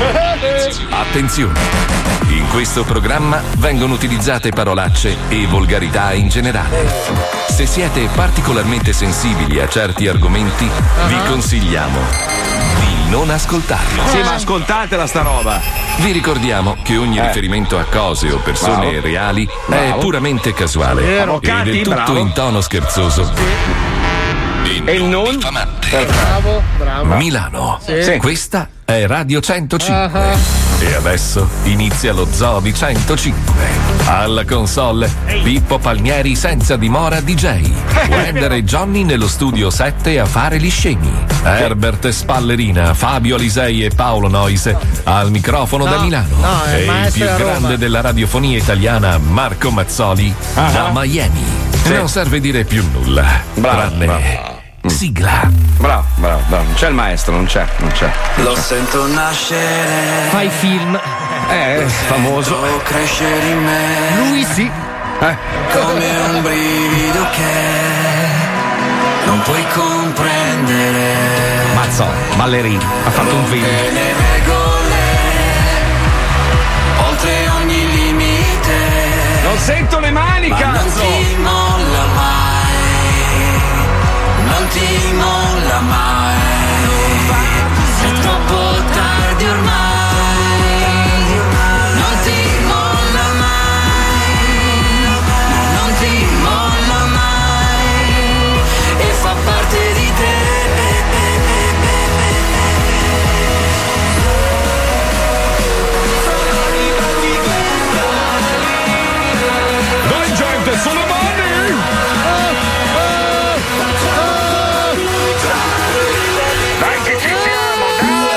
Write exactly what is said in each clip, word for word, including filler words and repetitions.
Attenzione! In questo programma vengono utilizzate parolacce e volgarità in generale. Se siete particolarmente sensibili a certi argomenti, uh-huh. vi consigliamo di non ascoltarlo. Sì, ma ascoltatela sta roba. Vi ricordiamo che ogni eh. riferimento a cose o persone Bravo. reali Bravo. è puramente casuale Vero. e del tutto Bravo. in tono scherzoso. Sì. E il non? Bravo, bravo. Milano. Sì. Questa è Radio centocinque. Uh-huh. E adesso inizia lo Zoo di centocinque. Alla console Pippo Palmieri senza dimora D J. Wender e Johnny nello studio sette a fare gli scemi. Herbert Spallerina, Fabio Alisei e Paolo Noise al microfono no, da Milano. No, e il più grande della radiofonia italiana, Marco Mazzoli, uh-huh. da Miami. Sì. Non serve dire più nulla. Bravo, tranne bravo. sigla. Bravo, bravo, bravo. Non c'è il maestro, non c'è, non c'è. Lo sento nascere. Fai film. Eh, famoso. Lo crescere in me. Lui sì. Eh. Come un brivido che non puoi comprendere. Mazzo, ballerino. Ha fatto un film. Le regole, oltre ogni limite. Non sento le mani, ma cazzo! non ti molla mai. Non ti molla mai. È troppo tardi ormai. Non ti molla mai. Non ti molla mai. E fa parte di te. Dai gente, sulle mani! Dai che ci siamo,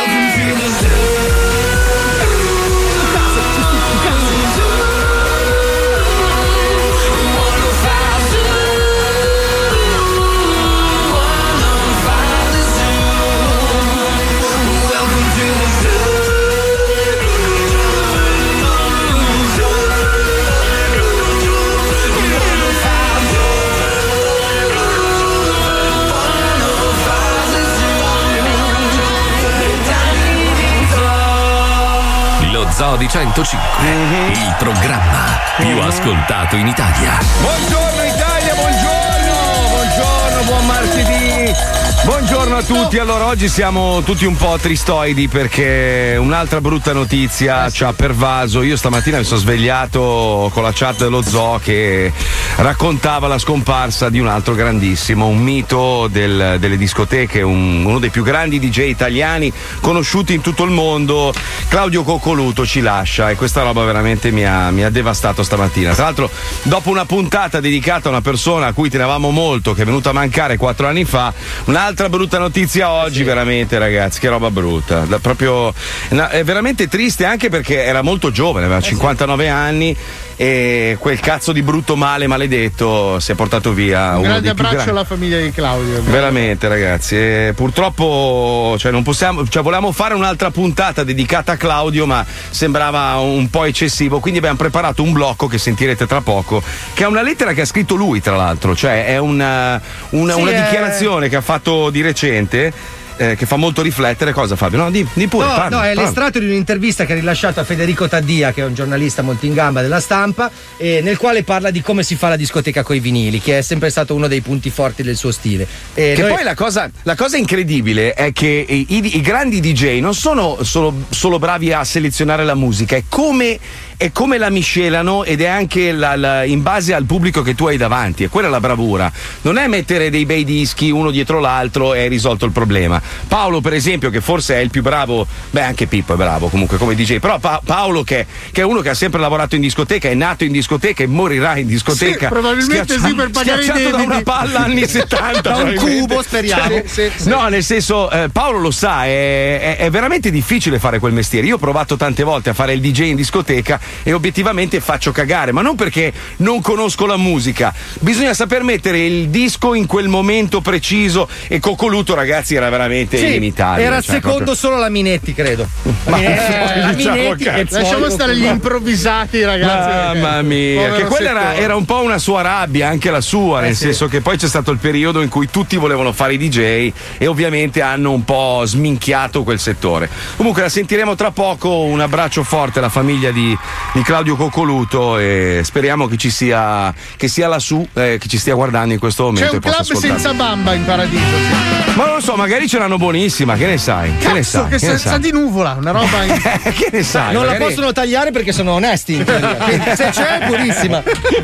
Lo Zoo di centocinque, mm-hmm. il programma più ascoltato in Italia. Buongiorno Italia, buongiorno, buongiorno, buon martedì. Buongiorno a tutti. Allora, oggi siamo tutti un po' tristoidi perché un'altra brutta notizia eh sì. ci ha pervaso. Io stamattina mi sono svegliato con la chat dello Zoo che raccontava la scomparsa di un altro grandissimo, un mito del, delle discoteche, un, uno dei più grandi D J italiani conosciuti in tutto il mondo. Claudio Coccoluto ci lascia e questa roba veramente mi ha, mi ha devastato stamattina. Tra l'altro, dopo una puntata dedicata a una persona a cui tenevamo molto, che è venuta a mancare quattro anni fa, un'altra brutta notizia oggi, sì. veramente ragazzi, che roba brutta. Da, proprio, no, è veramente triste anche perché era molto giovane, aveva eh cinquantanove sì. anni e quel cazzo di brutto male maledetto si è portato via. Un uno grande dei più abbraccio gran... alla famiglia di Claudio. Veramente ragazzi, e purtroppo cioè non possiamo, cioè volevamo fare un'altra puntata dedicata a Claudio ma sembrava un po' eccessivo, quindi abbiamo preparato un blocco che sentirete tra poco, che è una lettera che ha scritto lui tra l'altro, cioè è una, una, sì, una è... dichiarazione che ha fatto di recente. Eh, che fa molto riflettere. Cosa, Fabio? No, di, di pure. No, parla, no, è parla. l'estratto di un'intervista che ha rilasciato a Federico Taddia, che è un giornalista molto in gamba della Stampa, e nel quale parla di come si fa la discoteca coi vinili, che è sempre stato uno dei punti forti del suo stile. E che noi... poi la cosa, la cosa incredibile è che i, i, i grandi D J non sono solo, solo bravi a selezionare la musica, è come, è come la miscelano ed è anche la, la, in base al pubblico che tu hai davanti. E quella è la bravura. Non è mettere dei bei dischi uno dietro l'altro e hai risolto il problema. Paolo, per esempio, che forse è il più bravo, beh, anche Pippo è bravo comunque come D J, però pa- Paolo che, che è uno che ha sempre lavorato in discoteca, è nato in discoteca e morirà in discoteca. Sì, probabilmente schiaccia- sì, per pagare i schiacciato debiti. da una palla anni settanta. Da un cubo, speriamo. Cioè, sì, sì. No, nel senso, eh, Paolo lo sa, è, è, è veramente difficile fare quel mestiere. Io ho provato tante volte a fare il D J in discoteca e obiettivamente faccio cagare, ma non perché non conosco la musica, bisogna saper mettere il disco in quel momento preciso e Coccoluto, ragazzi, era veramente sì, inimitabile. Era cioè, secondo proprio... solo la Minetti, credo. Ma eh, la diciamo Minetti che... che lasciamo stare gli improvvisati, ragazzi. Mamma mia, Povero che quella era, settore. era un po' una sua rabbia, anche la sua, nel Eh, sì. senso che poi c'è stato il periodo in cui tutti volevano fare i D J e ovviamente hanno un po' sminchiato quel settore. Comunque la sentiremo tra poco, un abbraccio forte alla famiglia di, di Claudio Coccoluto e speriamo che ci sia, che sia lassù, eh, che ci stia guardando in questo momento. C'è un e possa club ascoltare. senza bamba in paradiso. Sì. Ma non lo so, magari ce l'hanno buonissima, che ne sai? Che ne Cazzo, sai? che Che ne senza sai? di nuvola, una roba in... Che ne sai? Non Magari- la possono tagliare perché sono onesti in teoria. Quindi se c'è è purissima.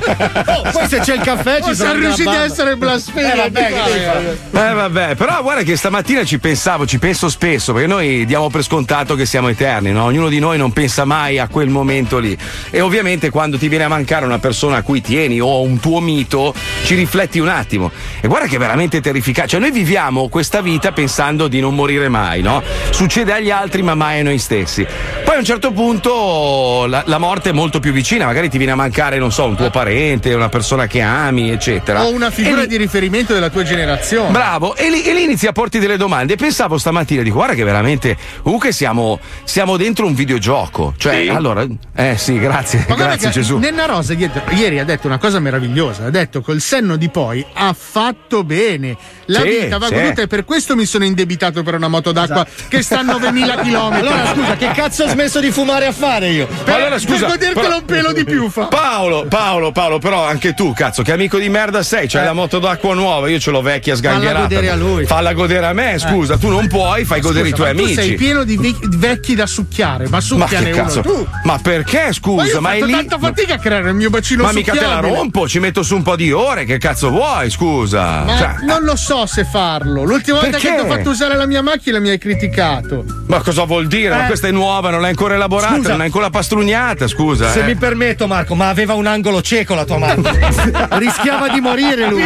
Oh, poi se c'è il caffè ci Oh, sono siamo riusciti a essere blasfemi. Eh, vabbè, che devi fare? Eh vabbè, però guarda che stamattina ci pensavo, ci penso spesso, perché noi diamo per scontato che siamo eterni, no? Ognuno di noi non pensa mai a quel momento lì. E ovviamente quando ti viene a mancare una persona a cui tieni o un tuo mito, ci rifletti un attimo. E guarda che è veramente terrificante. Cioè noi viviamo questa vita pensando di non morire mai, no? Succede agli altri ma mai a noi stessi. Poi a un certo punto la, la morte è molto più vicina, magari ti viene a mancare, non so, un tuo parente, una persona che ami, eccetera. O una figura E lì- di riferimento della tua generazione. Bravo, e lì, e lì inizi a porti delle domande. E pensavo stamattina, dico, guarda che veramente, comunque siamo, siamo dentro un videogioco. Cioè, allora, eh sì, grazie, Ma guarda grazie che Gesù. Nenna Rosa dietro- ieri ha detto una cosa meravigliosa, ha detto col senno di poi ha fatto bene, la Sì, vita va sì. goduta e per questo mi sono indebitato per una moto d'acqua che sta a novemila chilometri. Allora scusa, che cazzo ho smesso di fumare a fare io? Ma allora, scusa, per godertelo però- un pelo di più fa. Paolo, Paolo, Paolo, però anche tu, cazzo, che amico di merda sei, c'hai Eh. la moto d'acqua nuova, io ce l'ho vecchia sgangherata. Falla godere a lui. Falla godere a me, scusa, tu non puoi, fai godere i Scusa, tuoi ma amici. tu sei pieno di vec- vecchi da succhiare, ma Ma succhiane che cazzo? uno tu. Ma perché, Ma io scusa? ho Ma è fatto lì. tanta fatica a creare il mio bacino Ma mica te la succhiabile. rompo, ci metto su un po' di ore, che cazzo vuoi, scusa? Ma Cioè, non lo so se farlo. L'ultima volta Perché? che ti ho fatto usare la mia macchina mi hai criticato. ma cosa vuol dire? Ma Eh. questa è nuova, non l'hai ancora elaborata, Scusa. non l'hai ancora pastrugnata, scusa. Se eh. mi permetto, Marco, ma aveva un angolo cieco la tua macchina. Rischiava di morire lui.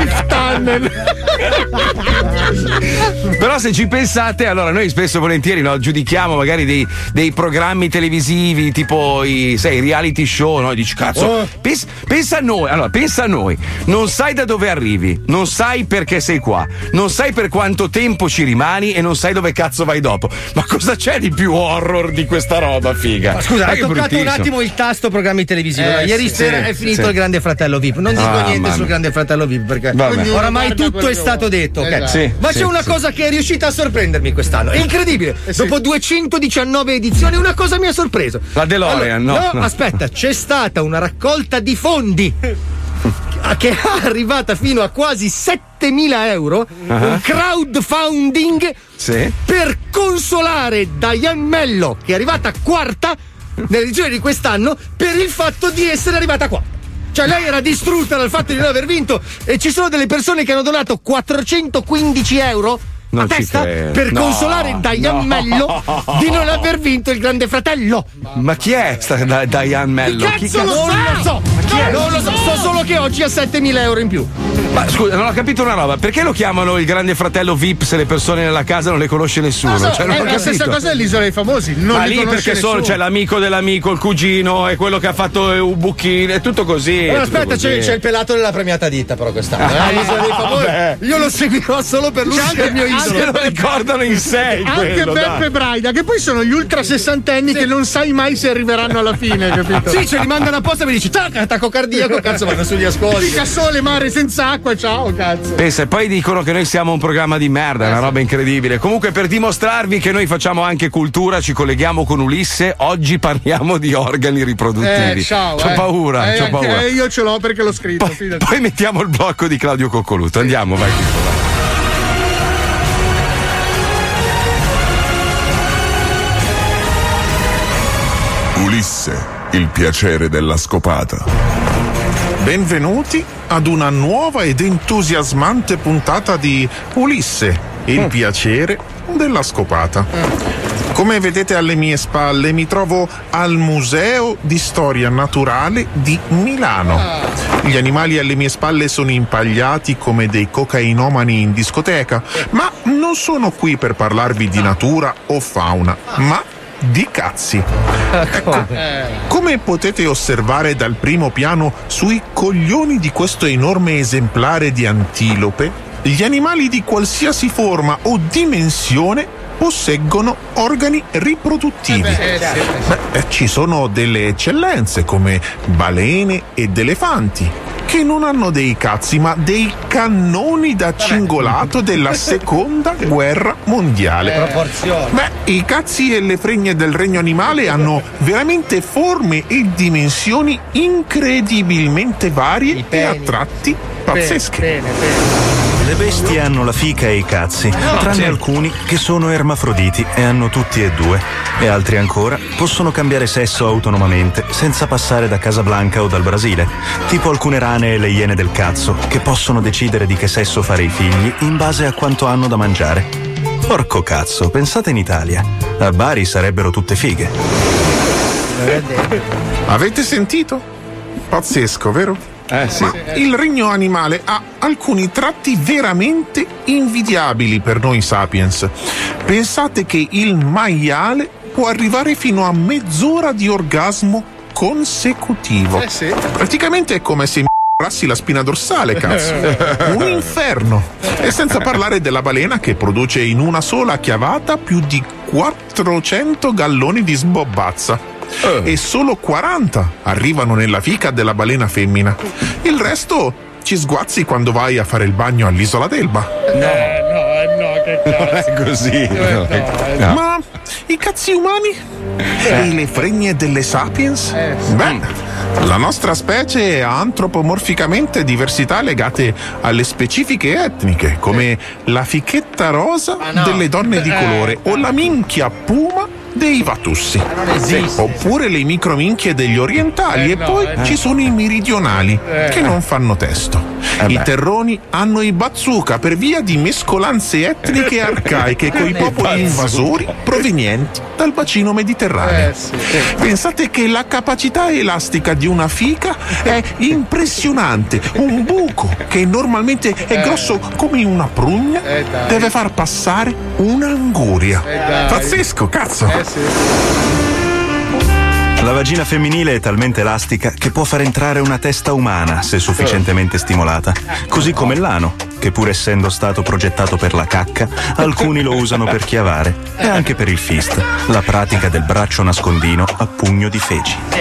Però se ci pensate, allora noi spesso e volentieri no, giudichiamo magari dei, dei programmi televisivi tipo i, sai, reality show, no? E dici cazzo, Oh. pens- pensa a noi, allora pensa a noi, non sai da dove arrivi, non sai perché sei qua, non sai per quanto tempo ci rimani e non sai dove cazzo vai dopo. Ma cosa c'è di più horror di questa roba, figa? Ma scusa, Eh, hai che toccato un bruttissimo. attimo il tasto programmi televisivi. Eh, Allora, ieri sì, sera sì, è finito sì. il Grande Fratello V I P. Non dico Ah, niente mamma sul mia. Grande Fratello V I P perché Vabbè. oramai Guarda tutto quello è che stato vuole. detto. ok? Esatto. Sì, Ma sì, c'è una sì. cosa che è riuscita a sorprendermi quest'anno. È incredibile. Eh, sì. Dopo duecentodiciannove edizioni, una cosa mi ha sorpreso. La DeLorean, Allora, no, no. aspetta, c'è stata una raccolta di fondi che è arrivata fino a quasi settemila euro. Un crowdfunding Sì. per consolare Diane Mello, che è arrivata quarta nell'edizione di quest'anno, per il fatto di essere arrivata qua. Cioè lei era distrutta dal fatto di non aver vinto e ci sono delle persone che hanno donato quattrocentoquindici euro Non a ci testa credo. per No, consolare Diane no. Mello di non aver vinto il Grande Fratello. Ma chi è sta da- Diane Mello? Chi Cazzo, non lo so! Non lo so, so solo che oggi ha settemila euro in più. Ma scusa, non ho capito una roba, perché lo chiamano il Grande Fratello V I P se le persone nella casa non le conosce nessuno? Non so, Cioè, non è ho la capito. stessa cosa dell'Isola dei Famosi. Non Ma li lì conosce perché sono, nessuno. c'è l'amico dell'amico, il cugino, è quello che ha fatto eh, un buchino, è tutto così. è Allora, tutto aspetta, c'è, così. c'è il pelato della premiata ditta, però quest'anno. Ah, Eh, l'Isola dei Famosi. vabbè. Io lo seguirò solo per lui, C'è che è il mio anche- idolo. Se lo ricordano in sei Anche quello, Beppe dai. Braida, che poi sono gli ultra sessantenni che non sai mai se arriveranno alla fine, capito? Sì, ce li mandano apposta e mi dici, tac, attacco cardiaco, cazzo, vanno sugli ascolti. Mica sole, mare senza acqua, ciao, cazzo. Pensa, e poi dicono che noi siamo un programma di merda, è una roba incredibile. Comunque, per dimostrarvi che noi facciamo anche cultura, ci colleghiamo con Ulisse. Oggi parliamo di organi riproduttivi. Eh, ciao. C'ho eh. paura, Eh, c'ho anche- paura. eh, io ce l'ho perché l'ho scritto. Poi, fidati. poi mettiamo il blocco di Claudio Coccoluto. Andiamo, vai. Ulisse, il piacere della scopata. Benvenuti ad una nuova ed entusiasmante puntata di Ulisse, il piacere della scopata. Come vedete alle mie spalle mi trovo al Museo di Storia Naturale di Milano. Gli animali alle mie spalle sono impagliati come dei cocainomani in discoteca, ma non sono qui per parlarvi di natura o fauna, ma di cazzi. Ecco, come potete osservare dal primo piano sui coglioni di questo enorme esemplare di antilope, gli animali di qualsiasi forma o dimensione posseggono organi riproduttivi. Beh, ci sono delle eccellenze come balene ed elefanti, che non hanno dei cazzi ma dei cannoni da cingolato della seconda guerra mondiale. Beh, i cazzi e le fregne del regno animale hanno veramente forme e dimensioni incredibilmente varie e a tratti pazzesche. Bene, bene. Le bestie hanno la fica e i cazzi, tranne alcuni che sono ermafroditi e hanno tutti e due, e altri ancora possono cambiare sesso autonomamente senza passare da Casablanca o dal Brasile, tipo alcune rane e le iene del cazzo che possono decidere di che sesso fare i figli in base a quanto hanno da mangiare. Porco cazzo, pensate in Italia, a Bari sarebbero tutte fighe. Avete sentito? Pazzesco, vero? Eh, sì. Ma il regno animale ha alcuni tratti veramente invidiabili per noi sapiens. Pensate che il maiale può arrivare fino a mezz'ora di orgasmo consecutivo. Eh sì. Praticamente è come se rassi la spina dorsale, cazzo. Un inferno. E senza parlare della balena che produce in una sola chiavata più di quattrocento galloni di sbobbazza. Uh. E solo quaranta arrivano nella fica della balena femmina. Il resto ci sguazzi quando vai a fare il bagno all'isola d'Elba. No, no, no, che cazzo. Non è così. No. No. Ma i cazzi umani? Eh. E le fregne delle sapiens? Eh, sì. Beh, la nostra specie ha antropomorficamente diversità legate alle specifiche etniche, come la fichetta rosa ah, no. delle donne di colore eh, o la minchia puma dei Vatussi. Non esiste. Oppure le microminchie degli orientali. Eh, e no, poi eh. ci sono i meridionali eh. che non fanno testo. Eh I beh. terroni hanno i bazooka per via di mescolanze etniche arcaiche coi popoli invasori provenienti dal bacino mediterraneo. Eh, sì, sì. Pensate che la capacità elastica di una fica è impressionante. Un buco che normalmente è grosso come una prugna Eh, dai. deve far passare un'anguria. Eh, dai. Pazzesco, cazzo! Eh, sì. La vagina femminile è talmente elastica che può far entrare una testa umana se sufficientemente stimolata, così come l'ano, che pur essendo stato progettato per la cacca, alcuni lo usano per chiavare, e anche per il fist, la pratica del braccio nascondino a pugno di feci. Eh,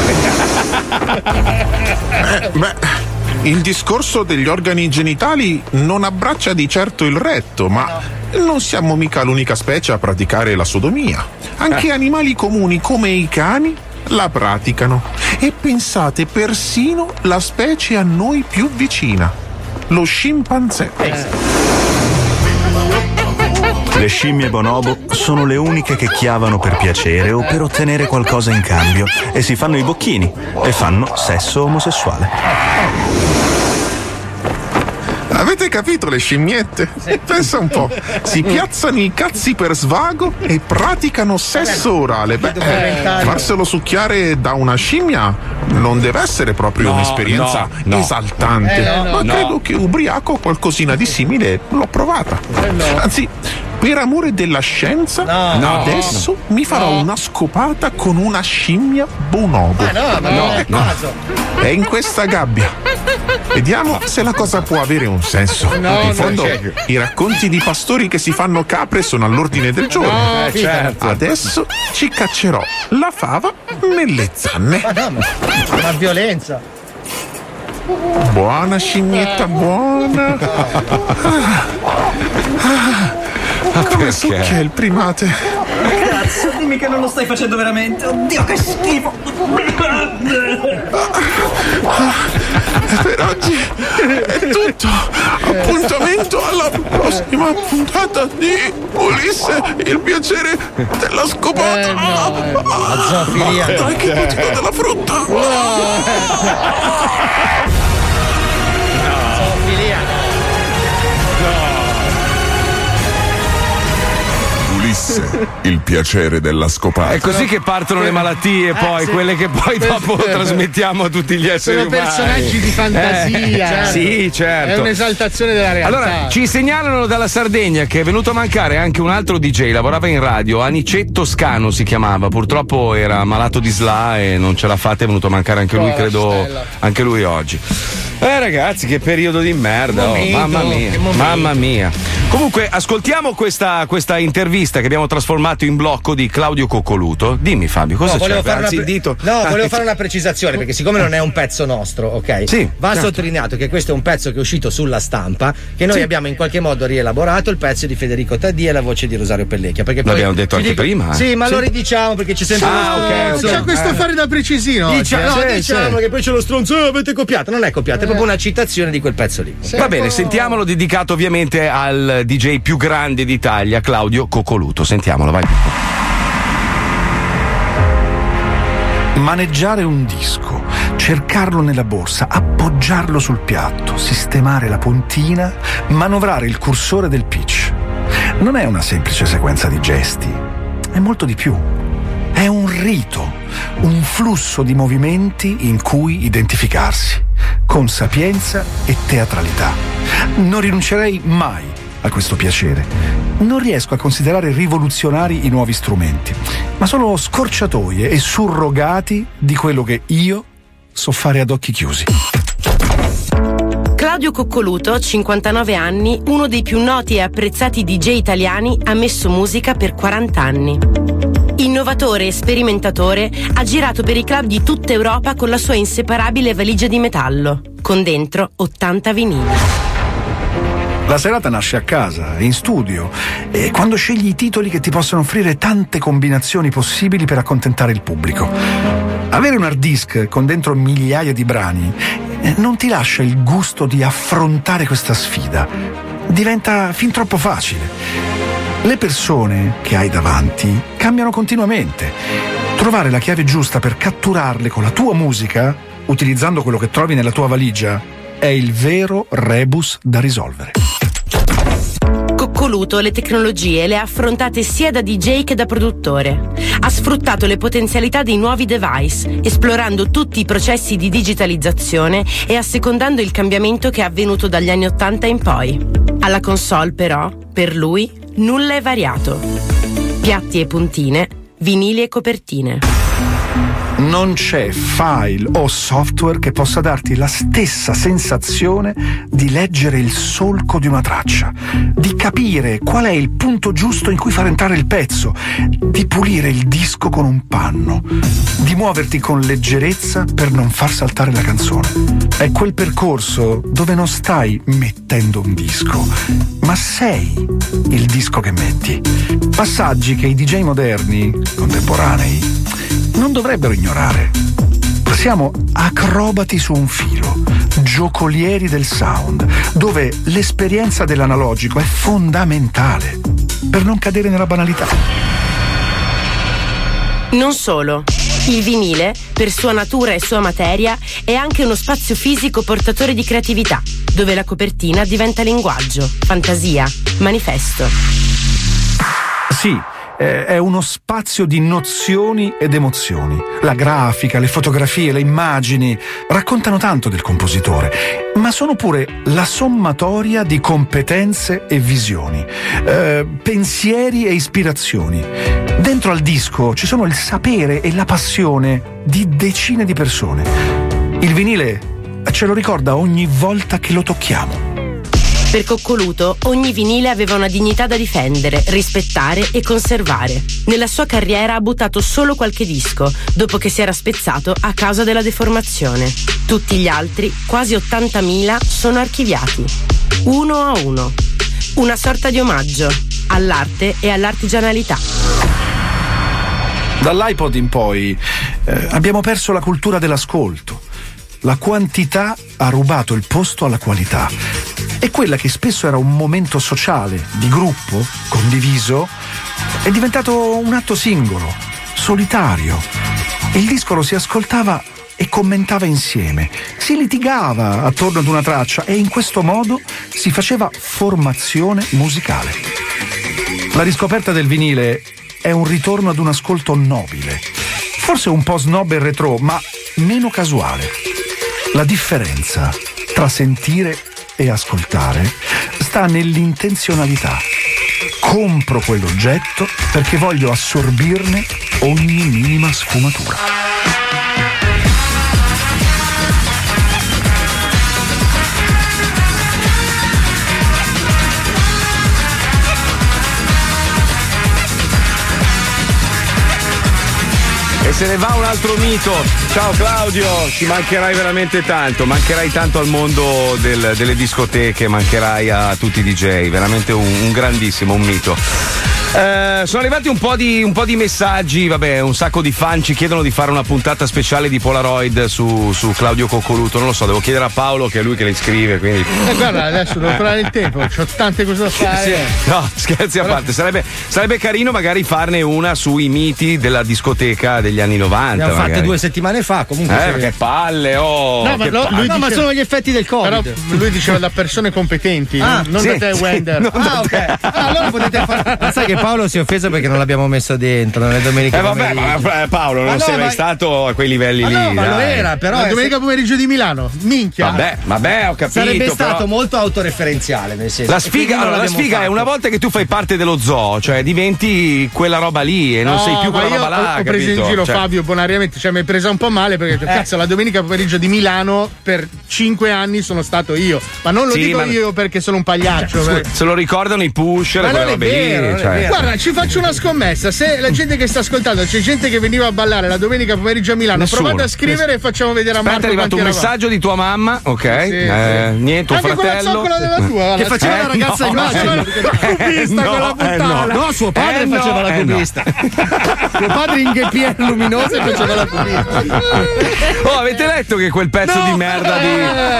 beh, il discorso degli organi genitali non abbraccia di certo il retto, ma non siamo mica l'unica specie a praticare la sodomia. Anche animali comuni come i cani la praticano. E pensate, persino la specie a noi più vicina, lo scimpanzé. Le scimmie bonobo sono le uniche che chiavano per piacere o per ottenere qualcosa in cambio, e si fanno i bocchini e fanno sesso omosessuale. Avete capito le scimmiette? Pensa un po', si piazzano i cazzi per svago e praticano sesso orale. Beh, eh, farselo succhiare da una scimmia non deve essere proprio No, un'esperienza no, no. esaltante, Eh, no, ma no. credo che ubriaco qualcosina di simile l'ho provata. Anzi, per amore della scienza, No, no, adesso mi farò no. una scopata con una scimmia bonobo. Ma no, ma non è il no. caso. È in questa gabbia. Vediamo se la cosa può avere un senso. No, in fondo, non c'è. i racconti di pastori che si fanno capre sono all'ordine del giorno. No, Eh, certo. Adesso ci caccerò la fava nelle zanne. Ma no, ma, ma violenza. Buona scimmietta, buona. Ah, ah, come succhia il primate. Cazzo, dimmi che non lo stai facendo veramente. Oddio, che schifo. Per oggi è tutto. Appuntamento alla prossima puntata di Ulisse, il piacere della scopata. Eh, no, eh, la zoofilia. Dai, che puttana della frutta. Zoofilia. Ulisse Ulisse, il piacere della scopata. È così che partono le malattie, poi, sì. quelle che poi dopo trasmettiamo a tutti gli esseri Sono umani. personaggi di fantasia. Eh, certo. Sì, certo. È un'esaltazione della realtà. Allora, ci segnalano dalla Sardegna che è venuto a mancare anche un altro D J, lavorava in radio, Anicetto Scano si chiamava, purtroppo era malato di S L A e non ce l'ha fatta, è venuto a mancare anche lui, Oh, credo, Stella. anche lui oggi. Eh ragazzi, che periodo di merda, oh, Momento, mamma mia, che momento. mamma mia. Comunque, ascoltiamo questa, questa intervista che abbiamo trasformato in blocco di Claudio Coccoluto. Dimmi Fabio, cosa No, c'è? volevo fare una Alzi il pre- dito. no, Ah, volevo fare una precisazione perché siccome non è un pezzo nostro, ok? Sì, va certo. sottolineato che questo è un pezzo che è uscito sulla stampa, che noi Sì. abbiamo in qualche modo rielaborato. Il pezzo di Federico Taddia e la voce di Rosario Pellecchia. Perché poi L'abbiamo detto ci anche prima, eh. Sì, ma Sì. lo ridiciamo perché c'è sempre Ah, uno ok, stronzo. ok. C'è questo Eh. affare da precisino. Dicia- oggi, no, eh. diciamo che poi c'è lo stronzo, "Eh, avete copiato". Non è copiato, è proprio una citazione di quel pezzo lì. Va bene, sentiamolo, dedicato ovviamente al D J più grande d'Italia, Claudio Coccoluto. Sentiamolo, vai. Maneggiare un disco, cercarlo nella borsa, appoggiarlo sul piatto, sistemare la puntina, manovrare il cursore del pitch. Non è una semplice sequenza di gesti, è molto di più. È un rito, un flusso di movimenti in cui identificarsi, con sapienza e teatralità. Non rinuncerei mai a questo piacere. Non riesco a considerare rivoluzionari i nuovi strumenti, ma sono scorciatoie e surrogati di quello che io so fare ad occhi chiusi. Claudio Coccoluto, cinquantanove anni, uno dei più noti e apprezzati D J italiani, ha messo musica per quaranta anni. Innovatore e sperimentatore, ha girato per i club di tutta Europa con la sua inseparabile valigia di metallo, con dentro ottanta vinili. La serata nasce a casa, in studio, e quando scegli i titoli che ti possono offrire tante combinazioni possibili per accontentare il pubblico. Avere un hard disk con dentro migliaia di brani eh, non ti lascia il gusto di affrontare questa sfida. Diventa fin troppo facile. Le persone che hai davanti cambiano continuamente. Trovare la chiave giusta per catturarle con la tua musica, utilizzando quello che trovi nella tua valigia, è il vero rebus da risolvere. Coccoluto le tecnologie le ha affrontate sia da D J che da produttore. Ha sfruttato le potenzialità dei nuovi device, esplorando tutti i processi di digitalizzazione e assecondando il cambiamento che è avvenuto dagli anni Ottanta in poi. Alla console, però, per lui, nulla è variato. Piatti e puntine, vinili e copertine. Non c'è file o software che possa darti la stessa sensazione di leggere il solco di una traccia, di capire qual è il punto giusto in cui far entrare il pezzo, di pulire il disco con un panno, di muoverti con leggerezza per non far saltare la canzone. È quel percorso dove non stai mettendo un disco, ma sei il disco che metti. Passaggi che i D J moderni, contemporanei, non dovrebbero ignorare. Siamo acrobati su un filo, giocolieri del sound, dove l'esperienza dell'analogico è fondamentale per non cadere nella banalità. Non solo. Il vinile, per sua natura e sua materia, è anche uno spazio fisico portatore di creatività, dove la copertina diventa linguaggio, fantasia, manifesto. Sì, è uno spazio di nozioni ed emozioni. La grafica, le fotografie, le immagini raccontano tanto del compositore, ma sono pure la sommatoria di competenze e visioni, eh, pensieri e ispirazioni. Dentro al disco ci sono il sapere e la passione di decine di persone. Il vinile ce lo ricorda ogni volta che lo tocchiamo. Per Coccoluto ogni vinile aveva una dignità da difendere, rispettare e conservare. Nella sua carriera ha buttato solo qualche disco, dopo che si era spezzato a causa della deformazione. Tutti gli altri, quasi ottantamila, sono archiviati, uno a uno. Una sorta di omaggio all'arte e all'artigianalità. Dall'iPod in poi eh, abbiamo perso la cultura dell'ascolto. La quantità ha rubato il posto alla qualità. E quella che spesso era un momento sociale, di gruppo, condiviso, è diventato un atto singolo, solitario. Il disco lo si ascoltava e commentava insieme, si litigava attorno ad una traccia e in questo modo si faceva formazione musicale. La riscoperta del vinile è un ritorno ad un ascolto nobile, forse un po' snob e retro, ma meno casuale. La differenza tra sentire e ascoltare sta nell'intenzionalità. Compro quell'oggetto perché voglio assorbirne ogni minima sfumatura. E se ne va un altro mito. Ciao Claudio, ci mancherai veramente tanto, mancherai tanto al mondo del, delle discoteche, mancherai a tutti i D J, veramente un, un grandissimo, un mito. Eh, sono arrivati un po' di un po' di messaggi, vabbè, un sacco di fan ci chiedono di fare una puntata speciale di Polaroid su, su Claudio Coccoluto, non lo so, devo chiedere a Paolo che è lui che le scrive, quindi. Eh, guarda, adesso devo trovare il tempo, ho tante cose da fare. Sì. No, scherzi a parte, sarebbe, sarebbe carino magari farne una sui miti della discoteca degli anni novanta. Le ho fatte magari. due settimane fa, comunque. Eh, se... che palle, oh! No, ma, che no, palle. lui no, dice... ma sono gli effetti del Covid. Però lui diceva da persone competenti, ah, non sì, da te, sì, Wender. Ah, ok. Ah, allora potete fare. Ma sai che Paolo si è offeso perché non l'abbiamo messo dentro nelle domeniche Eh vabbè, pomeriggio. ma Paolo, non Ma no, sei mai ma- stato a quei livelli Ma lì. no, ma lo dai. era, però. La è- domenica pomeriggio di Milano, minchia. Vabbè, vabbè, ho capito. Sarebbe stato però... molto autoreferenziale, nel senso. La e quindi sfiga, non allora, la l'abbiamo sfiga è fatto. una volta che tu fai parte dello zoo, cioè diventi quella roba lì e non No, sei più ma quella io roba là. ho, ho preso capito? in giro Cioè, Fabio bonariamente, cioè mi è presa un po' male perché Eh. cazzo, la domenica pomeriggio di Milano per cinque anni sono stato io. Ma non lo Sì, dico ma- io perché sono un pagliaccio. scusa, perché- se lo ricordano i pusher, Ma quelle non è robe vero, non lì. è Cioè. vero. Guarda, ci faccio una scommessa. Se la gente che sta ascoltando, c'è gente che veniva a ballare la domenica pomeriggio a Milano, Nessuno. provate a scrivere e facciamo vedere a Aspetta, Marco è arrivato un quanti eravamo. messaggio di tua mamma, ok? Sì, eh, sì. Niente, tuo Anche quella fratello. zoccola della tua, guarda. Che faceva Eh, la ragazza no, immagine. la cubista, no, quella eh, puttana. no. No, suo padre Eh, faceva no, la eh, no. cubista. Suo padre in ghepiere luminose faceva la cubista. Oh, avete letto che quel pezzo di merda di.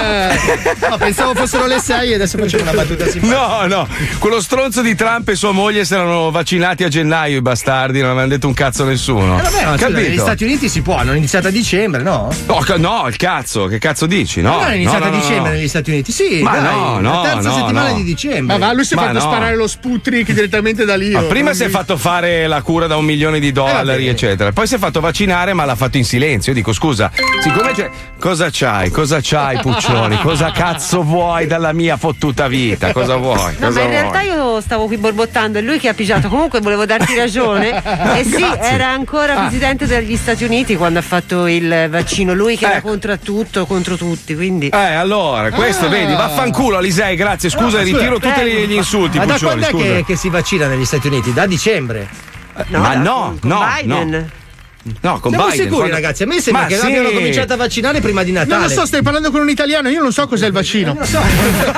Eh. No, pensavo fossero le sei e adesso facevo una battuta simpatica. No, no, quello stronzo di Trump e sua moglie si erano vaccinati a gennaio, i bastardi, non avevano detto un cazzo a nessuno. Eh, vabbè, ma scusa, Capito? negli Stati Uniti si può, hanno iniziato a dicembre, no? No, ca- no, il cazzo, che cazzo dici? No, non è iniziato no, no, a dicembre no. negli Stati Uniti, sì. Ma dai, no, no, la terza no, settimana no. di dicembre. Ma va, lui si è Ma fatto no. sparare lo Sputnik direttamente da lì. Ma oh, prima non si è mi- fatto fare la cura da un milione di dollari, Eh, eccetera. Poi si è fatto vaccinare, ma l'ha fatto in silenzio. Io dico, scusa, siccome c'è. Cosa c'hai? Cosa c'hai, Puccioni? Cosa cazzo vuoi dalla mia fottuta vita? Cosa vuoi? No, Cosa ma in vuoi? realtà io stavo qui borbottando, è lui che ha pigiato. Comunque volevo darti ragione. E sì, Grazie. era ancora Ah. presidente degli Stati Uniti quando ha fatto il vaccino. Lui che era Ecco. contro a tutto, contro tutti. Quindi. Eh, allora, questo Ah. vedi, vaffanculo, Alisei, grazie, scusa, No, ritiro scusa, tutti prego. gli insulti, Ma da Puccioni, quando è scusa. che, che si vaccina negli Stati Uniti? Da dicembre. No, Ma da- no, con- con no, Biden. no. No, con Siamo Biden. sicuri, quando- ragazzi? A me sembra Ma che sì. l'abbiano cominciato a vaccinare prima di Natale. Non lo so, stai parlando con un italiano, io non so cos'è il vaccino. Non lo so.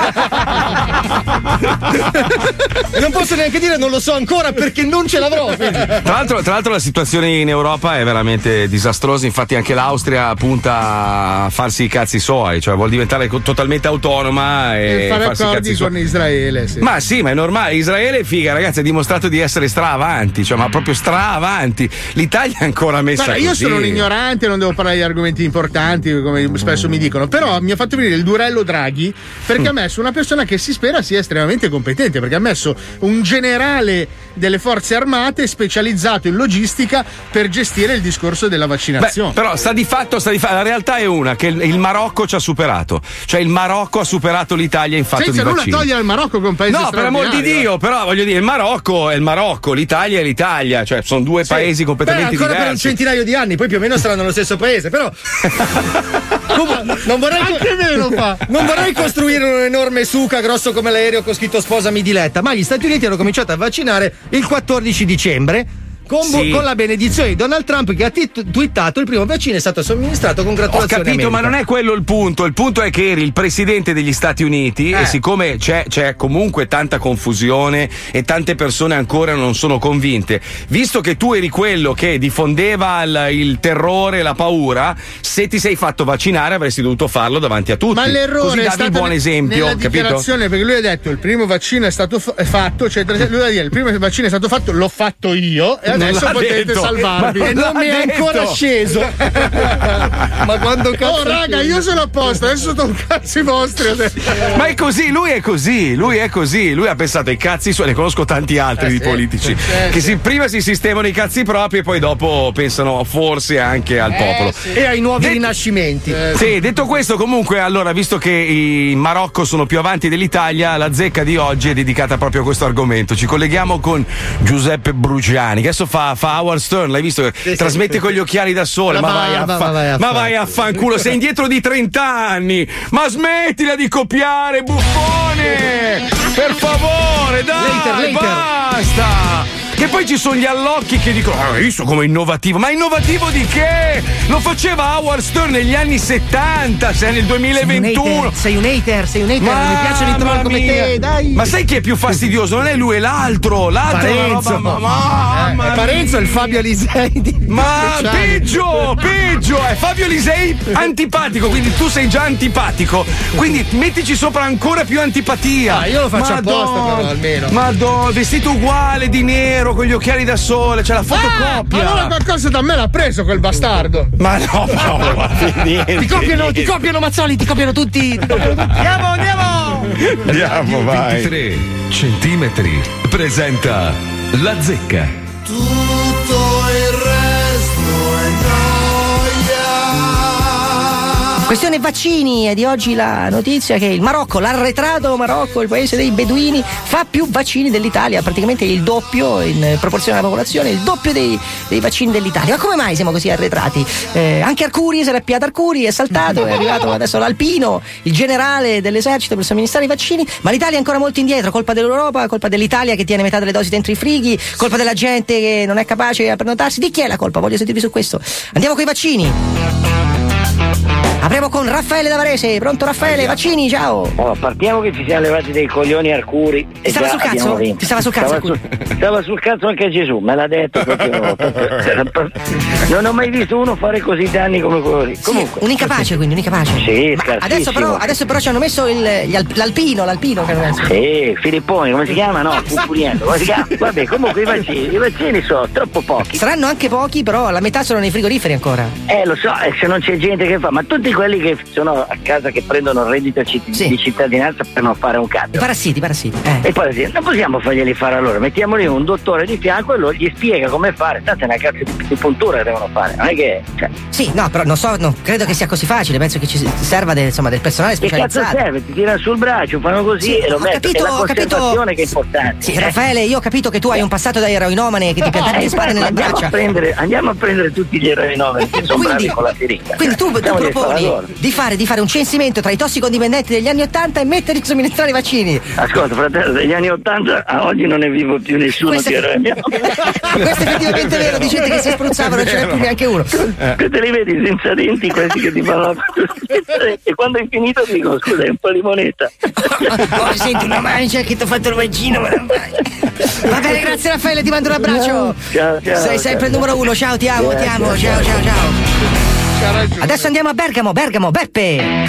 E non posso neanche dire non lo so ancora perché non ce l'avrò. quindi. Tra l'altro, tra l'altro la situazione in Europa è veramente disastrosa, infatti anche l'Austria punta a farsi i cazzi suoi, cioè vuol diventare co- totalmente autonoma e E fare farsi i accordi cazzi con suoi. Israele. Sì. Ma sì, ma è normale, Israele figa, ragazzi, ha dimostrato di essere stra avanti, cioè ma proprio stra avanti. L'Italia è ancora messa Guarda, io così. sono un ignorante, non devo parlare di argomenti importanti, come spesso mi dicono, però mi ha fatto venire il durello Draghi perché ha messo una persona che si spera sia estremamente competente, perché ha messo un generale delle forze armate specializzato in logistica per gestire il discorso della vaccinazione. Beh, però sta di fatto, sta di fatto, la realtà è una, che il, il Marocco ci ha superato, cioè il Marocco ha superato l'Italia in fatto Senza di nulla vaccini. togliere al Marocco che è un paese No, per amor di straordinario. Dio, però voglio dire, il Marocco è il Marocco, l'Italia è l'Italia, cioè sono due paesi Beh, completamente ancora per un diversi. centinaio di anni, poi più o meno saranno nello stesso paese, però. Comunque, non vorrei Anche meno fa. Non vorrei costruire un enorme suca grosso come l'aereo con scritto sposami diletta, ma gli Stati Uniti hanno cominciato a vaccinare il quattordici dicembre. Con, Sì. con la benedizione di Donald Trump che ha tit- twittato il primo vaccino è stato somministrato, Ho congratulazioni capito, America. ma non è quello il punto. Il punto è che eri il presidente degli Stati Uniti Eh. e siccome c'è, c'è comunque tanta confusione e tante persone ancora non sono convinte, visto che tu eri quello che diffondeva il, il terrore, la paura, se ti sei fatto vaccinare avresti dovuto farlo davanti a tutti. Ma l'errore Così è davi stato il buon ne- esempio, nella capito? dichiarazione, perché lui ha detto il primo vaccino è stato fa- è fatto, cioè lui ha dire il primo vaccino è stato fatto, l'ho fatto io, e adesso l'ha potete detto. salvarvi. Ma E non mi è detto. ancora sceso. Ma quando cazzo Oh raga, io sono a posto, adesso sono cazzi vostri adesso. Ma è così, lui è così, lui è così, lui ha pensato ai cazzi suoi, ne conosco tanti altri Eh di sì, politici eh che sì. si, prima si sistemano i cazzi propri e poi dopo pensano forse anche al Eh, popolo. sì. E ai nuovi Det- rinascimenti. Eh, Sì, detto questo, comunque, allora, visto che in Marocco sono più avanti dell'Italia, la zecca di oggi è dedicata proprio a questo argomento. Ci colleghiamo con Giuseppe Brugiani, che adesso fa, fa Howard Stern, l'hai visto? sì, Trasmette sì. con gli occhiali da sole. La Ma vai a, barba, fa- ma vai a ma fa- vai a fanculo, sei indietro di trenta anni. Ma smettila di copiare, buffone! Per favore, dai, Later, later. basta! Che poi ci sono gli allocchi che dicono: ah, visto come innovativo. Ma innovativo di che? Lo faceva Howard Stern negli anni settanta, sei nel duemilaventuno. Sei un hater, sei un hater, non mi piacciono i troll Mamma come mia. te, dai. Ma sai chi è più fastidioso? Non è lui, è l'altro. L'altro è una Parenzo. roba. Ma, mamma Eh, Parenzo è il Fabio Alisei di ma Luciani. peggio, peggio, è Fabio Lisei antipatico, quindi tu sei già antipatico, quindi mettici sopra ancora più antipatia. Ah, io lo faccio Madonna, apposta, però, almeno. Madonna, vestito uguale di nero con gli occhiali da sole, c'è la Ah, fotocopia. allora qualcosa da me l'ha preso quel bastardo. Ma no, no, ma niente. Ti copiano, ti copiano Mazzoli, ti copiano tutti. Ti copiano tutti. Andiamo, andiamo. Andiamo, vai. ventitré centimetri presenta La Zecca. Tutto il resto è Questione vaccini, è di oggi la notizia che il Marocco, l'arretrato Marocco, il paese dei beduini, fa più vaccini dell'Italia, praticamente il doppio in proporzione alla popolazione, il doppio dei, dei vaccini dell'Italia. Ma come mai siamo così arretrati? Eh, anche Arcuri, si è arrabbiato Arcuri, è saltato, è arrivato adesso l'Alpino, il generale dell'esercito per somministrare i vaccini, ma l'Italia è ancora molto indietro, colpa dell'Europa, colpa dell'Italia che tiene metà delle dosi dentro i frighi, colpa della gente che non è capace a prenotarsi. Di chi è la colpa? Voglio sentirvi su questo. Andiamo coi vaccini. Apriamo con Raffaele da Varese. Pronto Raffaele? Vaccini, ciao. Oh, partiamo che ci siamo levati dei coglioni Arcuri. Ti stava sul cazzo? Ti stava sul cazzo? Stava, su, stava sul cazzo anche Gesù, me l'ha detto proprio. Non ho mai visto uno fare così danni come quello lì. Comunque. Sì, un incapace, quindi, un incapace. Sì, Ma adesso però, adesso però ci hanno messo il, gli al- l'alpino, l'alpino che hanno messo. Sì, Filipponi, come si chiama? No, Pupuriello, come si chiama? Vabbè, comunque i vaccini, i vaccini sono troppo pochi. Saranno anche pochi, però la metà sono nei frigoriferi ancora. Eh, lo so, e se non c'è gente che fa, ma tutti quelli che sono a casa che prendono il reddito citt- Sì. di cittadinanza per non fare un I cazzo. parassiti, i parassiti. Eh. E poi sì, non possiamo farglieli fare allora, mettiamoli un dottore di fianco e lo, gli spiega come fare, tanto è una cazzo di, di puntura che devono fare, non è che. Cioè, Sì, no, però non so, no, credo che sia così facile, penso che ci serva del, insomma, del personale che cazzo specializzato. serve? Ti tirano sul braccio, fanno così Sì, e lo ho mettono. capito, è la ho capito. conservazione che è importante. Sì, eh. Raffaele, io ho capito che tu hai un passato da eroinomane che ti piantavi Eh, le spade ma nelle andiamo braccia. A prendere, andiamo a prendere tutti gli eroi nuovi che sono bravi con la siringa. Quindi tu, tu Facciamoli fare proponi loro. di fare, di fare un censimento tra i tossicodipendenti degli anni ottanta e metterli a somministrare i vaccini. Ascolta, fratello, dagli anni ottanta a oggi non è vivo più nessuno Questo- di eroe mio. Questo è effettivamente vero, di gente che si spruzzava, non ce n'è più neanche uno. Che te li vedi senza denti questi che ti fanno la e quando hai finito ti dicono scusa è un po' limonetta. Oh, senti, una mancia che ti ho fatto il vaccino, ma non vai. Va bene, grazie Raffaele, ti mando un abbraccio. Ciao, ciao, Sei ciao. sempre il numero uno, ciao, ti amo, ti amo, ciao, ciao, ciao. Adesso andiamo a Bergamo, Bergamo, Beppe.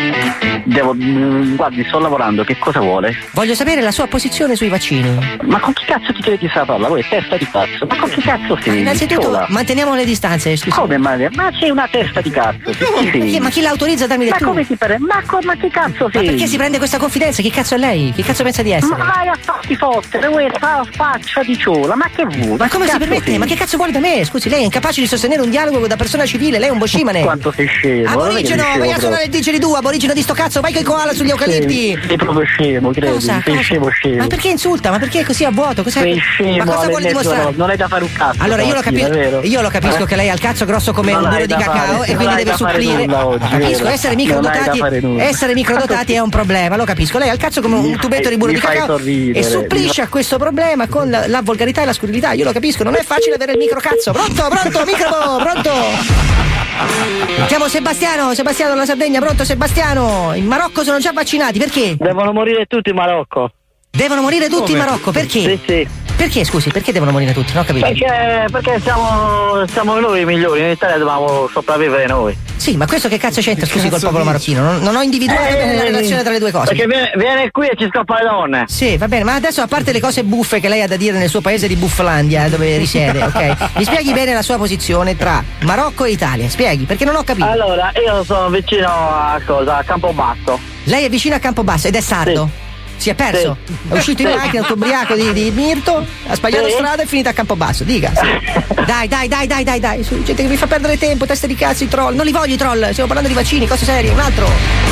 Devo, mm, guardi, sto lavorando, che cosa vuole? Voglio sapere la sua posizione sui vaccini. Ma con chi cazzo ti credi sta parola? Voi testa di cazzo. Ma con chi cazzo sei? Innanzitutto, Sola? manteniamo le distanze. Scusi. Come madre? Ma sei una testa di cazzo. Sì, Ma chi, ma chi l'autorizza a darmi del Ma tu? come ti pare? Ma, co- ma chi cazzo Ma sei? perché si prende questa confidenza? Chi cazzo è lei? Chi cazzo pensa di essere? Ma vai a farti fottere, questa faccia di ciola, ma che vuoi? Ma come chi si cazzo permette? sei? Ma che cazzo vuole da me? Scusi, lei è incapace di sostenere un dialogo da persona civile, lei è un boscimane. Quanto sei scemo? Aborigeno, non è che vai a sei suonare scemo il digeridù, aborigeno di sto cazzo, vai coi koala sugli eucalipti. Sei, sei proprio scemo, credi? Cosa? Sei Cosa? scemo scemo. Ma perché insulta? Ma perché è così a vuoto? Cos'è? Sei scemo, Ma cosa vuole all'ennesima dimostrare? volta. Non è da fare un cazzo. Allora io lo, stamattina, capi- vero? io lo capisco Eh? che lei ha il cazzo grosso come Non un hai burro di da cacao fare, e quindi non hai deve da fare supplire. nulla oggi, Capisco, vero? essere Non hai da microdotati, fare nulla. essere microdotati è un problema, lo capisco. Lei ha il cazzo come un Mi tubetto fai- di burro mi di fai cacao sorridere, e supplisce mi a questo problema con la, la volgarità e la scurrilità. Io lo capisco, non è facile avere il microcazzo. Pronto, pronto, micro, pronto. Chiamo Sebastiano, Sebastiano dalla Sardegna, pronto Sebastiano? In Marocco sono già vaccinati, perché? Devono morire tutti in Marocco. Devono morire tutti in Come? Marocco, perché? Sì, sì. Perché, scusi, perché devono morire tutti? Non ho capito. Perché, perché siamo, siamo noi i migliori, in Italia dobbiamo sopravvivere noi. Sì, ma questo che cazzo c'entra, scusi, col popolo marocchino? Non, non ho individuato Eh, bene la relazione tra le due cose. Perché viene, viene qui e ci scappa le donne. Sì, va bene, ma adesso a parte le cose buffe che lei ha da dire nel suo paese di Bufflandia, dove risiede, ok? Mi spieghi bene la sua posizione tra Marocco e Italia, spieghi, perché non ho capito. Allora, io sono vicino a cosa? A Campobasso. Lei è vicino a Campobasso ed è sardo? Sì. Si è perso? Sì. È uscito in Sì. macchina, tutto ubriaco di, di Mirto, ha sbagliato Sì. strada e è finito a Campobasso, dica. Sì. Dai, dai, dai, dai, dai, dai, su, gente che mi fa perdere tempo, teste di cazzo, i troll. Non li voglio i troll, stiamo parlando di vaccini, cose serie, un altro.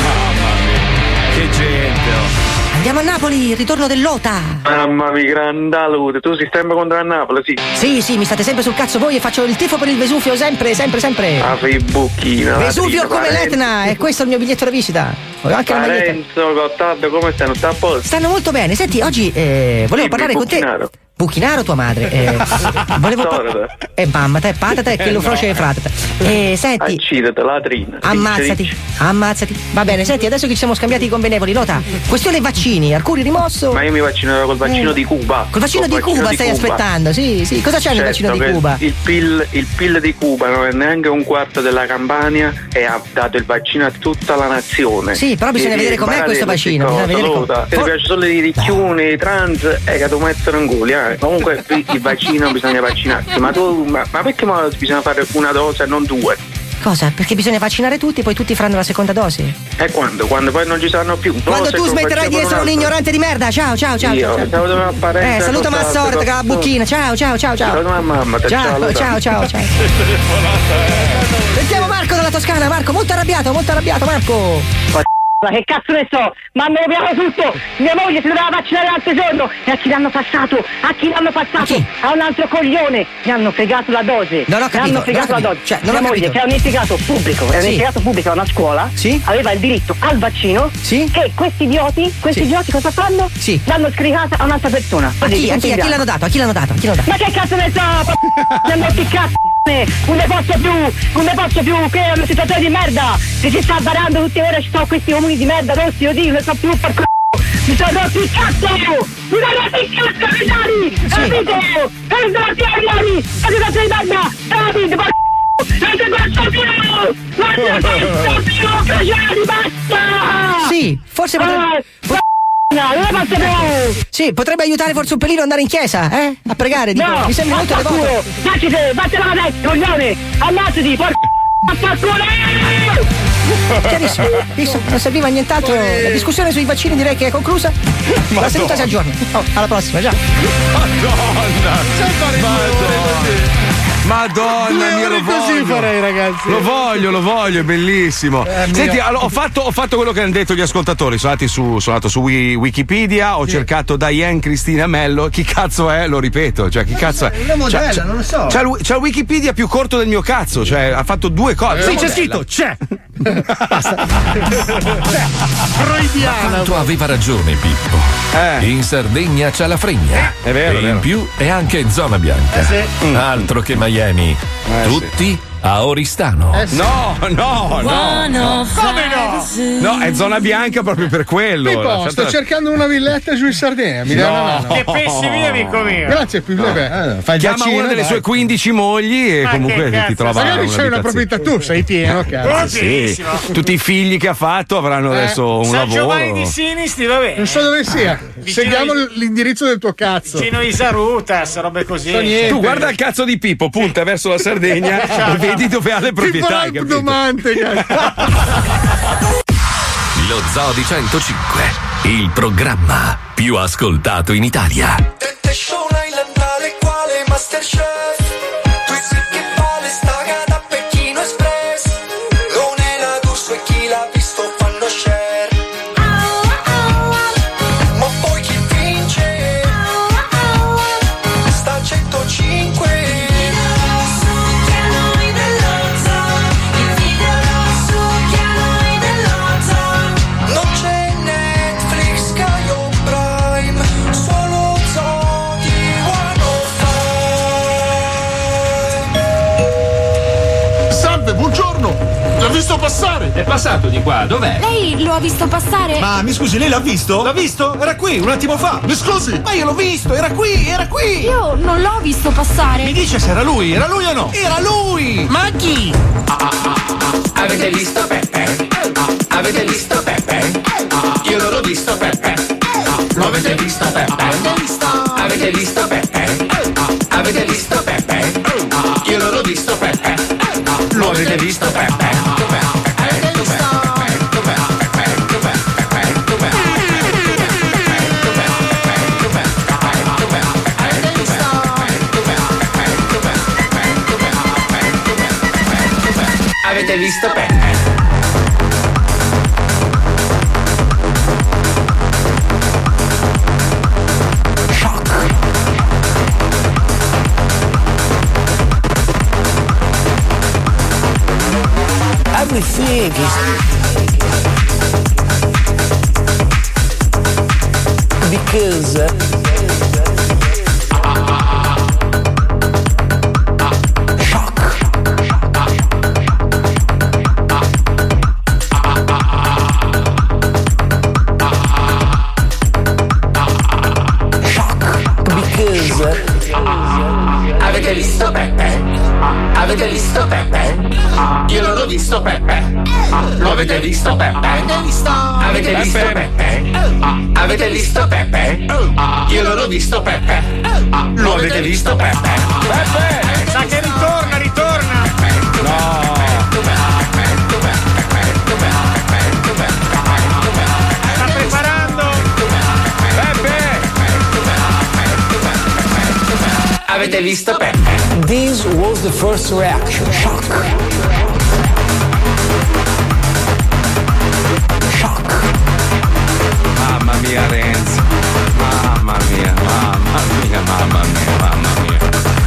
Che gente. oh. Andiamo a Napoli, il ritorno dell'Ota. Mamma mia, grandalute, tu sei sempre contro il Napoli, sì. Sì, sì, mi state sempre sul cazzo voi e faccio il tifo per il Vesuvio sempre, sempre, sempre. Ah, fai bucchina. Vesuvio come l'Etna, e questo è il mio biglietto da visita. Ho anche la maglietta. Parenzo, Gottardo, come stanno? Sta a posto? Stanno molto bene. Senti, oggi eh, volevo Sì, parlare con te. Bucchinaro. Bucchinaro, tua madre. Eh, volevo Sorda. Eh, mamma, te, patata che lo froce e fratata. Eh, senti. Accidete, latrina. Ammazzati, Dice, dice. ammazzati. Va bene, senti, adesso che ci siamo scambiati i convenevoli, Lota. Questione vaccini, Arcuri rimosso. Ma io mi vaccinerò col vaccino Eh. di Cuba. Col vaccino di Cuba stai aspettando, sì, sì. Cosa c'è nel Certo vaccino di che Cuba? Il P I L, il P I L di Cuba non è neanche un quarto della Campania e ha dato il vaccino a tutta la nazione. Sì, però bisogna vedere com'è questo vaccino, bisogna vedere com- Ti For- piace solo i ricchiuni, i trans e che tu mettono in culo, eh. Comunque il il vaccino bisogna vaccinarsi, ma tu ma, ma perché ma bisogna fare una dose e non due? Cosa? Perché bisogna vaccinare tutti, poi tutti faranno la seconda dose? E quando? Quando poi non ci saranno più. Quando Dose tu che smetterai di facciamo essere un altro. ignorante di merda, ciao, ciao, ciao. Io, ciao, ciao. saluto mia parente, Eh, saluta cosa- Massorda che ha la bucchina, ciao, ciao, ciao, ciao. Saluto mia mamma, te Ciao, saluta. ciao, ciao, ciao. Sentiamo Marco dalla Toscana, Marco, molto arrabbiato, molto arrabbiato, Marco. Ma che cazzo ne so? Ma me lo piano tutto! Mia moglie si doveva vaccinare l'altro giorno! E a chi l'hanno passato? A chi l'hanno passato? A, un altro coglione! Mi hanno fregato la dose! Non ho capito, Mi hanno non ho fregato la capito. dose! Cioè, non Mia ho moglie, capito. che è un impiegato pubblico, è un Sì. impiegato pubblico a una scuola, Sì. aveva il diritto al vaccino, Sì. che questi idioti, questi Sì. idioti cosa fanno? Sì. L'hanno scrivata a un'altra persona. A Così, chi, a chi, a chi l'hanno dato? A chi l'hanno dato? A chi l'hanno dato? Ma che cazzo ne so? Mi hanno detto cazzo! Non ne posso più! Non ne posso più! Che è una situazione di merda! Che si sta varando tutte le ore, ci sono questi uomini di merda, rossi, oddio, non ne so più per c***o! Mi sono rotto il cazzo! Mi sono rotto il cazzo, Ariani! Capito? E mi sono rotto gli Ariani! E mi sono rotto di merda! Capito? Ma non ti posso più! Non ti posso più! Crociati, basta! Sì, forse potrebbe... No, non la posso più! Sì, potrebbe aiutare forse un pelino ad andare in chiesa, eh? A pregare, dico. No! Mi sembra molto devoto. devoto! Dacci te! Vattene la testa, coglione! Ammazzati! Porca Chiarissimo, visto, non serviva a nient'altro. La discussione sui vaccini direi che è conclusa. La seduta si aggiorna. Oh, alla prossima, ciao. Madonna mia, lo così voglio. farei, ragazzi. Lo voglio, lo voglio, è bellissimo. Eh, Senti, mio. allora, ho, fatto, ho fatto quello che hanno detto gli ascoltatori. Sono andati su, sono andato su Wi- Wikipedia, ho cercato Diane Cristina Mello. Chi cazzo è? Lo ripeto, cioè chi cazzo è? Una modella, C'ha- c'ha- non lo so. C'ha il, c'ha il Wikipedia più corto del mio cazzo, cioè ha fatto due cose. Sì, c'è scritto, c'è! Freudiana. Quanto aveva ragione Pippo. In Sardegna c'è la fregna. È vero, E è vero. in più è anche zona bianca. Eh sì. Mm. Altro che Miami. Eh Tutti a Oristano. No, no, no, no. Come no? No, è zona bianca proprio per quello. Pippo, Lasciatela- sto cercando una villetta giù in Sardegna. Mi dai una No. mano? Che pesci via, amico mio. Grazie, Pippo. No. Beh, fai il Chiama vaccino, una delle dai. sue quindici mogli e Ma comunque che ti cazzo, trova magari c'hai una un'abitazione. proprietà tu, sei pieno, cazzo. Sì, tutti i figli che ha fatto avranno Eh. adesso un San lavoro. Giovanni di Sinisti, va bene. Non so dove sia. Seguiamo l'indirizzo del tuo cazzo. Vicino Isarutas, robe così. Tu guarda il cazzo di Pippo, punta verso la Sardegna Ciao. e vedi dove ha le proprietà. hai capito? Domande, Lo Zoo di centocinque, il programma più ascoltato in Italia. Tente show l'ailandale quale Masterchef. Tu sì che vale staga da Pechino Express. Non è la gusto e chi l'ha visto fanno share. Ma poi chi vince? Sta a centocinque. Non c'è Netflix, Sky o Prime, solo Zoo. Salve, buongiorno! L'ha visto passare! È passato di qua, dov'è? Lei lo ha visto passare? Ma mi scusi, lei l'ha visto? L'ha visto? Era qui, un attimo fa! Mi scusi? Ma io l'ho visto, era qui, era qui! Io non l'ho visto passare! Mi dice se era lui, era lui o no? Era lui! Ma chi? Avete visto Peppe? Avete visto Peppe? Io non l'ho visto Peppe! Lo avete visto Peppe? Avete visto Peppe? Avete visto Peppe? Io non l'ho visto Peppe! Lo avete visto Peppe? Avete visto Peppe? Everything is because shock. Shock because Avete visto Peppe? Avete visto Peppe? Io non l'ho visto Peppe! Lo avete visto Peppe? Avete visto Peppe? Avete visto Peppe? Io non l'ho visto Peppe! Lo avete visto Peppe? Peppe! Sa che ritorna, ritorna! No! Sta preparando! Peppe! Avete visto Peppe? This was the first reaction. Shock. Shock. Mamma mia Renzi, mamma mia, mamma mia, mamma mia, mamma mia.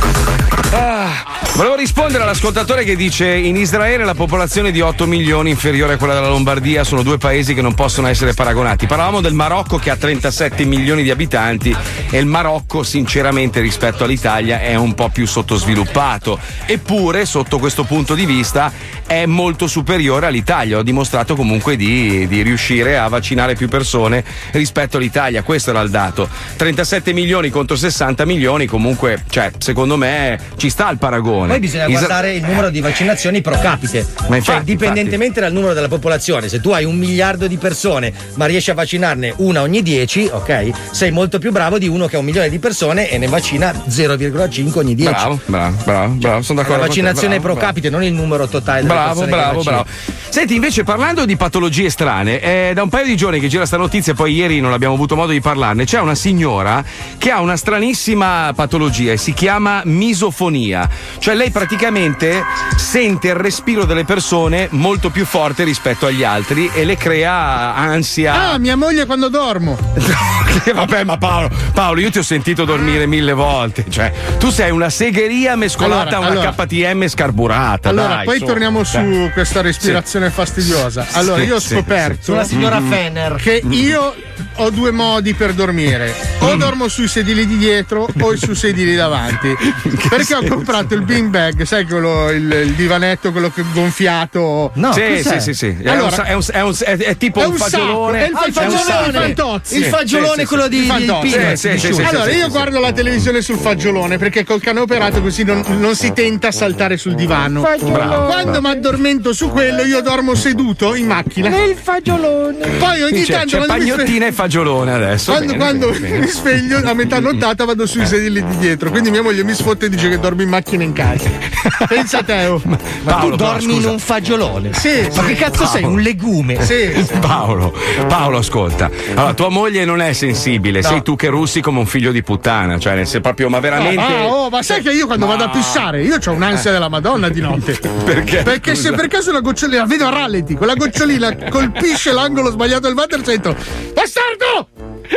Ah, volevo rispondere all'ascoltatore che dice: in Israele la popolazione è di otto milioni, inferiore a quella della Lombardia, sono due paesi che non possono essere paragonati. Parlavamo del Marocco che ha trentasette milioni di abitanti e il Marocco sinceramente rispetto all'Italia è un po' più sottosviluppato, eppure sotto questo punto di vista è molto superiore all'Italia. Ho dimostrato comunque di, di riuscire a vaccinare più persone rispetto all'Italia, questo era il dato. trentasette milioni contro sessanta milioni, comunque, cioè, secondo me ci sta il paragone. Poi bisogna Isa- guardare il numero di vaccinazioni pro capite. Ma infatti, cioè, dipendentemente dal numero della popolazione, se tu hai un miliardo di persone ma riesci a vaccinarne una ogni dieci, ok? Sei molto più bravo di uno che ha un milione di persone e ne vaccina zero virgola cinque ogni dieci. Bravo, bravo, bravo, bravo, sono d'accordo. La con te, vaccinazione bravo, pro bravo. capite, non il numero totale delle Bravo, persone bravo, che vaccini. bravo. Senti, invece, parlando di patologie strane, è da un paio di giorni che gira sta notizia, poi ieri non abbiamo avuto modo di parlarne. C'è una signora che ha una stranissima patologia e si chiama misofonia. Cioè lei praticamente sente il respiro delle persone molto più forte rispetto agli altri e le crea ansia. Ah, mia moglie quando dormo. Vabbè, ma Paolo, Paolo, io ti ho sentito dormire mille volte. Cioè, tu sei una segheria mescolata Allora, a una allora. K T M scarburata. Allora, dai, poi su. torniamo su Dai. questa respirazione Sì. fastidiosa. Allora, Sì, io ho sì, scoperto sì. Sulla signora Mm. Fenner. che io ho due modi per dormire. O Mm. dormo sui sedili di dietro o sui sedili davanti. Perché ho comprato il bean bag, sai quello, il, il divanetto, quello che gonfiato. No, sì, sì, sì, sì. È, Allora, un, è, un, è, un, è, è tipo è un un sacco, fagiolone. è il Ah, fagiolone, è un il sacco. fantozzi. Il fagiolone, Sì, sì, quello sì. di, Il di fantozzi. Peanut, Sì, sì, di sì, Sciù. sì, Allora, sì, io sì. guardo la televisione sul fagiolone perché col cano operato così non, non si tenta a saltare sul divano. Fagiolone. Quando mi addormento su quello, io dormo seduto in macchina. Il fagiolone. Poi ogni C'è, tanto c'è quando mi sve- pagnottina e fagiolone adesso. quando, Bene, quando bene, bene. mi sveglio a metà nottata vado sui sedili di dietro. Quindi mia moglie mi sfotte e dice che dormo in macchina in casa. Pensa te, oh. Ma Paolo, tu però, dormi in scusa. un fagiolone? Sì, Ma sì. che cazzo sei? Un legume? Sì. Paolo, Paolo, ascolta. Allora, tua moglie non è sensibile, No. sei tu che russi come un figlio di puttana. Cioè, sei proprio, ma veramente. Ah, oh, ma sai che io quando vado a pissare, io ho un'ansia della Madonna di notte. Perché? Perché se Scusa. per caso una gocciolina, vedo a rallenti, quella gocciolina colpisce l'angolo sbagliato del water, sento bastardo!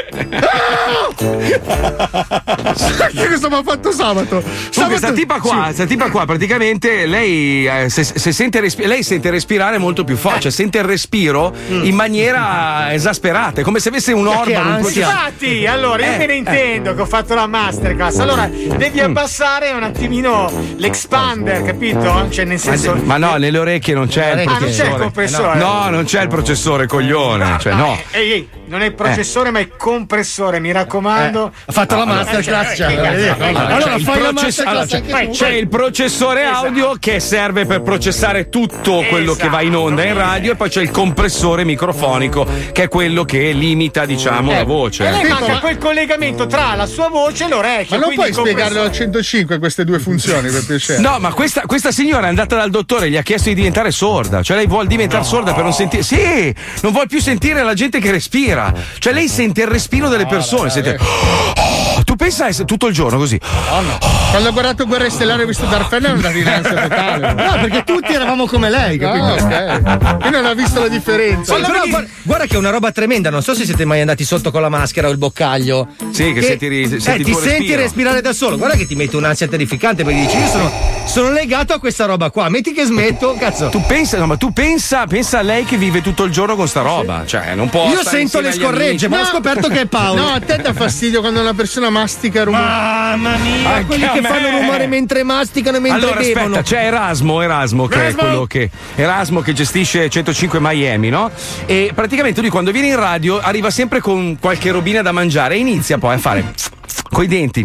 Sai che cosa mi ha fatto sabato? Sabato... Questa tipa qua, questa tipa qua praticamente lei, eh, se, se sente respi- lei sente respirare molto più forte, cioè sente il respiro mm. in maniera esasperata, è come se avesse un organo. Infatti, allora io eh, me ne intendo eh. che ho fatto la masterclass. Allora devi abbassare un attimino l'expander, capito? Cioè nel senso. Ma no, nelle orecchie non c'è il ah, processore. non c'è il compressore. No, non c'è il processore, coglione. Cioè, no. Ehi, ehi, non è il processore, eh. ma il compressore, mi raccomando. Eh. Ha fatto la masterclass. Cioè, allora fai la masterclass. C'è il processore audio che serve per processare tutto quello che va in onda in radio, e poi c'è il compressore microfonico che è quello che limita, diciamo, la voce. E lei manca quel collegamento tra la sua voce e l'orecchio. Ma non puoi compressore... spiegarlo al centocinque queste due funzioni, per piacere? No, ma questa, questa signora è andata dal dottore, gli ha chiesto di diventare sorda, cioè lei vuole diventare no. sorda per non sentire. Sì, non vuole più sentire la gente che respira. Cioè lei sente il respiro delle persone. No, sente... oh, tu pensa essere tutto il giorno così? No, no. Quando ho guardato Guerre Stellari e ho visto Darth Vader è una dinanza totale. No, perché tutti eravamo come lei, capito? No, ok. Io non ho visto la differenza. Sì, però, guarda, guarda che è una roba tremenda. Non so se siete mai andati sotto con la maschera o il boccaglio. Sì, che, che senti, senti eh, ti senti respiro. respirare da solo. Guarda che ti mette un'ansia terrificante, perché dici io sono, sono legato a questa roba qua. Metti che smetto, cazzo. Tu pensa, no, ma tu pensa, pensa a lei che vive tutto il giorno con sta roba. Cioè, non può. Io sento le scorregge, ma no. ho scoperto che è Paolo. No, a te dà fastidio quando una persona mastica rumore. Mamma mia, anche quelli che fanno rumore mentre masticano e mentre allora, bevono. Aspetta, c'è Erasmo, Erasmo che Erasmo. è quello che Erasmo che gestisce centocinque Miami, no? E praticamente lui quando viene in radio arriva sempre con qualche robina da mangiare e inizia poi a fare coi denti.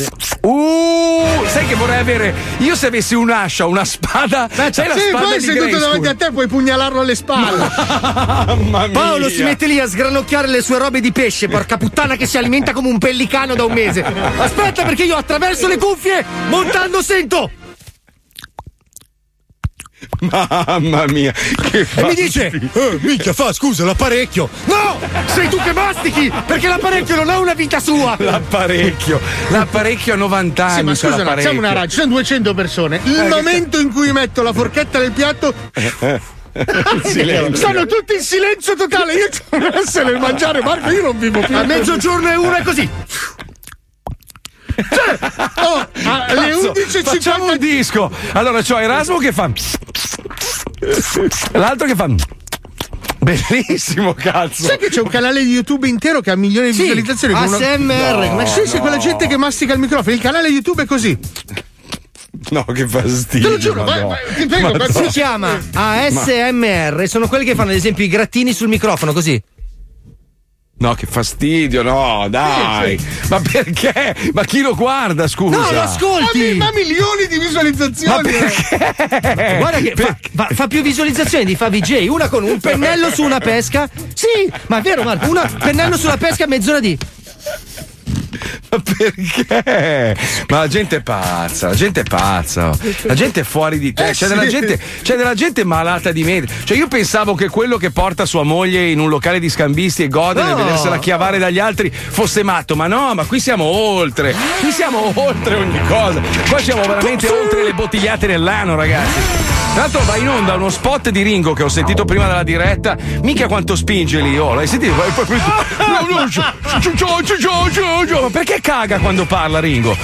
Uh, sai che vorrei avere io se avessi un'ascia, una spada. Beh, sai la sì, spada poi di seduto Grayskull. davanti a te puoi pugnalarlo alle spalle. Mamma mia. Paolo si mette lì a sgranocchiare le sue robe di pesce, porca puttana, che si alimenta come un pellicano da un mese. Aspetta, perché io attraverso le cuffie montando sento. Mamma mia, che e mi dice eh, minchia fa scusa l'apparecchio. No, sei tu che mastichi, perché l'apparecchio non ha una vita sua. L'apparecchio l'apparecchio ha novanta anni. Sì, ma scusa, no, siamo una radio, ci sono duecento persone. Il eh, momento in cui metto la forchetta nel piatto sono tutti in silenzio totale. Io devo essere il mangiare, Marco, io non vivo più. A mezzogiorno e una è così. Cioè, oh, alle undici e cinquanta facciamo un disco. Allora c'ho Erasmo che fa l'altro che fa bellissimo, cazzo. Sai che c'è un canale di YouTube intero che ha milioni di sì, visualizzazioni? A S M R. No, sì, sì, no. Quella gente che mastica il microfono. Il canale YouTube è così. No, che fastidio. Te lo giuro, vai, vai, ti prego, ma si chiama A S M R. Sono quelli che fanno ad esempio i grattini sul microfono così. No, che fastidio, no, dai. Sì, sì. Ma perché? Ma chi lo guarda, scusa? No, lo ascolti. Ma, ma milioni di visualizzazioni. Ma perché? Guarda che fa, fa, fa più visualizzazioni di Favi J. Una con un pennello su una pesca. Sì, ma è vero, Marco. Una pennello sulla pesca, mezz'ora di. Ma perché? Ma la gente è pazza, la gente è pazza, la gente è fuori di te, eh, c'è, sì. della gente, c'è della gente malata di mente. Cioè io pensavo che quello che porta sua moglie in un locale di scambisti e gode nel no. vedersela chiavare dagli altri fosse matto, ma no, ma qui siamo oltre, qui siamo oltre ogni cosa, qua siamo veramente oltre le bottigliate nell'anno, ragazzi. Tra l'altro va in onda uno spot di Ringo che ho sentito prima della diretta, mica quanto spinge lì, oh, l'hai sentito? Ma perché caga quando parla Ringo?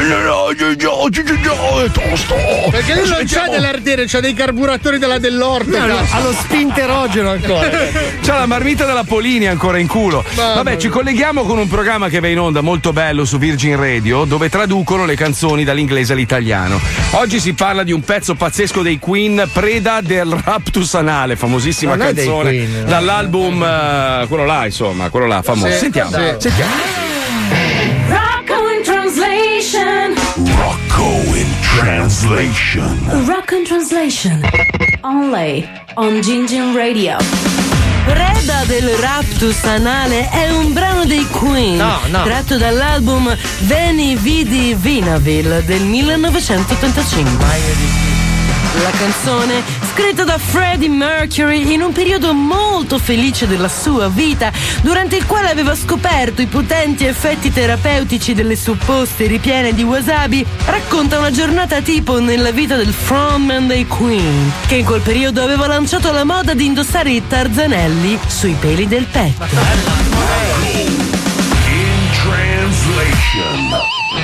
Perché lui non c'ha dell'ardere, c'ha dei carburatori della dell'orto. No, no, ha lo spinterogeno ancora. C'ha la marmita della Polini ancora in culo. Mamma Vabbè, mia. ci colleghiamo con un programma che va in onda molto bello su Virgin Radio, dove traducono le canzoni dall'inglese all'italiano. Oggi si parla di un pezzo pazzesco dei Queen, preda del raptus anale, famosissima non canzone Queen, dall'album uh, quello là, insomma, quello là famoso. Sì, sentiamo, sì. sentiamo. Rocco in translation. Rocco in translation. Rocco in translation. Only on Gingin Radio. Preda del raptus anale è un brano dei Queen, no, no. tratto dall'album Veni Vidi Vinaville del millenovecentottantacinque. La canzone, scritta da Freddie Mercury in un periodo molto felice della sua vita, durante il quale aveva scoperto i potenti effetti terapeutici delle supposte ripiene di wasabi, racconta una giornata tipo nella vita del frontman dei Queen, che in quel periodo aveva lanciato la moda di indossare i tarzanelli sui peli del petto. Translation.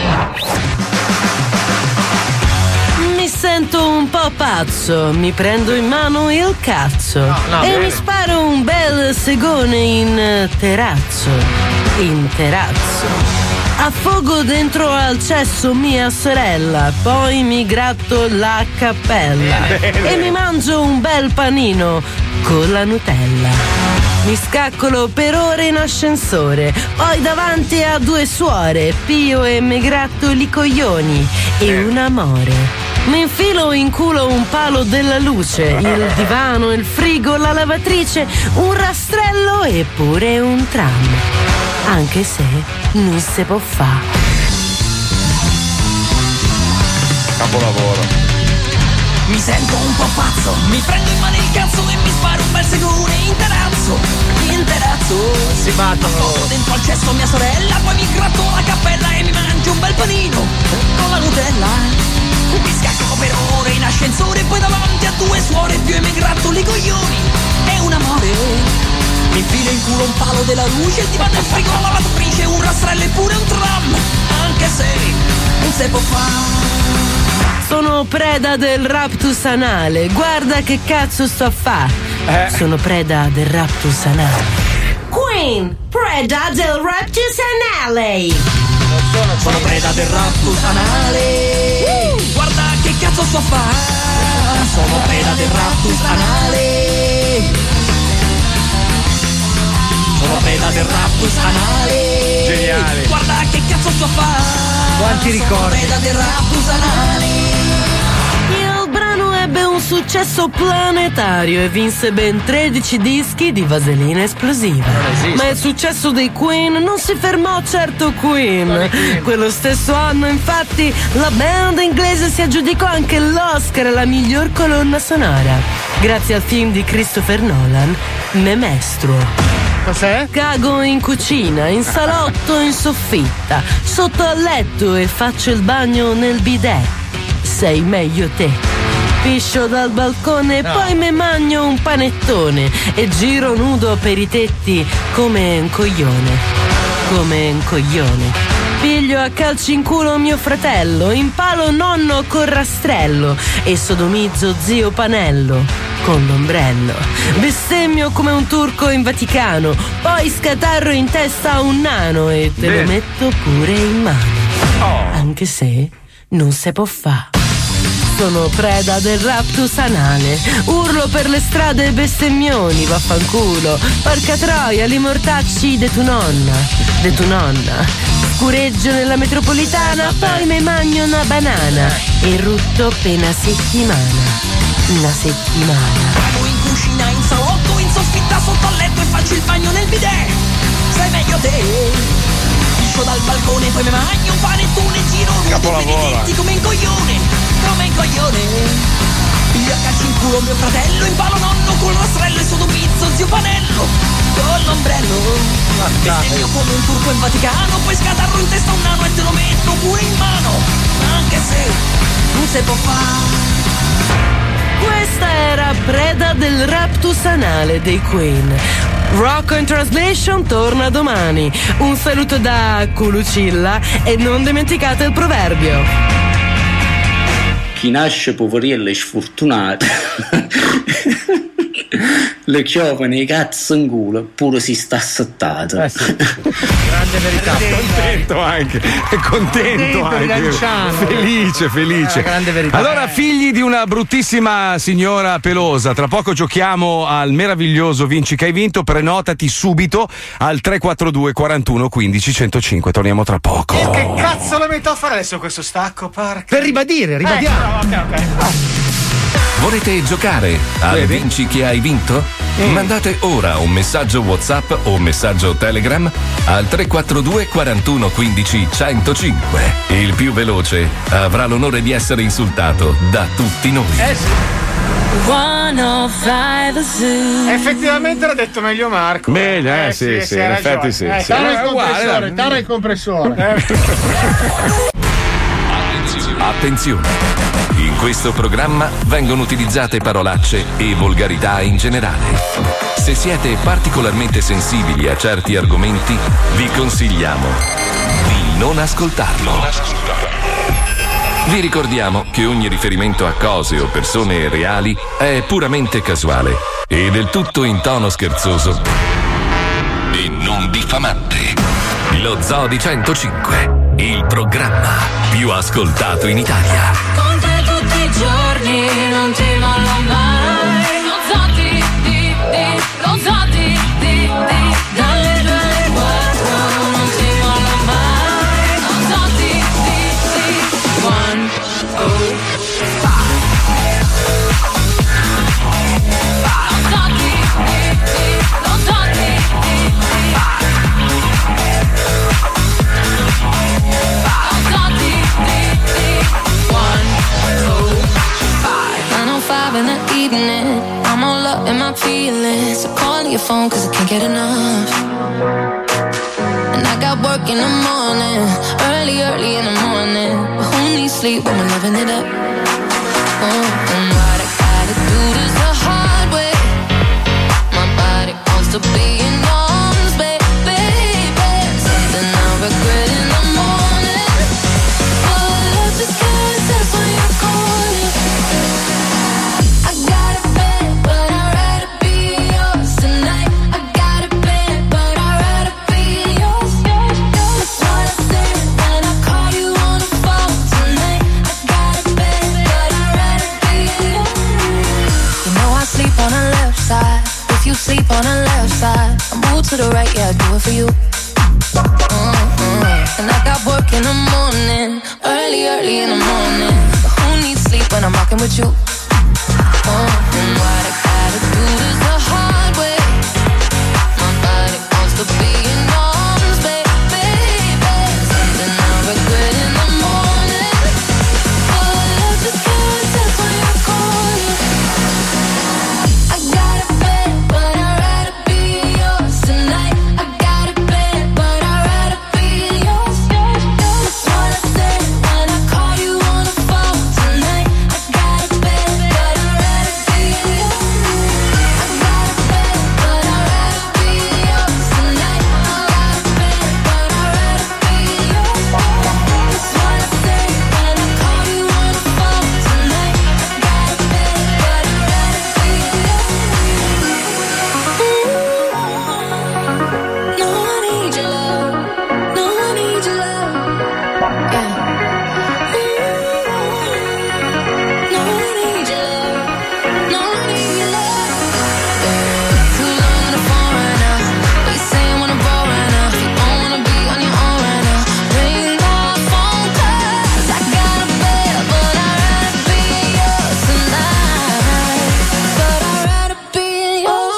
Mi sento un po' pazzo, mi prendo in mano il cazzo no, e bene. mi sparo un bel segone in terrazzo, in terrazzo. Affogo dentro al cesso mia sorella, poi mi gratto la cappella Bene. e mi mangio un bel panino con la Nutella. Mi scaccolo per ore in ascensore, poi davanti a due suore, Pio e mi gratto i coglioni e un amore. Mi infilo in culo un palo della luce, il divano, il frigo, la lavatrice, un rastrello e pure un tram. Anche se non si può fa'. Capolavoro. Mi sento un po' pazzo, mi prendo in mano il cazzo e mi sparo un bel segone in terrazzo, in terrazzo. Si battono. Affogo dentro al cesso mia sorella, poi mi gratto la cappella e mi mangio un bel panino con la Nutella. Mi scacco per ore in ascensore, poi davanti a due suore, più e mi gratto i coglioni, è un amore. Mi infilo in culo un palo della luce, il divano, il frigo, la lavatrice, un rastrello e pure un tram, anche se non si può fare. Sono preda del raptus anale, guarda che cazzo sto a fa'. Eh. Sono preda del raptus anale. Queen, preda del raptus anale. Sono preda del raptus anale. Uh! Guarda che cazzo sto a fa'. Sono preda del raptus anale. Sono preda del raptus anale. Geniale. Guarda che cazzo sto a fa'. Quanti ricordi. Sono preda del raptus anale. Il brano ebbe un successo planetario e vinse ben tredici dischi di vaselina esplosiva. Ma il successo dei Queen non si fermò certo Queen. Quello stesso anno, infatti, la band inglese si aggiudicò anche l'Oscar alla miglior colonna sonora, grazie al film di Christopher Nolan, Memestruo. Cos'è? Cago in cucina, in salotto, in soffitta, sotto al letto e faccio il bagno nel bidet. Sei meglio te. Piscio dal balcone, No. poi me magno un panettone e giro nudo per i tetti come un coglione. Come un coglione. Piglio a calci in culo mio fratello, impalo nonno col rastrello e sodomizzo zio Panello con l'ombrello. Bestemmio come un turco in Vaticano, poi scatarro in testa a un nano e te Bene. lo metto pure in mano. Anche se non se può fa'. Sono preda del raptus anale, urlo per le strade bestemmioni, vaffanculo, porca troia, li mortacci de tu nonna, de tu nonna. Scureggio nella metropolitana, poi me magno una banana e rutto per una settimana, una settimana. Vado in cucina, in salotto, in soffitta, sotto al letto e faccio il bagno nel bidet. Sei meglio te. Piscio dal balcone, poi mi magno un panettone, giro nudo per i tetti come un coglione, come un coglione. Piglio a calci in culo mio fratello, impalo nonno con il rastrello e sodomizzo zio Panello con l'ombrello. Bestemmio come un turco in Vaticano, poi scatarro in testa un nano e te lo metto pure in mano, anche se non si può fare. Questa era preda del raptus anale dei Queen. Rock in Translation torna domani. Un saluto da Culucilla e non dimenticate il proverbio. Chi nasce poverello e sfortunato le giovani cazzo in culo pure si sta assettato. Eh sì. Grande verità. È contento anche, è contento Contento, anche, Lanciano. felice, felice. Eh, grande verità. Allora, figli di una bruttissima signora pelosa, tra poco giochiamo al meraviglioso Vinci che hai vinto. Prenotati subito al tre quattro due quarantuno quindici centocinque. Torniamo tra poco. Che cazzo lo metto a fare adesso questo stacco, parca? Per ribadire, ribadiamo. Eh, ok, ok. Volete giocare al Vedi? Vinci che hai vinto? Mandate ora un messaggio WhatsApp o un messaggio Telegram al tre quattro due quarantuno quindici centocinque. Il più veloce avrà l'onore di essere insultato da tutti noi. Eh sì. Effettivamente l'ha detto meglio Marco. Meglio, eh, sì, sì, hai in effetti ragione. sì, Eh, sì. Tara il Eh, uguale, compressore, dai. tara il compressore. Attenzione! In questo programma vengono utilizzate parolacce e volgarità in generale. Se siete particolarmente sensibili a certi argomenti, vi consigliamo di non ascoltarlo. Vi ricordiamo che ogni riferimento a cose o persone reali è puramente casuale e del tutto in tono scherzoso e non diffamante. Lo Zoo di centocinque, il programma più ascoltato in Italia. Con te tutti i giorni, non ti molla mai. Lo Zoo di, di, di, lo Zoo di, di, di, dalle due alle quattro, non ti molla mai. Lo Zoo di, di, di, one, oh, five. Lo Zoo di, di, di, lo Zoo di, di, di, five. In the evening, I'm all up in my feelings. So call your phone cause I can't get enough. And I got work in the morning, early, early in the morning. But who needs sleep when we're loving it up? Oh, and what I gotta do this the hard way. My body wants to be in arms, baby, baby. Something I regret in the morning. Oh, love just can't sense when you're calling. Sleep on the left side, I move to the right, yeah, I do it for you. Mm-hmm. And I got work in the morning, early, early in the morning. But who needs sleep when I'm rocking with you? Mm-hmm. And what I gotta do is the hard way. My body wants to be in arms, baby, baby. Something I regret in the morning. Oh, love just can't sense when you're calling. I got a bed, but I'd rather be yours tonight. I got a bed, but I'd rather be yours. That's what I said when I call you on the phone tonight. I got a bed, but I'd rather be yours. I got a bed, but I'd rather be yours tonight. I got a bed, but I'd rather be yours. That's what I said when I call you on the phone tonight. I got a bed, but I'd rather be yours. No, I need your love. No, I need your love. Yeah. No, I need your love. No, I need your love. Yeah. Too long on the phone right now. But you say you wanna ball right now. You don't wanna be on your own right now. Ring my phone cause I got a bed, but I'd rather be yours tonight. But I'd rather be yours.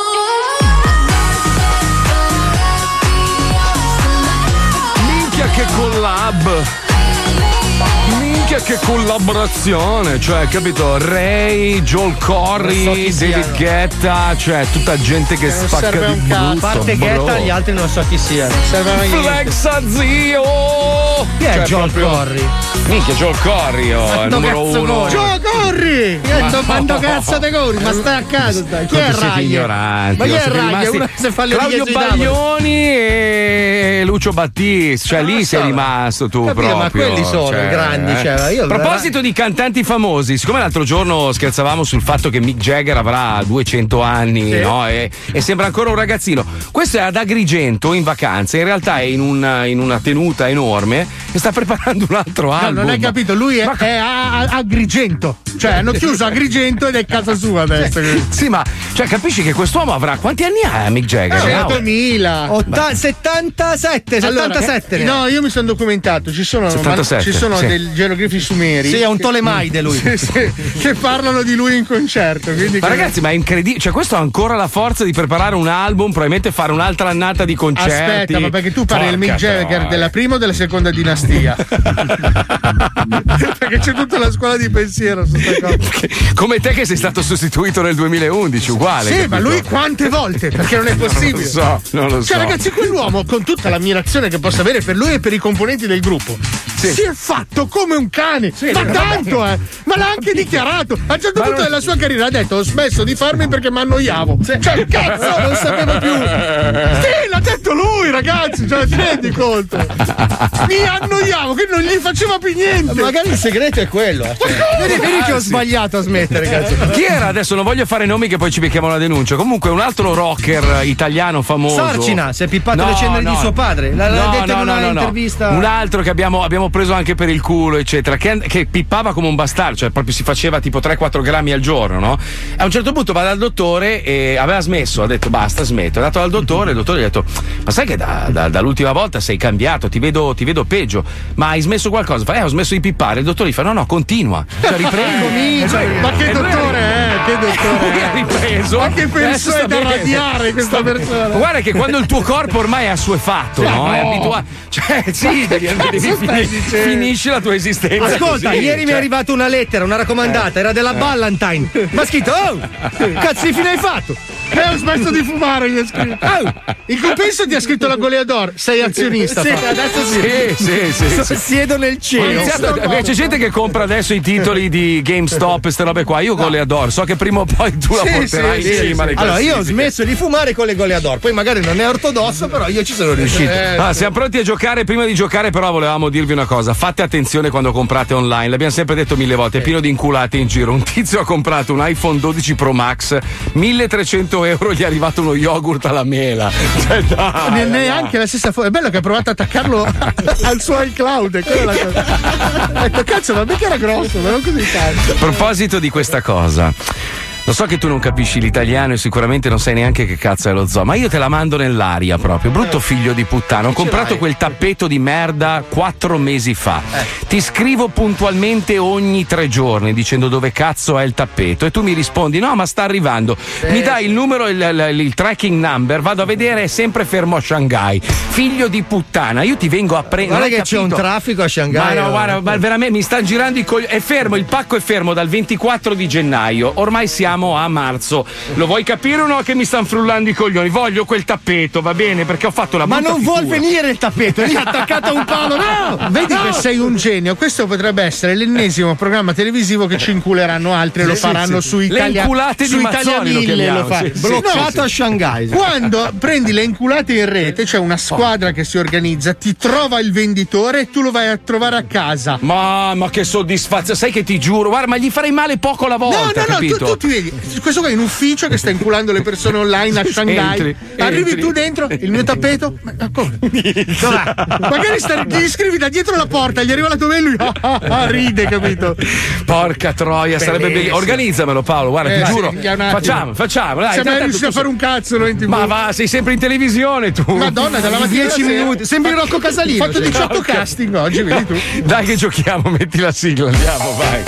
Minchia che collab! Minchia che collaborazione! Cioè, capito? Ray, Joel Corry, Non so chi David siano. Guetta, cioè tutta gente che Non spacca serve di un cazzo. brutto. A parte bro. Guetta, gli altri non so chi siano. Flexa zio! Chi è Cioè, Joel proprio- Corry? Minchia, Joel Corry, oh, è il Quanto numero cazzo uno. corri? Gio, corri! Io ho detto, Ma quanto no. cazzo te corri? Ma stai a casa, stai. Chi è Quanto siete Raglia? ignoranti, Ma chi oh, è siete Raglia? rimasti- Uno che si fa le Claudio richieste di tavolo. Baglioni e Lucio Battisti, cioè lì sei rimasto tu Capito, proprio. ma quelli sono cioè, grandi, cioè, io A proposito di cantanti famosi, siccome l'altro giorno scherzavamo sul fatto che Mick Jagger avrà duecento anni, Sì. no? E, e sembra ancora un ragazzino. Questo è ad Agrigento in vacanza, in realtà è in, un- in una tenuta enorme e sta preparando un altro No, album. non hai capito, lui è, è a, a Agrigento. Cioè, hanno chiuso Agrigento ed è casa sua adesso. Sì, ma cioè, capisci che quest'uomo avrà quanti anni ha Mick Jagger? Eh, Ne ha- ottomila. Otta- settantasette, Allora, settantasette. eh, no, io mi sono documentato. Ci sono, settantasette, ci sono sì. dei geroglifi sumeri. Sì, è un che- Tolemaide lui. Sì, sì, che parlano di lui in concerto. Quindi Ma che- ragazzi, ma è incredibile. Cioè, questo ha ancora la forza di preparare un album, probabilmente fare un'altra annata di concerti. Aspetta, ma perché tu parli del Mick Porca Jagger troia. della prima o della seconda dinastia? Perché c'è tutta la scuola di pensiero su sta cosa. Come te che sei stato sostituito nel duemilaundici, uguale. Sì, capito? ma lui quante volte? Perché non è possibile. Non lo so, non lo Cioè, so. ragazzi, quell'uomo, con tutta l'ammirazione che possa avere per lui e per i componenti del gruppo, sì. si è fatto come un cane. Sì, ma tanto, eh! Ma l'ha anche dichiarato. A un certo ma punto non... della sua carriera ha detto: ho smesso di farmi perché mi annoiavo. Sì. Cioè, cazzo, non sapevo più. Sì, l'ha detto lui, ragazzi, cioè, ti rendi conto? Mi annoiavo, che non gli faceva più niente. Magari il segreto è quello. Eh. Vedi, vedi che ho sbagliato a smettere, cazzo. Chi era? Adesso non voglio fare nomi che poi ci becchiamo la denuncia. Comunque un altro rocker italiano famoso. Sarcina, si è pippato no, le ceneri no. di suo padre. L'ha no, detto no, in no, una no, intervista. No. Un altro che abbiamo, abbiamo preso anche per il culo, eccetera, che, che pippava come un bastardo, cioè proprio si faceva tipo tre quattro grammi al giorno, no? A un certo punto va dal dottore e aveva smesso, ha detto basta, smetto. È andato dal dottore e il dottore gli ha detto: ma sai che da, da, dall'ultima volta sei cambiato, ti vedo, ti vedo peggio, ma hai smesso qualcosa? Fa, eh, ho smesso di pippare. Il dottore gli fa: no, no, continua. Cioè, riprendi. Comincia. Ma che dottore è? Che dottore è? Ha ripreso. Ma che persona da radiare questa persona? Guarda che quando il tuo corpo ormai è assuefatto, no? no? È abituato. Cioè, sì, devi, devi finire, finisci la tua esistenza. Ascolta, così, ieri cioè. mi è arrivata una lettera, una raccomandata, era della Ballantine. Ma ha scritto: oh, cazzo di fine hai fatto? Eh, ho smesso di fumare, gli ha scritto. Oh, in compenso ti ha scritto la Goleador, sei azionista. Sì, adesso sì. Sì, sì, sì, sì. Siedo nel cielo. Iniziato, c'è gente che compra adesso i titoli di GameStop e ste robe qua. Io no. Goleador, so che prima o poi tu la sì, porterai sì, in sì, cima sì. Allora, io ho smesso di fumare con le Goleador. Poi magari non è ortodosso, però io ci sono riuscito. Eh, ah, siamo pronti a giocare. Prima di giocare, però, volevamo dirvi una cosa: fate attenzione quando comprate online. L'abbiamo sempre detto mille volte, è pieno di inculate in giro. Un tizio ha comprato un iPhone dodici Pro Max, milletrecento euro, gli è arrivato uno yogurt alla mela. Cioè, dai, neanche la stessa foto. È bello che ha provato a attaccarlo al suo iCloud. È quella la cosa. Ha detto: cazzo, ma perché era grosso? Ma non così tanto. A proposito di questa cosa, lo so che tu non capisci l'italiano e sicuramente non sai neanche che cazzo è lo zoo, ma io te la mando nell'aria proprio. Brutto figlio di puttana. Ho comprato quel tappeto di merda quattro mesi fa. Eh. Ti scrivo puntualmente ogni tre giorni dicendo dove cazzo è il tappeto e tu mi rispondi: no, ma sta arrivando. Eh. Mi dai il numero, il, il, il tracking number, vado a vedere, è sempre fermo a Shanghai. Figlio di puttana, io ti vengo a prendere. Guarda che capito? C'è un traffico a Shanghai. Ma no, guarda, ma veramente mi stanno girando i coglioni. È fermo, il pacco è fermo dal ventiquattro di gennaio. Ormai siamo a marzo. Lo vuoi capire o no che mi stanno frullando i coglioni? Voglio quel tappeto, va bene? Perché ho fatto la ma brutta non figura. vuol venire il tappeto, è lì attaccato a un palo. No! Vedi no! che sei un genio. Questo potrebbe essere l'ennesimo programma televisivo che ci inculeranno altri e lo sì, faranno sì, su sì. Italia. Le inculate su di Italia Mazzoli mille lo lo fa. sì, bloccato sì, a Shanghai. Quando prendi le inculate in rete, c'è una squadra che si organizza, ti trova il venditore e tu lo vai a trovare a casa. Ma, ma che soddisfazione, sai che ti giuro, guarda, ma gli farei male poco alla volta. No, no, capito? no, tu, tu ti vedi, questo qua è in ufficio che sta inculando le persone online a Shanghai. Entri, Arrivi entri. tu dentro, il mio tappeto? Ma come? Dov'è? Magari sta, gli scrivi da dietro la porta, gli arriva la tua mail e lui ah, ah, ah, ride, capito? Porca troia, sarebbe bellissimo. Organizzamelo, Paolo, guarda, eh, ti giuro. Sì, facciamo, facciamo, dai. Se mai riusciti a fare un cazzo, noi in tivù. Ma va, sei sempre in televisione tu. Madonna, dalla mattina dieci minuti. Sembri Rocco Casalino. Ho fatto diciotto okay. casting oggi, vedi tu. Dai che giochiamo, metti la sigla, andiamo, vai.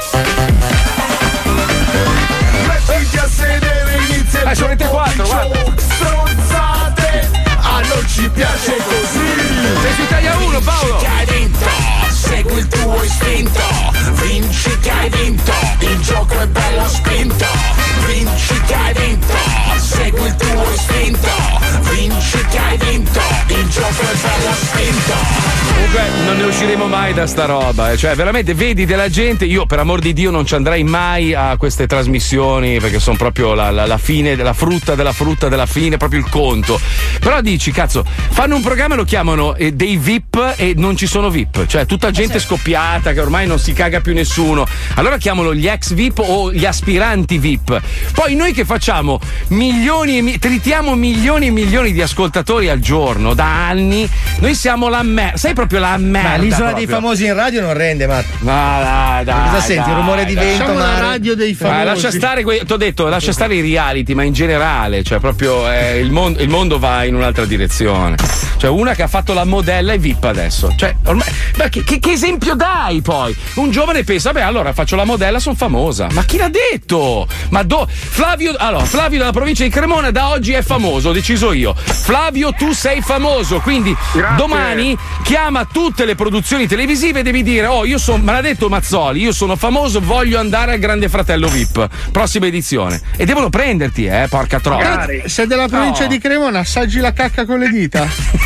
Mettiti a sedere, inizia il eh, sono le quattro, guarda. Stronzate, a non ci piace così. Sei su Italia uno, Paolo. Vinci che hai vinto, segui il tuo istinto. Vinci che hai vinto, il gioco è bello spinto. Vinci che hai vinto, segui il tuo istinto. Vinci che hai vinto, il gioco è bello spinto. Comunque non ne usciremo mai da sta roba, eh. Cioè veramente vedi della gente, io per amor di Dio non ci andrei mai a queste trasmissioni perché sono proprio la, la, la fine della frutta della frutta della fine, proprio il conto. Però dici, cazzo, fanno un programma e lo chiamano eh, dei V I P e non ci sono V I P, cioè tutta gente scoppiata che ormai non si caga più nessuno. Allora chiamano gli ex V I P o gli aspiranti V I P. Poi noi che facciamo milioni e mi- tritiamo milioni e milioni di ascoltatori al giorno da anni, noi siamo la merda, sai proprio la merda. Ma l'isola proprio. dei famosi in radio non rende, ma. Ma dai, dai. Cosa dai, senti? dai, Il rumore di dai. vento, Facciamo mare. la radio dei famosi. Ah, lascia stare, que- t'ho detto, lascia stare i reality, ma in generale, cioè proprio eh, il, mon- il mondo va in un'altra direzione. Cioè una che ha fatto la modella è V I P adesso. Cioè, ormai, ma che, che, che esempio dai poi? Un giovane pensa, beh, allora faccio la modella, sono famosa. Ma chi l'ha detto? Ma do Flavio, allora, Flavio della provincia di Cremona da oggi è famoso, ho deciso io. Flavio, tu sei famoso, quindi Grazie. domani chiama tutte le produzioni produzioni televisive devi dire: oh, io sono, me l'ha detto Mazzoli, io sono famoso, voglio andare al Grande Fratello V I P, prossima edizione. E devono prenderti, eh, porca troia. Sei della provincia No. di Cremona, assaggi la cacca con le dita.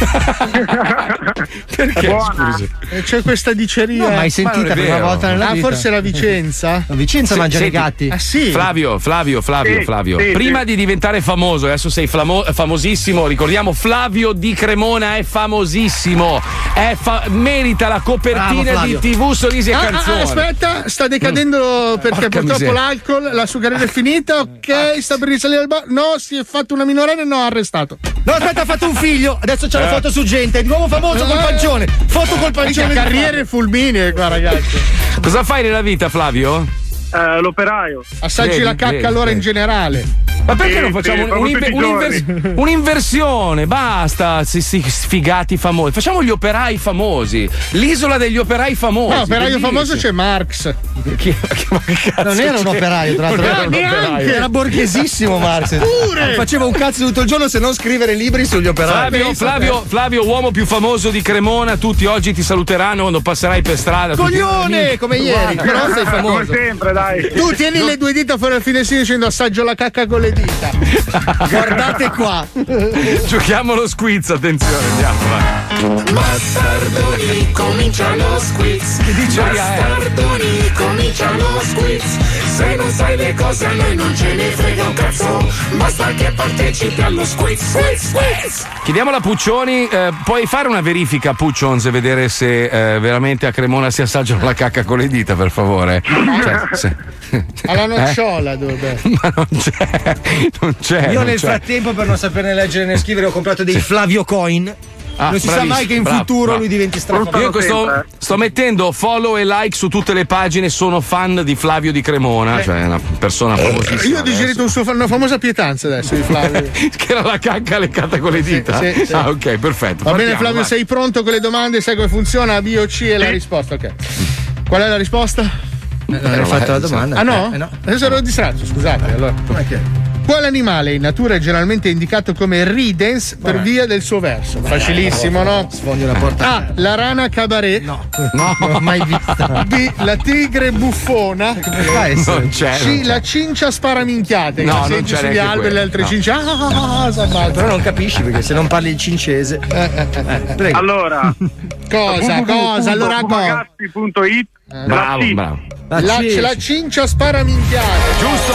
Perché? Scusi. E c'è questa diceria. No, ma hai sentita Ma non è per una vero. volta nella Ah, vita? forse la Vicenza? La Vicenza Sì, mangiano i senti, gatti. Ah sì? Flavio, Flavio, Flavio, Sì, Flavio. sì, Prima sì. di diventare famoso, adesso sei flamo- famosissimo. Ricordiamo, Flavio di Cremona è famosissimo. È fa- merita la copertina Bravo, di Flavio. tivù Sorrisi e Ah, ah, Canzoni. aspetta, sta decadendo perché Porca purtroppo miseria. l'alcol, la sua carriera è finita. Ok, sta per risalire al bar. No, si è fatto una minorenne, no, arrestato. No, aspetta, ha fatto un figlio. Adesso c'è la Eh. foto su gente. È di nuovo famoso col Eh. pancione. Foto col pancione. Minchia, carriere fulminee qua, ragazzi. Cosa fai nella vita, Flavio? Eh, l'operaio. Assaggi Vedi, la cacca vedi, allora vedi. in generale. Ma perché Sì, non facciamo sì, un- proprio un'inver- tutti i un'invers- giorni. un'inversione? Basta, si, si sfigati famosi. Facciamo gli operai famosi. L'isola degli operai famosi. No, operaio bellissimo. famoso c'è Marx. Chi- ma che cazzo Non era un c'è? operaio, tra l'altro. Non era un Neanche. operaio. Era borghesissimo Marx. Pure. Non faceva un cazzo tutto il giorno se non scrivere libri sugli operai. Flavio, Flavio, Flavio, uomo più famoso di Cremona, tutti oggi ti saluteranno quando passerai per strada. tutti- Coglione, come ieri. Guarda. Però sei famoso. Come sempre, dai. Tu tieni le due dita fuori al finestrino dicendo assaggio la cacca con le dita. Guardate qua. Giochiamo lo squiz, attenzione, andiamo, vai. Bastardoni, comincia lo squiz. Che dice Bastardoni, comincia lo squiz. Se non sai le cose a noi non ce ne frega un cazzo. Basta che partecipi allo squiz, squiz, squiz. Chiediamo alla Puccioni, eh, puoi fare una verifica a Puccions e vedere se eh, veramente a Cremona si assaggiano la cacca con le dita, per favore? Cioè, se- Alla Eh? nocciola, dove? Ma non c'è, non c'è. Io non nel c'è. frattempo, per non saperne leggere né scrivere, ho comprato dei Flavio Coin. Ah, non si sa bravissimo, mai che in bravo, futuro bravo. lui diventi strafamoso. Io questo sto mettendo follow e like su tutte le pagine, sono fan di Flavio di Cremona, Eh. cioè una persona famosissima. Io ho digerito un suo- una famosa pietanza adesso di Flavio. che era la cacca leccata con le dita. sì, sì. Ah, ok, perfetto. Va bene, Partiamo, Flavio, vai. sei pronto con le domande? Sai come funziona? A, B o C e la risposta, ok. Qual è la risposta? Non hai fatto la domanda. Ah no? Eh, no. Adesso ero distratto, scusate. Allora. Quale animale in natura è generalmente indicato come ridens per via del suo verso? Facilissimo, no? Sfondi una porta. A. La rana cabaret. No, non l'ho mai vista. B. La tigre buffona. Non c'è, C. non c'è. La cincia sparaminchiate. No, che non senti c'è sugli neanche alberi quello. le altre No. cince. Ah, ah, ah, s'abbassa. Però non capisci perché se non parli il cincese. Eh, prego. Allora, Cosa? Cosa? Allora cosa? fumagazzi punto it. Bravo, La C. bravo. La, cince. la cincia sparaminchiate. Giusto.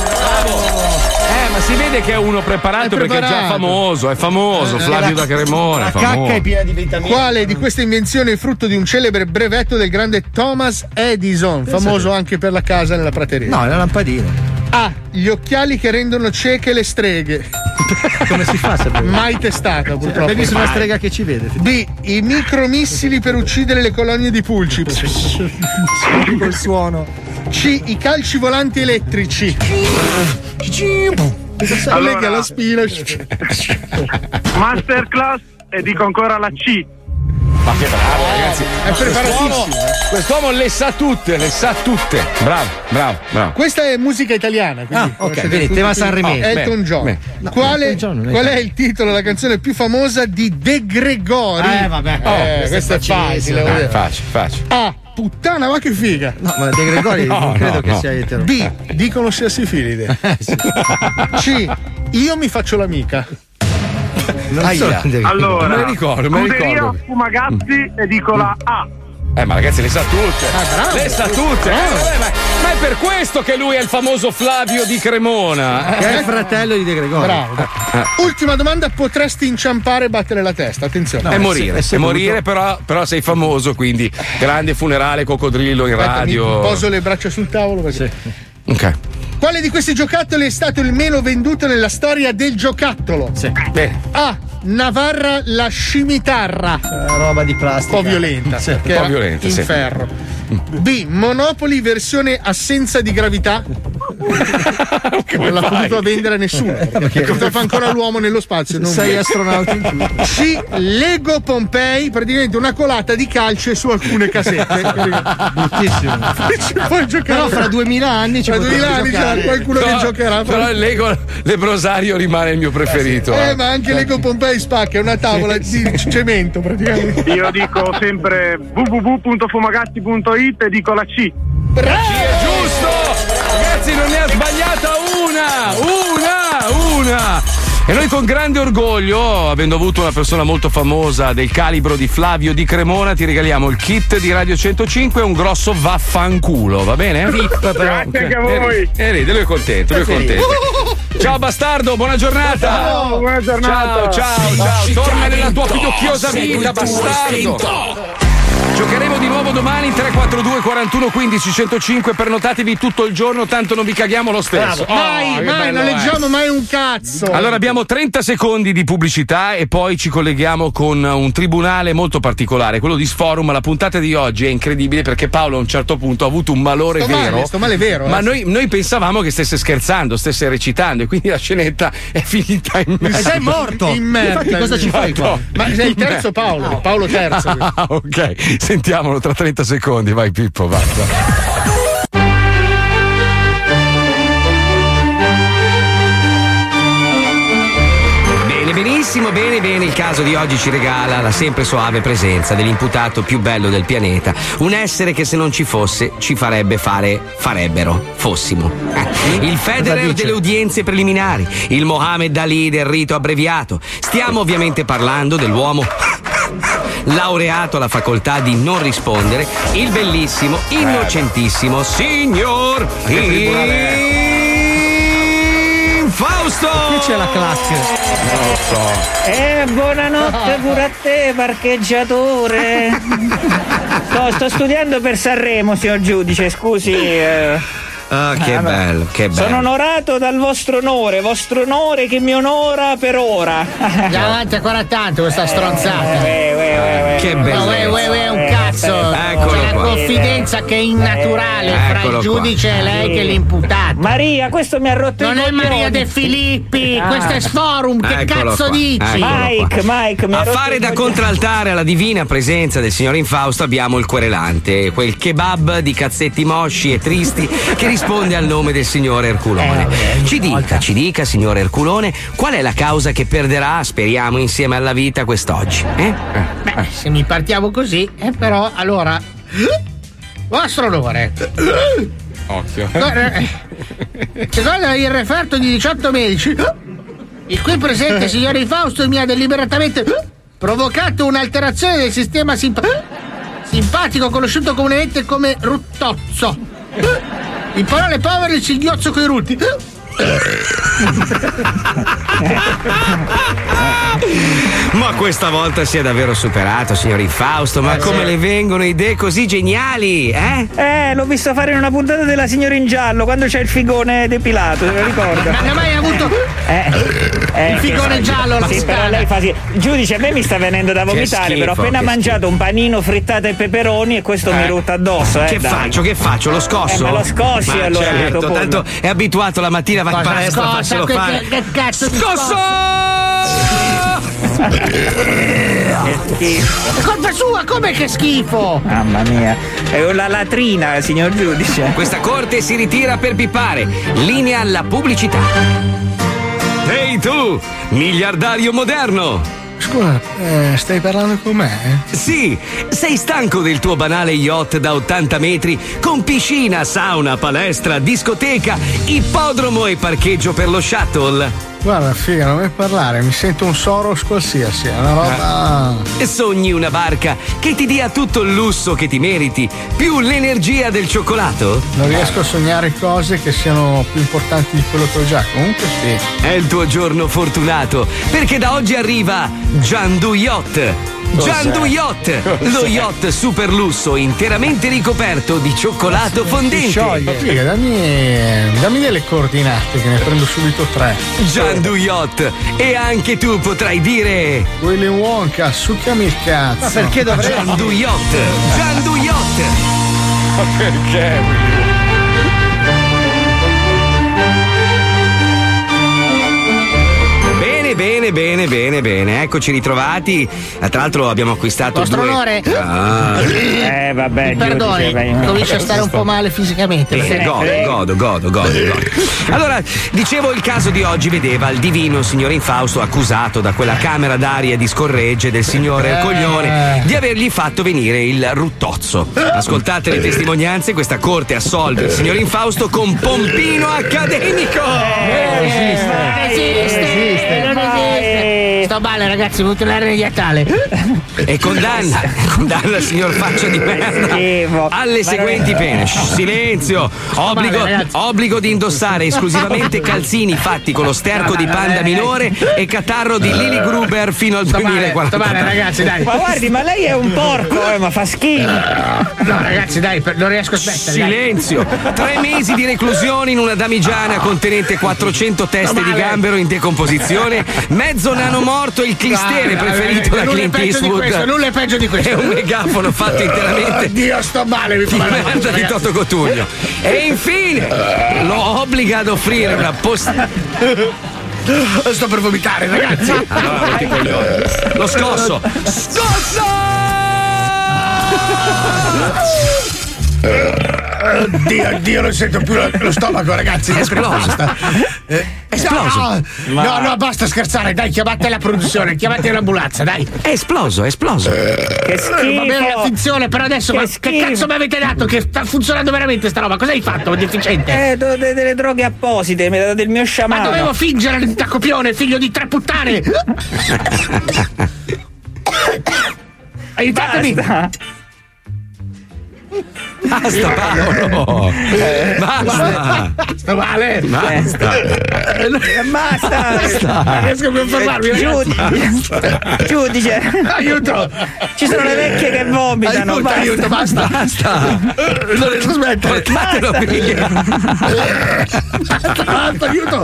Bravo. Eh, ma si vede che è uno preparato, È perché è già preparato. famoso, è famoso, Eh, Flavio la- da Cremona, La è famoso. cacca è piena di vitamine. Quale di queste invenzioni è frutto di un celebre brevetto del grande Thomas Edison, famoso anche per la casa nella prateria? No, è una lampadina. A. Gli occhiali che rendono cieche le streghe. Come si fa a sapere? Mai testata, purtroppo. Hai visto una Mai. strega che ci vede? B. I micromissili per uccidere le colonie di pulci. Col suono. C. I calci volanti elettrici. Collega Allora. la spina. Masterclass e dico ancora la C. Ma che bravo, ragazzi. È preparatissimo. Quest'uomo, quest'uomo le sa tutte, le sa tutte. Bravo, bravo, bravo. Questa è musica italiana. quindi Ah, ok, conoscete quindi tutti- tema sanremese. Elton Bene, John. bene. No, Quale, Elton John non è qual è italiano. il titolo della canzone più famosa di De Gregori? Eh, vabbè. Oh, Oh, questo è facile. Eh, voglio dire. facile, facile. A. Puttana, ma che figa. No, ma De Gregori No, non credo no, che no. sia etero. B. Dicono sia sifilide. C. Io mi faccio l'amica. Non Aia. so De Gregori. Allora, Me le ricordo, me le scuderia ricordo. Fumagazzi e dico la A. Eh, ma ragazzi, le sa tutte. Ah, bravo. Le sa tutte. Eh, vabbè, ma, ma è per questo che lui è il famoso Flavio di Cremona. Che è il fratello di De Gregori. Bravo. Ultima domanda, potresti inciampare e battere la testa. Attenzione. è morire, è è seduto. morire, però, però sei famoso, quindi grande funerale, coccodrillo in Aspetta, mi radio. poso le braccia sul tavolo perché... Ok. Quale di questi giocattoli è stato il meno venduto nella storia del giocattolo? Sì. Bene. A. Navarra la scimitarra. Eh, roba di Un plastica. po' violenta. Sì. perché un po' era violenta, in sì. ferro. B. Monopoli versione assenza di gravità. non l'ha potuto vendere a nessuno. Perché cosa fa ancora l'uomo nello spazio? Non Sei vuole. astronauti in più. Sì, Lego Pompei, praticamente una colata di calce su alcune casette. Bruttissimo. Puoi giocare. Però fra duemila anni ci Fra potremo duemila anni giocare. c'è qualcuno No, che giocherà. Però il Lego Lebrosario rimane il mio preferito. Eh, eh. ma anche Lego Pompei spacca, è una tavola di cemento praticamente. Io dico sempre w w w punto fumagazzi punto it e dico la C. Sì, è giusto! Ragazzi, non ne ha sbagliata una! Una! Una! E noi con grande orgoglio, avendo avuto una persona molto famosa del calibro di Flavio Di Cremona, ti regaliamo il kit di Radio centocinque e un grosso vaffanculo, va bene? Grazie anche a voi. E ride, lui è contento, lui è contento. Ciao bastardo, buona giornata! Ciao, buona giornata. Ciao, ciao, ciao, torna nella tua pidocchiosa vita, bastardo! Giocheremo di nuovo domani tre quattro due quarantuno quindici centocinque, prenotatevi tutto il giorno, tanto non vi caghiamo lo stesso. Bravo. Mai, Oh, che mai, bello non è. leggiamo mai un cazzo. Allora abbiamo trenta secondi di pubblicità e poi ci colleghiamo con un tribunale molto particolare, quello di Sforum. La puntata di oggi è incredibile perché Paolo a un certo punto ha avuto un malore Sto male, vero. sto male vero, Ma eh. noi, noi pensavamo che stesse scherzando, stesse recitando e quindi la scenetta è finita in merda. E sei morto. In merda. Infatti, cosa ci fai qua? Ma sei il terzo Paolo, Paolo terzo. Ah, ok, sentiamolo tra trenta secondi, vai Pippo, vai. vai. Bene, benissimo, bene, bene. Il caso di oggi ci regala la sempre soave presenza dell'imputato più bello del pianeta. Un essere che se non ci fosse ci farebbe fare, farebbero, fossimo. Eh, Il Federer delle udienze preliminari, il Mohammed Ali del rito abbreviato. Stiamo ovviamente parlando dell'uomo laureato alla facoltà di non rispondere, il bellissimo, innocentissimo signor Fausto! Qui c'è la classe. Non lo so. Eh, buonanotte pure a te, parcheggiatore. No, sto studiando per Sanremo, signor giudice, scusi. Eh. Ah, che Ah, no. bello, che bello. Sono onorato dal vostro onore, vostro onore che mi onora per ora. Già avanti ancora tanto questa stronzata. Eh, eh, eh, eh, Che No, bellezza. eh, eh, eh, un cazzo. Eccolo C'è la qua. confidenza che è innaturale fra Eccolo il giudice qua. e lei che è l'imputato. Maria, questo mi ha rotto Non i è coglioni. Maria De Filippi, Ah. questo è Sforum, che Eccolo cazzo qua, dici? eccolo Mike, qua. Mike, mi ha A rotto fare i da coglioni. contraltare alla divina presenza del signor Infausto abbiamo il querelante, quel kebab di cazzetti mosci e tristi che risponde al nome del signor Erculone. Ci dica, ci dica, signor Erculone, qual è la causa che perderà, speriamo, insieme alla vita quest'oggi? Eh? Beh, se mi partiamo così, eh, però, allora. Vostro onore. Occhio. Guarda, eh, secondo il referto di diciotto medici, il qui presente signor Infausto mi ha deliberatamente provocato un'alterazione del sistema simpa- simpatico conosciuto comunemente come ruttozzo. In parole povere, il singhiozzo coi rutti. Ma questa volta si è davvero superato, signor Infausto, ma Eh, come sì. le vengono idee così geniali, eh? Eh, l'ho visto fare in una puntata della Signora in Giallo, quando c'è il figone depilato, se lo ricorda? Ma non hai mai avuto Eh, eh, il figone che- giallo alla sì, scala? però lei fa sì. Giudice, a me mi sta venendo da vomitare, schifo, però ho appena che mangiato un panino frittato e peperoni e questo mi rutta addosso. Eh, Che dai. faccio? Che faccio? Lo scosso? Eh, ma lo scossi Ma allora, certo, Topollo. tanto è abituato la mattina, va in Cosa palestra a scossa? farselo Che- fare. che- che cazzo di Scosso! Che schifo. È colpa sua, com'è che schifo? Mamma mia, è una latrina, signor giudice. Questa corte si ritira per pippare. Linea alla pubblicità. Ehi tu, miliardario moderno! Scusa, eh, stai parlando con me? Sì, sei stanco del tuo banale yacht da ottanta metri con piscina, sauna, palestra, discoteca, ippodromo e parcheggio per lo shuttle? Guarda, figa, non mi parlare, mi sento un Soros qualsiasi, è una roba. E sogni una barca che ti dia tutto il lusso che ti meriti, più l'energia del cioccolato? Non riesco a sognare cose che siano più importanti di quello che ho già. Comunque sì. È il tuo giorno fortunato, perché da oggi arriva Giandu Yacht. Giandu Yacht, lo yacht super lusso interamente ricoperto di cioccolato Si fondente. scioglie. Figa, dammi, dammi delle coordinate che ne prendo subito tre. Giandu Yacht, e anche tu potrai dire Willy Wonka, succhiami il cazzo. Ma perché dovrei? Giandu Yacht, Giandu Yacht. Ma perché? Bene, bene, bene, bene. Eccoci ritrovati. Tra l'altro abbiamo acquistato Vostro due... onore. Ah. Eh, vabbè. Mi perdoni, comincio a stare un po' male fisicamente. Eh, godo, godo, godo, godo, godo. Allora, dicevo, il caso di oggi vedeva il divino signor Infausto accusato da quella camera d'aria di scorregge del signore Eh. Coglione di avergli fatto venire il ruttozzo. Ascoltate le testimonianze, questa corte assolve il signor Infausto con pompino accademico. Non esiste, non esiste. Sto male, ragazzi, ho avuto l'area iatale. E condanna, condanna il signor faccia di merda alle seguenti pene. Shh, silenzio. Obbligo, obbligo di indossare esclusivamente calzini fatti con lo sterco di panda minore e catarro di Lily Gruber fino al duemilaquaranta. ragazzi, dai. Ma guardi, ma lei è un porco, eh, ma fa schifo. No, ragazzi, dai, per- non riesco a smettere. dai. Silenzio. Tre mesi di reclusione in una damigiana contenente quattrocento teste di gambero in decomposizione, mezzo nano morto, il clistere Guarda, preferito da nulla è Clint peggio di Eastwood. questo, nulla è peggio di questo. E un megafono fatto interamente Oddio, sto male, mi di fa male. merda di Toto Cotugno. E infine lo obbliga ad offrire una post. Sto per vomitare, ragazzi. Allora, rotti i coglioni. Lo scosso. Scosso! Oddio, oddio, non sento più lo, lo stomaco, ragazzi. È esploso. Basta. Eh, esploso. No, Ma- no, no, basta scherzare, dai, chiamate la produzione, chiamate l'ambulanza, dai. È esploso, è esploso. Che schifo. Va bene la finzione, però adesso Che ma che schifo. cazzo mi avete dato? Che sta funzionando veramente sta roba? Cosa hai fatto, deficiente? Eh, do- de- delle droghe apposite, mi ha dato il mio Ma sciamano. dovevo fingere da copione, figlio di tre puttane! Aiutatemi! Basta. Basta, Paolo. Basta. Sto male! Basta. Eh, Basta. Non riesco più a fermarmi, Giudice. Giudice. Aiuto! Ci sono le vecchie che vomitano. Aiuto, basta. aiuto, basta! Basta. Non riesco a smettere! Portatelo via. Basta, aiuto!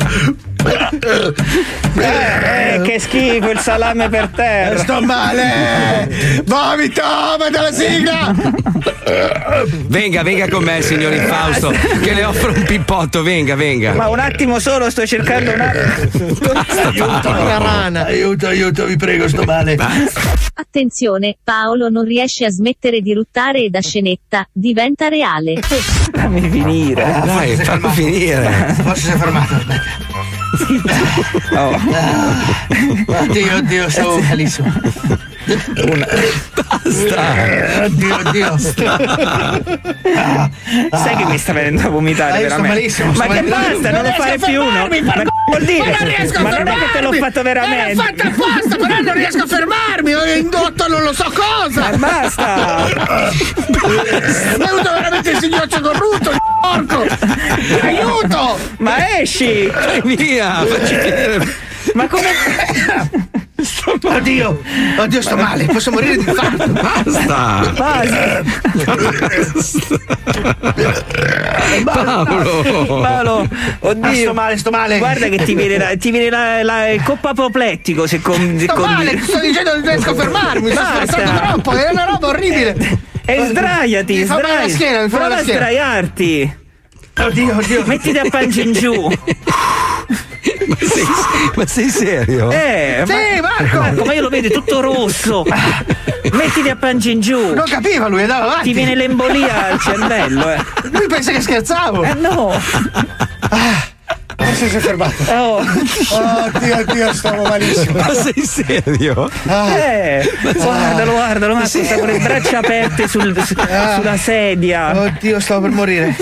Eh, che schifo il salame per terra. Sto male! Vomito! Vado alla sigla! Venga, venga con me, signor Infausto, che le offro un pippotto. Venga, venga. Ma un attimo solo, sto cercando un attimo. Basta, Paolo. Aiuto, aiuto, vi prego, sto male! Attenzione, Paolo non riesce a smettere di ruttare e da scenetta diventa reale. Fammi finire. Dai, fammi finire. Forse si è fermato, aspetta. Oh. Oddio, oddio, stavo malissimo. Basta. Oddio, oddio. Sai che mi sta venendo a vomitare, Ah, io sto veramente. malissimo, sto Ma che malissimo. basta, non, Non lo riesco fare a più uno. fermarmi, Ma per che vuol dire? Ma non riesco a Ma non è che te l'ho fermarmi. fatto veramente. Eh, l'ho fatto apposta, però non riesco a fermarmi. Ho indotto non lo so cosa. Ma basta. Mi è venuto veramente il signoccio corrutto, porco. Aiuto. Ma esci. Vai via, facci finire. Ma come? Oddio, oddio, sto male. Posso morire di infarto. Basta. Basta. Paolo. Paolo, oddio. Ah, sto male, sto male. Guarda che ti viene, la, ti viene la, la, il coppo apoplettico se con, Sto con- male, ti sto dicendo non riesco a fermarmi. Sto Basta. stressando troppo. È una roba orribile. E sdraiati, Mi fa male la sdraiati. schiena, mi fa male Prova la a schiena. sdraiarti. Oddio, oddio. Mettiti a pancia in giù. Ma sei, ma sei serio? Eh, Sì, ma- Marco. Marco, ma io lo vedo è tutto rosso. Mettiti a pancia in giù. Non capiva lui, andava avanti. Ti viene l'embolia al cervello, eh. Lui pensa che scherzavo. Eh no. Forse si è fermato. Oh. Oddio, oddio, stavo malissimo. Ma sei serio? Eh, guardalo, guardalo, ma sta con le braccia aperte sul- su- sulla sedia. Oddio, stavo per morire.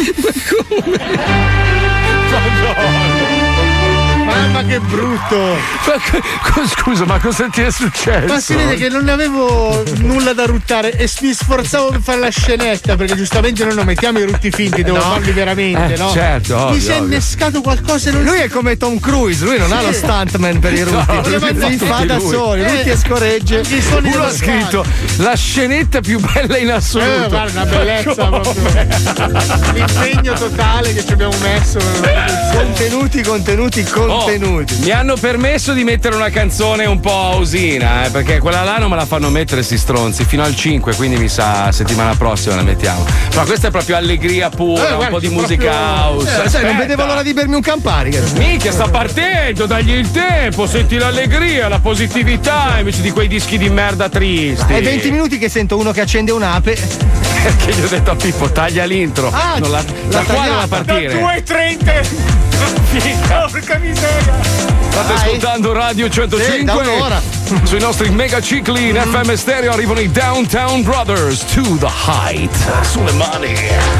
Mamma che brutto! Ma co- scusa, ma cosa ti è successo? Ma si vede che non avevo nulla da ruttare e mi sforzavo per fare la scenetta perché giustamente noi non mettiamo i rutti finti, devo No. farli veramente, Eh, no? certo, mi ovvio, si è ovvio. innescato qualcosa e non Lui è come Tom Cruise, lui non ha lo stuntman per i rutti, No, li fa da lui. soli, Eh, rutti e scoregge. i suoni Uno dello ha scritto la scenetta più bella in assoluto. Eh, guarda, una bellezza proprio. L'impegno totale che ci abbiamo messo. Contenuti, contenuti, contenuti. minuti. Mi hanno permesso di mettere una canzone un po' ausina, eh, perché quella là non me la fanno mettere sti stronzi, fino al cinque, quindi mi sa settimana prossima la mettiamo. Ma questa è proprio allegria pura, Eh, un guarda, po' di proprio- musica house. Eh, sai, non Aspetta. vedevo l'ora di bermi un Campari. Minchia, sta partendo, dagli il tempo, senti l'allegria, la positività invece di quei dischi di merda tristi. È venti minuti che sento uno che accende un'ape. Perché gli ho detto a Pippo, taglia l'intro. Ah, non la, l'ha da qua non tagliata. la partire. due e trenta. Porca miseria. State ascoltando Radio centocinque. Sì, da un'ora. Sui nostri mega cicli in F M stereo arrivano i Downtown Brothers, To the Height. Sulle mani.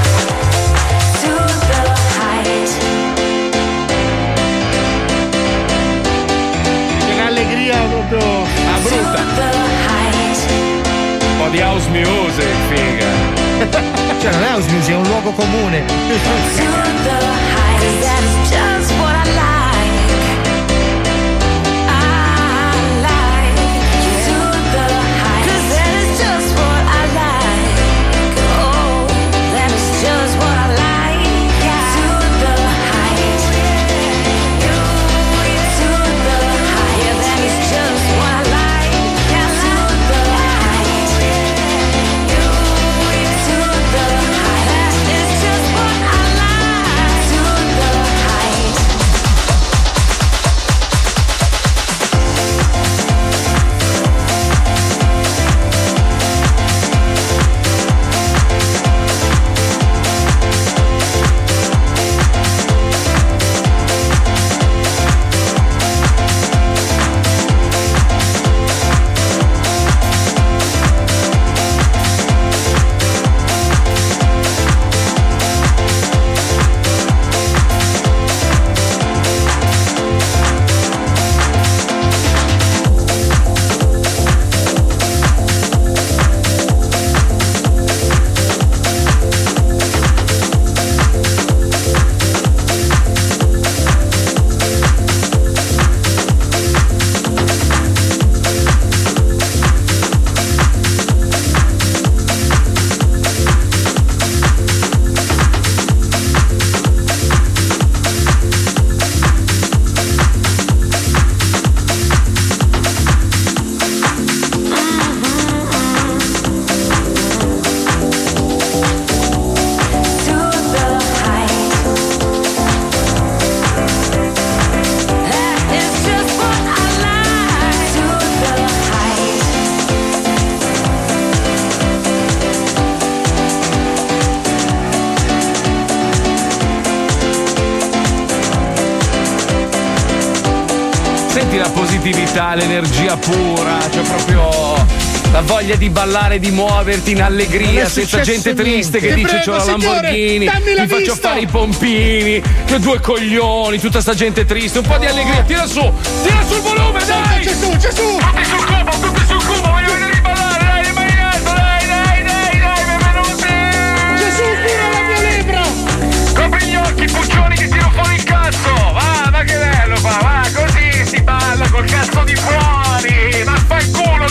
Che un'allegria proprio. Ah, brutta. Un po' di house music, figa. Cioè, non è house music, è un luogo comune. Senti la positività, l'energia pura, cioè proprio la voglia di ballare, di muoverti in allegria, senza gente triste che Ti dice prego, c'ho la signore, Lamborghini, dammi la mi faccio vista. fare i pompini, che due coglioni, tutta sta gente triste, un po' di allegria, tira su, tira sul volume, dai! C'è su, c'è su! Tutti sul cubo, tutti sul cubo, voglio vedere ballare, dai, le mani in alto, dai, dai, dai, dai, benvenuti! Gesù, cura la mia lepra! Copri gli occhi, puccioni che tiro fuori il cazzo, va, ma che bello fa, va, così si balla col cazzo di fuori, ma fai il culo,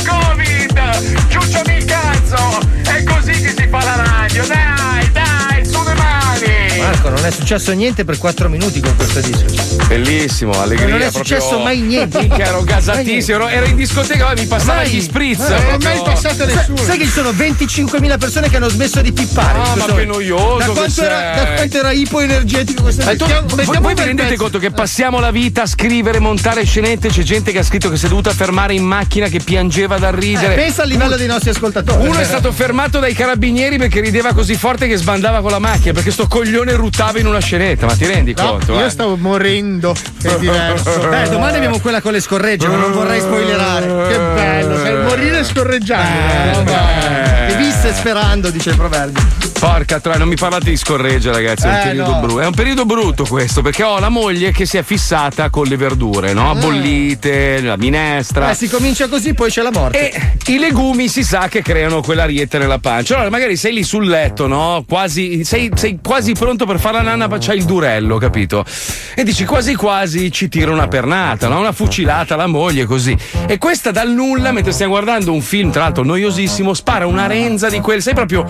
Covid, ciucciami il cazzo, è così che si fa la radio, dai, dai, su le mani! Marco, non è successo niente per quattro minuti con questo disco. Bellissimo, allegria. Non è proprio- successo mai niente. Minchia, ero gasatissimo, ero, ero in discoteca, mi passava Mai. gli spritz. Non è proprio- mai passato nessuno. Sai, sai che ci sono venticinquemila persone che hanno smesso di pippare. Ah, in ma questo che momento. noioso Da che quanto, era, sei. da quanto era ipoenergetico questo Ma tu- Mettiamo- voi, mettiamo voi un vi bel rendete pezzo. conto che passiamo la vita a scrivere, montare scenette? C'è gente che ha scritto che si è dovuta fermare in macchina, che piangeva dal ridere. Eh, pensa al livello dei nostri ascoltatori. Uno è stato fermato dai carabinieri perché rideva così forte che sbandava con la macchina, perché sto coglione ruttava in una scenetta, ma ti rendi No, conto? io eh? stavo morendo, che è diverso. Beh, domani abbiamo quella con le scorregge, ma non vorrei spoilerare. Che bello, sai, morire scorreggiando. Eh, beh. E visse sperando, dice il proverbio. Porca troia, non mi parlate di scorreggia, ragazzi. È un, Eh, periodo no. brutto. È un periodo brutto questo, perché ho la moglie che si è fissata con le verdure, no? Bollite, la minestra. Eh, si comincia così, poi c'è la morte. E i legumi si sa che creano quell'arietta nella pancia. Allora, magari sei lì sul letto, no? Quasi, sei, sei quasi pronto per fare la nanna, ma c'hai il durello, capito? E dici quasi quasi ci tira una pernata, no? Una fucilata alla moglie, così. E questa dal nulla, mentre stiamo guardando un film, tra l'altro noiosissimo, spara una renza di quel. Sei proprio.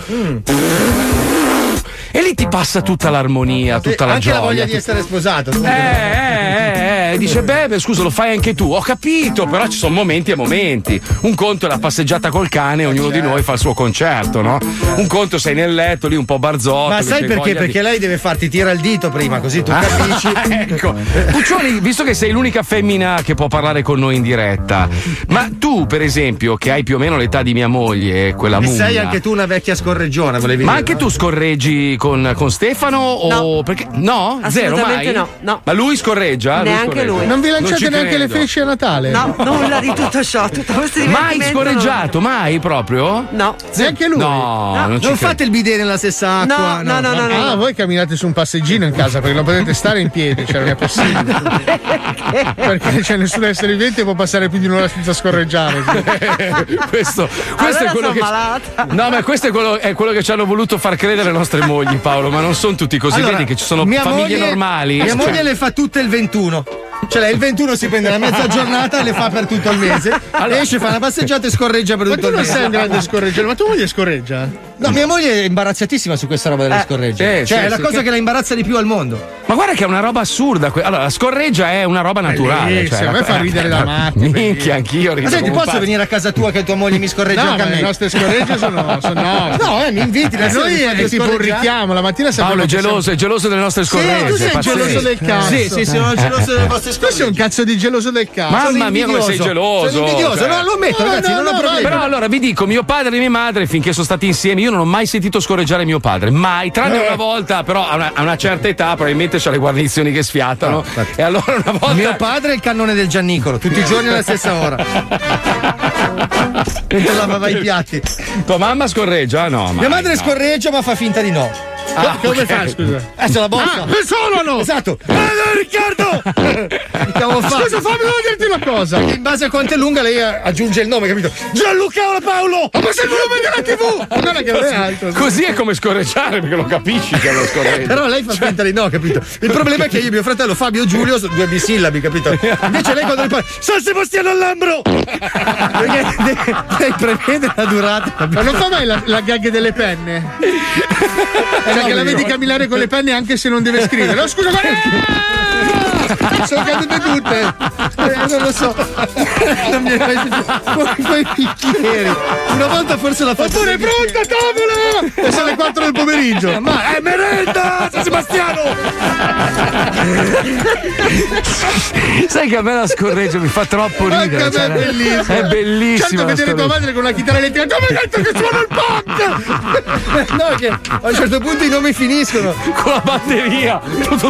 E lì ti passa tutta l'armonia, tutta la Anche gioia. la voglia di tut- essere sposato. eh, eh, eh, Eh, dice, beh, beh, scusa, lo fai anche tu. Ho capito, però ci sono momenti e momenti. Un conto è la passeggiata col cane, ognuno di noi fa il suo concerto, no? Un conto sei nel letto lì un po' barzotto. Ma sai perché? Perché di... lei deve farti tira il dito prima, così tu ah, capisci. Ecco. Puccioni, visto che sei l'unica femmina che può parlare con noi in diretta, ma tu, per esempio, che hai più o meno l'età di mia moglie, quella E mummia. sei anche tu una vecchia scorreggiona, volevi Ma dire, anche no? tu scorreggi con, con Stefano? O No. perché no? Zero mai? Assolutamente no, no. Ma lui scorreggia? Neanche scorreggia. lui. Non vi lanciate ci neanche le credo. feci a Natale? No, nulla di tutto ciò, tutto questo Mai divertimento scorreggiato? Mai proprio? No. Neanche lui? No, No. non, ci Non credo. fate il bidet nella stessa acqua. No, no, no, no, Ah, no. voi camminate su un passeggino in casa perché non potete stare in piedi, cioè non è possibile. Perché c'è nessun essere vivente che può passare più di un'ora senza scorreggiare. questo, questo Allora è quello sono che malata. no, ma questo è quello, è quello che ci hanno voluto far credere le nostre mogli, Paolo. Ma non sono tutti così. Allora, Vedi che ci sono mia famiglie moglie- normali. Mia Cioè- moglie le fa tutte il ventuno. Cioè lei il ventuno si prende la mezza giornata e le fa per tutto il mese. Allora- Esce, fa una passeggiata e scorreggia per Ma tutto tu il non mese. sei un grande scorreggiatore, ma tua moglie scorreggia? No, mia moglie è imbarazzatissima su questa roba delle Eh, scorregge. sì, cioè sì, è la sì, cosa che- che... la imbarazza di più al mondo. Ma guarda che è una roba assurda. que- Allora, la scorreggia è una roba naturale. Bellissimo, Cioè, a me fa ridere da matti. Minchia, anch'io rido Ma senti, come un posso pazzo. venire a casa tua che tua moglie mi scorreggia No, anche a ma me? le nostre scorregge sono, sono no. No, eh, mi inviti la sera, Noi mi fate è tipo un scorreggiare. richiamo, la mattina sempre Paolo è che siamo- geloso, è geloso delle nostre Sì, scorregge. tu sei pazzesco. geloso del cazzo. Sì, sì, sono geloso delle vostre Tu sei un cazzo di geloso del cazzo. Mamma mia, come sei geloso. Sono invidioso, cioè. no, lo ammetto, No, ragazzi, no, non no, ho problemi. Però allora vi dico, mio padre e mia madre, finché sono stati insieme, io non ho mai sentito scorreggiare mio padre. Mai, tranne Eh. una volta, però a una, a una certa età, probabilmente c'ha le guarnizioni che sfiatano. E allora una volta. Mio padre è il cannone del Giannicolo, tutti i giorni alla stessa ora. Mentre lavava i piatti. Tua mamma scorreggia? No, Mia mai, madre no. scorreggia ma fa finta di no. Ah, Come ok. fa, scusa? Eh, c'è la bossa. Ah, solo no! Esatto. Eh, no, Riccardo! Che avevo fatto? Scusa, fammi dirti una cosa. In base a quanto è lunga lei aggiunge il nome, capito? Gianluca Paolo! Ma sei il nome della tivù! Guarda che non è alto. Così è come scorreggiare, perché lo capisci che è lo scorreggia. Però lei fa finta di no, capito? Il problema è che io e mio fratello Fabio Giulio sono due bisillabi, capito? Invece lei quando le parla San Sebastiano all'Ambro! Perché lei prevede la durata, capito? Ma non fa mai la, la gag delle penne? Cioè che la vedi camminare con le penne anche se non deve scrivere. No, scusa, guarda! Sono cadute tutte! Eh, non lo so. Non mi è mai successo. Con quei bicchieri. Una volta forse la fatto. Oppure pronta tavola! E sono le quattro del pomeriggio. Ma è merenda! San Sebastiano! Sai che a me la scorreggia mi fa troppo Anche ridere. a me cioè, è bellissimo. È bellissima. Certo, la vedere tua scorreggia. madre con una chitarra elettrica. Tu mi hai detto che suona il punk! No, che a un certo punto i nomi finiscono. Con la batteria.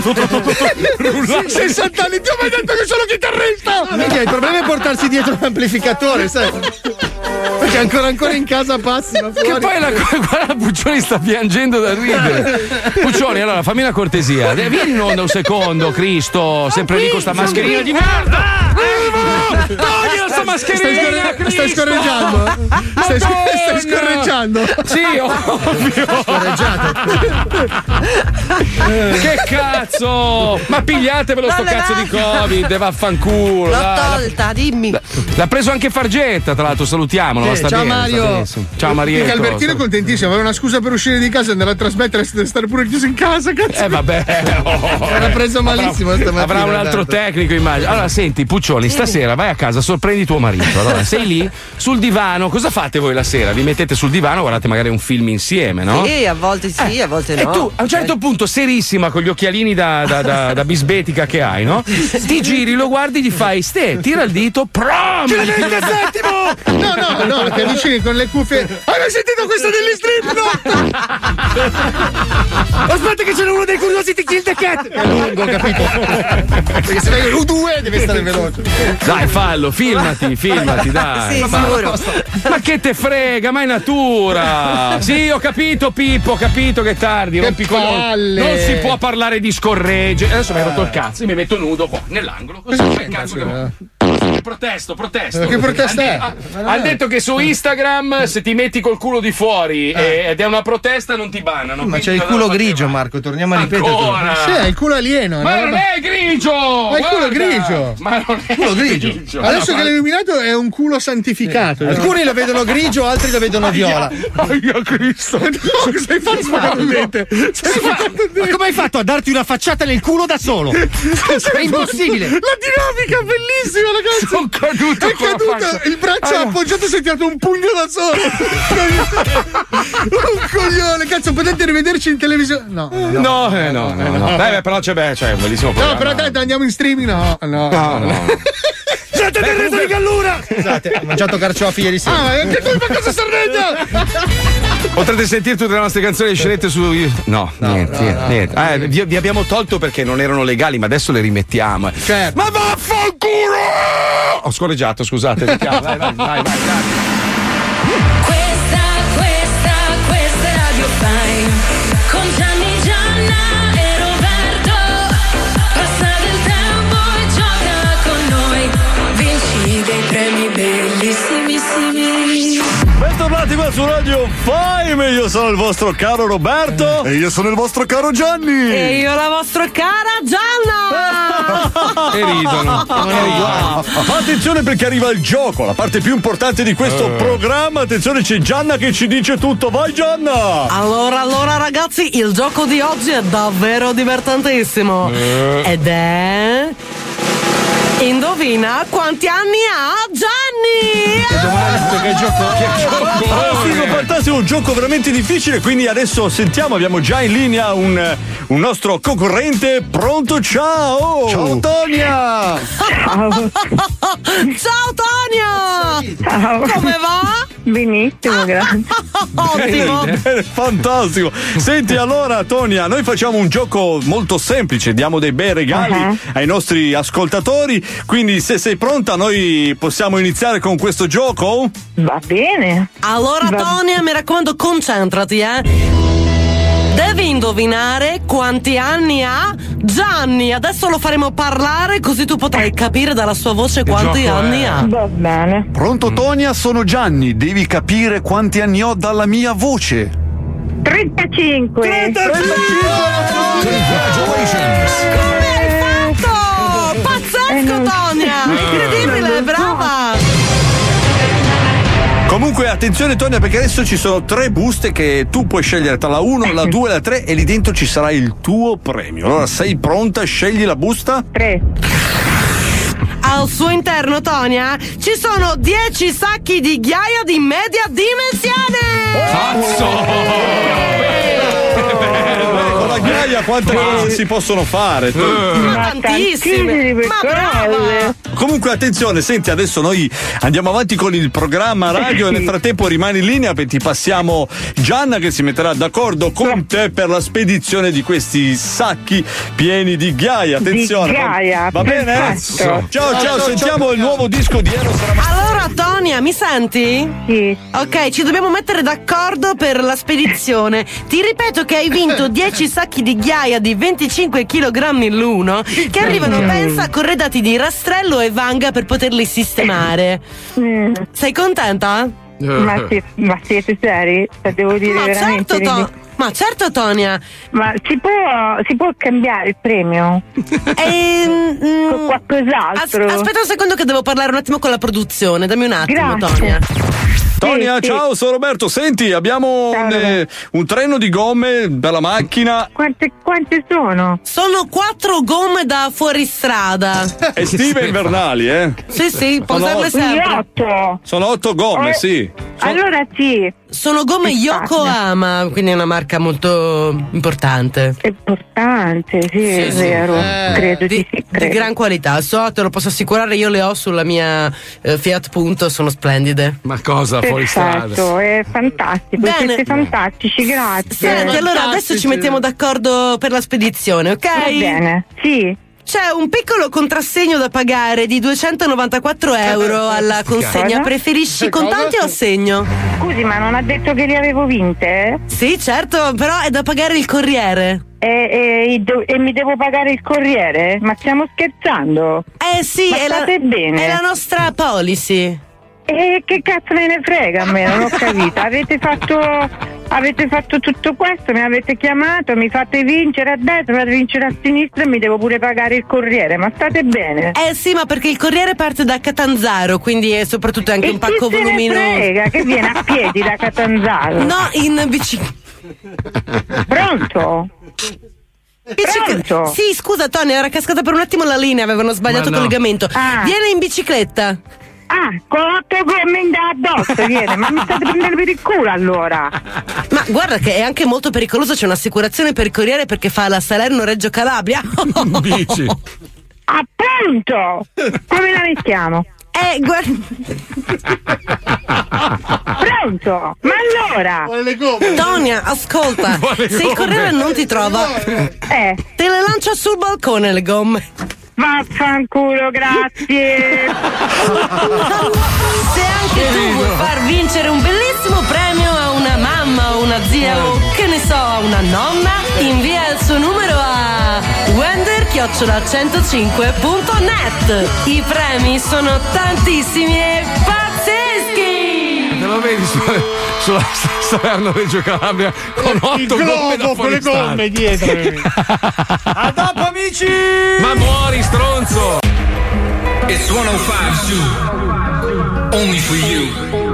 sessanta anni, tu mi hai detto che sono chitarrista! No, minchia, il problema è portarsi dietro l'amplificatore, sai? Perché ancora ancora in casa passi, ma fuori. Che poi la, guarda, Puccioni sta piangendo da ridere. Puccioni, allora fammi una cortesia. Vieni in onda un secondo, Cristo. Sempre lì con sta mascherina di merda. Togli la sua mascherina. Stai, stai scorreggiando? Stai, stai scorreggiando? Sì, ovvio. Scorreggiato. Che cazzo! Ma pigliatevelo sto Non cazzo di levate. Covid, vaffanculo. L'ho dai. tolta, dimmi. L'ha preso anche Fargetta, tra l'altro, salutiamolo. Sì, ma sta ciao, bene, Mario. sta benissimo. Ciao Marietto. Perché Albertino è contentissimo, aveva una scusa per uscire di casa e andare a trasmettere e stare pure chiuso in casa, cazzo. Eh vabbè, oh. Era preso malissimo avrà, stamattina. avrà un altro Alberto. tecnico, immagino. Allora, senti, Puccioni, stasera vai a casa, sorprendi tuo marito. Allora, sei lì sul divano. Cosa fate voi la sera? Vi mettete sul divano, guardate magari un film insieme, no? Sì, a volte sì, a volte E no. tu a un certo punto, serissima, con gli occhialini da, da, da, da bisbetica che hai, no? Ti giri, lo guardi, gli fai, ste, tira il dito, prom! settimo! No, no, no, ti avvicini con le cuffie. Hai mai sentito questa degli strip? Aspetta che c'era uno dei curiosi di Kill the Cat. È lungo, capito? Perché se vai U due deve stare veloce. Dai, fallo, filmati, filmati, dai. Sì, ma, sicuro. ma che te frega, ma è natura. Sì, ho capito, Pippo, ho capito che è tardi. Che rompi coglioni. palle. Non si può parlare di scorregge. Adesso mi hai rotto il cazzo, io mi metto nudo qua nell'angolo. Così che cazzo che vuoi? Protesto, protesto. Che protesta è? Ha, ha detto che su Instagram se ti metti col culo di fuori Eh. ed è una protesta non ti bannano. Ma quindi c'è il non culo lo grigio, faceva. Marco, torniamo a ripetere. Ancora? Sì, è il culo alieno. Ma no? non è grigio! Ma è il culo guarda! grigio. Ma non è Culo grigio. Adesso Ma- che l'hai illuminato è un culo santificato. no? Alcuni lo vedono grigio, altri lo vedono viola. Aia Cristo. No, cosa hai fatto spaventamente? Ma come hai fatto a darti una facciata nel culo da solo? È impossibile. La dinamica è bellissima, ragazzi. Sono caduto È con la caduto, faccia. il braccio Ah, ha no. appoggiato e si è tirato un pugno da solo. Un coglione, cazzo, potete rivederci in televisione? No, no, No, eh, no, no, no. Beh, beh, però c'è, beh, c'è un bellissimo No, programma. però dai, andiamo in streaming. No, no, No, no. Siete del di Gallura! Scusate, ho mangiato carciofi ieri sera. Ah, anche tu in casa Sardegna! Potrete sentire tutte le nostre canzoni e scenette su. No, niente, niente. niente. Eh, vi, vi abbiamo tolto perché non erano legali, ma adesso le rimettiamo. Certo. Ma vaffanculo! Ho scorreggiato, scusate. Mettiamo, vai, vai, vai, vai, vai. Questa, questa, questa è Radio Fine con Gianni, Gianna e Roberto. Passa del tempo e gioca con noi. Vinci dei premi bellissimissimi. Bentornati qua su Radio Fime, io sono il vostro caro Roberto e io sono il vostro caro Gianni. E io la vostra cara Gianna! E ridono. Ah, attenzione perché arriva il gioco, la parte più importante di questo programma. Attenzione, c'è Gianna che ci dice tutto. Vai Gianna! Allora, allora ragazzi, il gioco di oggi è davvero divertentissimo. Ed è... Indovina quanti anni ha Gianni? Che gioco, fantastico, fantastico, un gioco veramente difficile. Quindi adesso sentiamo, abbiamo già in linea un, un nostro concorrente. Pronto, ciao! Ciao Tonia! Ciao! Ciao Tonia! Ciao. Come va? Benissimo, grazie. Ottimo! Bene, fantastico. Senti, allora Tonia, noi facciamo un gioco molto semplice, diamo dei bei regali Uh-huh. ai nostri ascoltatori, quindi se sei pronta noi possiamo iniziare con questo gioco? Va bene. Allora Va- Tonia, mi raccomando, concentrati, eh! Devi indovinare quanti anni ha Gianni. Adesso lo faremo parlare così tu potrai capire dalla sua voce quanti gioco anni è? ha. Va bene. Pronto Tonia, sono Gianni, devi capire quanti anni ho dalla mia voce. trentacinque. Come hai fatto? Pazzesco Tonia! Incredibile, brava! Comunque attenzione Tonia, perché adesso ci sono tre buste che tu puoi scegliere tra la uno, la due e la tre e lì dentro ci sarà il tuo premio. Allora sei pronta? Scegli la busta? tre. Al suo interno, Tonia, ci sono dieci sacchi di ghiaia di media dimensione! Con la ghiaia quante cose si possono fare? Ma tantissime! Ma brava! Comunque attenzione, senti, adesso noi andiamo avanti con il programma radio e nel frattempo rimani in linea perché ti passiamo Gianna che si metterà d'accordo con te per la spedizione di questi sacchi pieni di ghiaia. Attenzione. Di ghiaia, Va bene? perfetto. Ciao ciao, sentiamo il nuovo disco di Eros Ramazzotti. Allora, Tonia, mi senti? Sì. Ok, ci dobbiamo mettere d'accordo per la spedizione. Ti ripeto che hai vinto dieci sacchi di ghiaia di venticinque chilogrammi l'uno che arrivano, pensa, corredati di rastrello e vanga per poterli sistemare. Mm. Sei contenta? Ma, si- ma siete seri? Cioè, devo dire Ma veramente. certo, To- ma certo, Tonia. Ma si può, si può cambiare il premio? Ehm, mm, Con qualcos'altro? As- aspetta un secondo che devo parlare un attimo con la produzione. Dammi un attimo, Grazie. Tonia. Tonia, Sì, sì. ciao, sono Roberto. Senti, abbiamo un, eh, un treno di gomme per la macchina. Quante, quante sono? Sono quattro gomme da fuoristrada. Estive e invernali, eh? Sì, sì, può Sono serve otto. sempre. Otto. Sono otto gomme, Eh, sì. Allora sì. Sono gomme Che Yokohama, quindi è una marca molto importante. Importante, sì, è vero. Credo di, di sì, di credo. gran qualità. So, te lo posso assicurare, io le ho sulla mia eh, Fiat Punto, sono splendide. Ma cosa fuori strada? Perfetto, è fantastico, Bene. siete fantastici, grazie. Senti, allora adesso ci mettiamo d'accordo per la spedizione, ok? Va bene, sì. C'è un piccolo contrassegno da pagare di duecentonovantaquattro euro alla consegna. Cosa? Preferisci contanti o a segno? Scusi, ma non ha detto che li avevo vinte? Sì, certo, però è da pagare il corriere. E, e, e mi devo pagare il corriere? Ma stiamo scherzando? Eh sì, Ma è la, state bene? è la nostra policy. E che cazzo me ne frega a me, non ho capito. Avete fatto avete fatto tutto questo, mi avete chiamato, mi fate vincere a destra, mi fate vincere a sinistra e mi devo pure pagare il corriere, ma state bene? Eh sì, ma perché il corriere parte da Catanzaro, quindi è soprattutto anche E un pacco chi se ne voluminoso. frega, che viene a piedi da Catanzaro? No, in bicicletta. Pronto? Pronto? Sì, scusa Tony, era cascata per un attimo la linea, avevano sbagliato Ma no. collegamento. Ah. Viene in bicicletta. Ah, con otto gomme in addosso viene, ma mi state prendendo per il culo allora. Ma guarda che è anche molto pericoloso, c'è un'assicurazione per il corriere perché fa la Salerno-Reggio Calabria. Bici. Appunto! Come la mettiamo? Eh, guarda. Pronto? Ma allora? Tonia, ascolta, Vuole se il gomme. corriere non ti trova, Eh. te le lancia sul balcone le gomme. Vaffanculo, grazie. Se anche tu vuoi far vincere un bellissimo premio a una mamma o una zia o che ne so, a una nonna, invia il suo numero a wender chiocciola centocinque punto net. I premi sono tantissimi e pazzeschi. Te lo vedi su, sulla Salerno Reggio Calabria con otto Il gomme da globo con le fuoristrada. gomme dietro. A dopo amici! Ma muori, stronzo! It's centocinque Zoo. Only for you.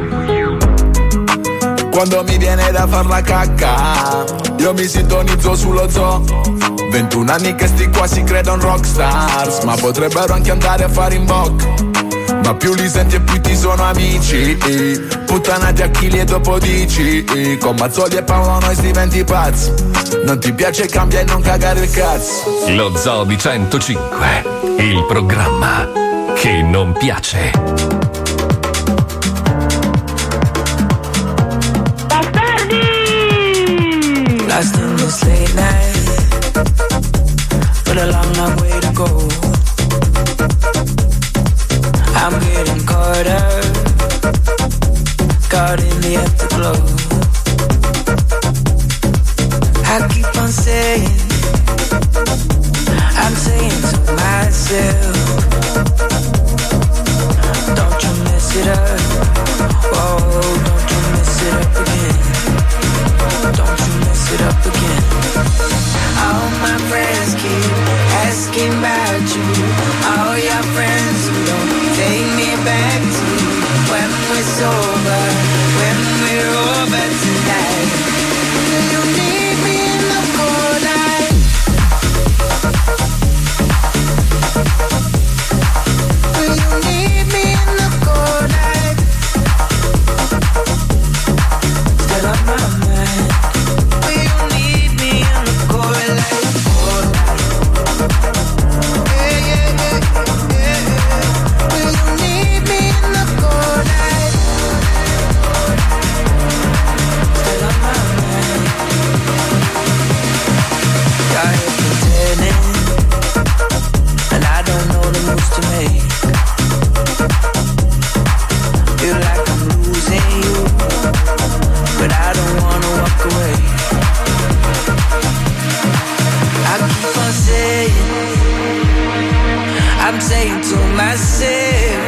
Quando mi viene da far la cacca, io mi sintonizzo sullo zoo. ventuno anni che sti qua si credono rockstars, ma potrebbero anche andare a fare in bocca. Ma più li senti e più ti sono amici, puttanati a chili e dopo dici, con Mazzoli e Paolo noi si diventi pazzi. Non ti piace cambia e non cagare il cazzo. Lo Zoo di centocinque, il programma che non piace. Lost in this late night, but a long, long way to go. I'm getting caught up, caught in the afterglow. I keep on saying, I'm saying to myself, don't you mess it up, oh, don't you mess it up again. Don't you mess it up again. All my friends keep asking about you. All your friends who don't take me back to when we're sober, when we're over tonight. Will you need me in the cold night? Will you need me in the cold night? Still on my mind. Will you need me in the cold light? Cold light. Yeah, yeah, yeah, yeah, yeah. Will you need me in the cold light? Still on my mind. Got here pretending, and I don't know the moves to make. Feel like I'm losing you, but I don't wanna walk away. I keep on saying, I'm saying to myself,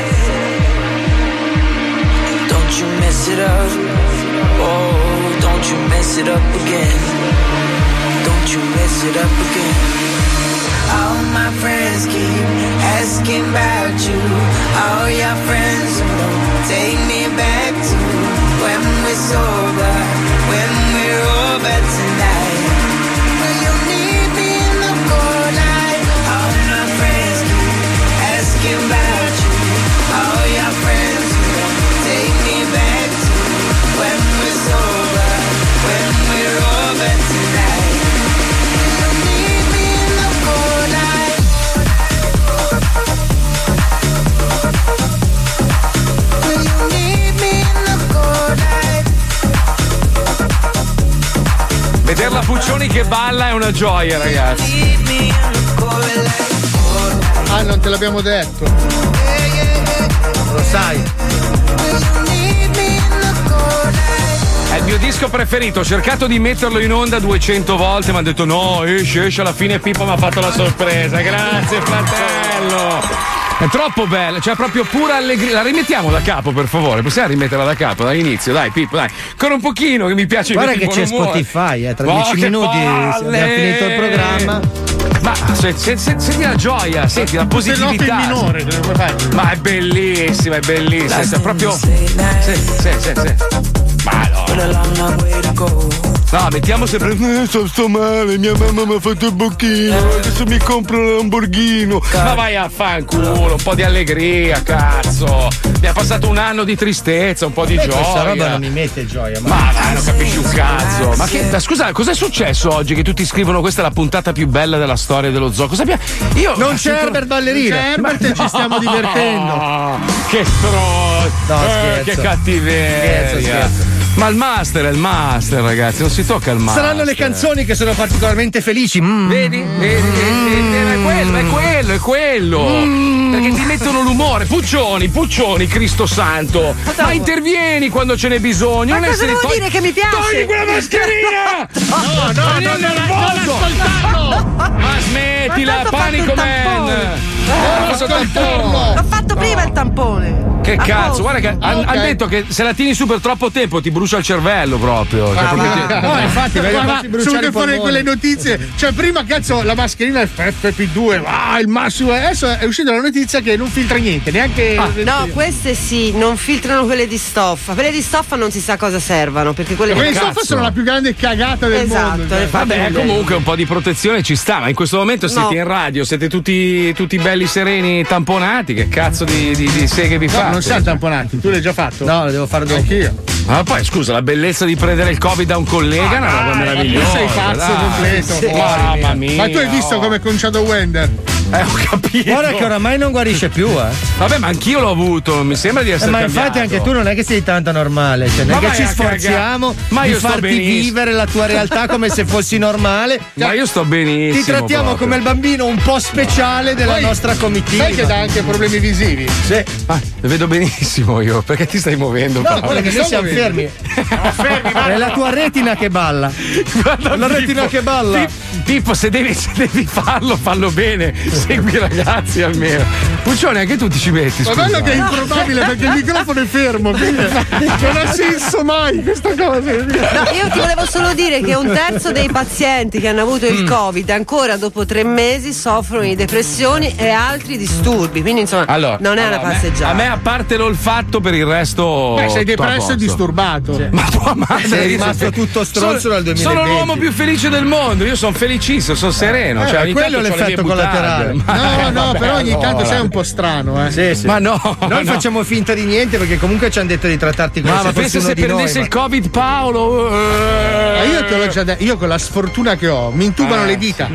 don't you mess it up, oh, don't you mess it up again, don't you mess it up again. All my friends keep asking about you, all your friends who don't take me back to when we're sober, when we're over tonight. Will you need me in the cold night? All my friends keep asking about you, all your friends who don't take me back to when we're sober, when we're over tonight. Will you need me in the cold night? Will you need me in the cold night? Vederla Puccioni che balla è una gioia, ragazzi. Ah, non te l'abbiamo detto. Lo sai. È il mio disco preferito, ho cercato di metterlo in onda duecento volte, ma hanno detto no, esce, esce, alla fine Pippo mi ha fatto la sorpresa. Grazie fratello. È troppo bella, cioè proprio pura allegria. La rimettiamo da capo, per favore. Possiamo rimetterla da capo, dall'inizio, dai, Pippo, dai. Ancora un pochino che mi piace. Guarda che il c'è umore. Spotify, eh, tra Oh, dieci che minuti palle! abbiamo finito il programma. Ma se, se, se, senti la gioia, senti la positività. in minore, che vuoi fare? Ma è bellissima, è bellissima. È proprio. Sì, sì, sì, sì. Ma no. No, mettiamo sempre. Eh, sto, sto male, mia mamma mi ha fatto il bocchino. Adesso mi compro un Lamborghini. Ma vai a fanculo, un po' di allegria, cazzo. Mi ha passato un anno di tristezza, un po' di Beh, gioia. questa roba non mi mette gioia. Ma vai, non capisci un cazzo. Ma che, ma scusa, cos'è successo oggi che tutti scrivono questa è la puntata più bella della storia dello zoo? Cosa abbiamo? Io non c'è sento... Herbert Ballerina. C'è Herbert e ci stiamo divertendo. No, che stronzo. No, eh, che cattiveria. Scherzo, scherzo. Ma il master è il master, ragazzi, non si tocca il master. Saranno le canzoni che sono particolarmente felici. Mm. Vedi? Vedi? Mm. È quello, è quello, è quello. Mm. Perché ti mettono l'umore. Puccioni, Puccioni, Cristo Santo. Ma intervieni quando ce n'è bisogno. Ma non cosa essere devo togli- dire che mi piace? Togli quella mascherina! No, no, no, no, no, Ma smettila, Ma tanto ho Panico fatto il Man! non ascoltarlo. L'ho fatto prima il tampone. Che A cazzo, posto. guarda che hanno Ok. detto che se la tieni su per troppo tempo ti brucia il cervello proprio. Cioè, Ah, proprio va. ti- No, infatti, vedi, guarda, farsi bruciare sono i fuori polmoni. quelle notizie. Cioè, prima cazzo la mascherina è F P due, ah, il massimo. Adesso è uscita la notizia che non filtra niente, neanche. Ah, no, queste sì, non filtrano quelle di stoffa. Quelle di stoffa non si sa cosa servano, perché quelle Quelle di di stoffa sono la più grande cagata del Esatto, mondo. le cioè. fa- Vabbè, comunque un po' di protezione ci sta, ma in questo momento siete No. in radio, siete tutti, tutti belli sereni tamponati, che cazzo di, di, di seghe vi No, fate? non siamo tamponati, tu l'hai già fatto? No, lo devo fare dopo. Anch'io. Ma poi scusa, la bellezza di prendere il Covid da un collega è una roba Dai, meravigliosa. ma tu sei pazzo dai. completo. Sì. Mamma mia. Ma tu hai visto come è conciato Wender? Eh, ho capito. Guarda che oramai non guarisce più, eh. Vabbè, ma anch'io l'ho avuto, non mi sembra di Eh, essere ma cambiato. infatti anche tu non è che sei tanto normale, cioè non Ma è che vai ci a sforziamo cagare. Ma di io sto farti benissimo. vivere la tua realtà come se fossi normale. Ma io sto benissimo. Ti trattiamo proprio. come il bambino un po' speciale della Poi, nostra comitiva. Sai che dà anche problemi visivi? Sì. Ah, lo vedo benissimo io, perché ti stai muovendo? No, Paolo? guarda che mi noi sto siamo muovendo. fermi. È la tua retina che balla. Guarda, La retina Pippo, che balla. Pippo, Pippo, se devi, se devi farlo, fallo bene. Segui i ragazzi almeno. Puccione, anche tu ti ci metti. Ma Scusa. bello che è improbabile perché il microfono è fermo, quindi non ha senso mai questa cosa. No, io ti volevo solo dire che un terzo dei pazienti che hanno avuto il Covid ancora dopo tre mesi soffrono di depressioni e altri disturbi. Quindi, insomma, Allora, non è allora, una a me- passeggiata. A me, a parte l'olfatto, per il resto. Beh, sei tutto a depresso e posto. disturbato. Ma tua madre Sei io rimasto sono- tutto stronzo sono- dal duemilaventi. Sono l'uomo più felice del mondo. Io sono felicissimo, sono sereno. Eh, cioè, ogni quello è tanto c'ho le l'effetto mie buttate. collaterale. Ma- No, eh, no, vabbè, però ogni tanto allora. sei un po' strano, eh. Sì, sì. Ma no, Noi no. facciamo finta di niente perché comunque ci hanno detto di trattarti come Ma, se ma fossi pensa uno se di noi. prendesse ma- il Covid Paolo. Ma io te l'ho già detto, io con la sfortuna che ho, mi intubano Eh. le dita.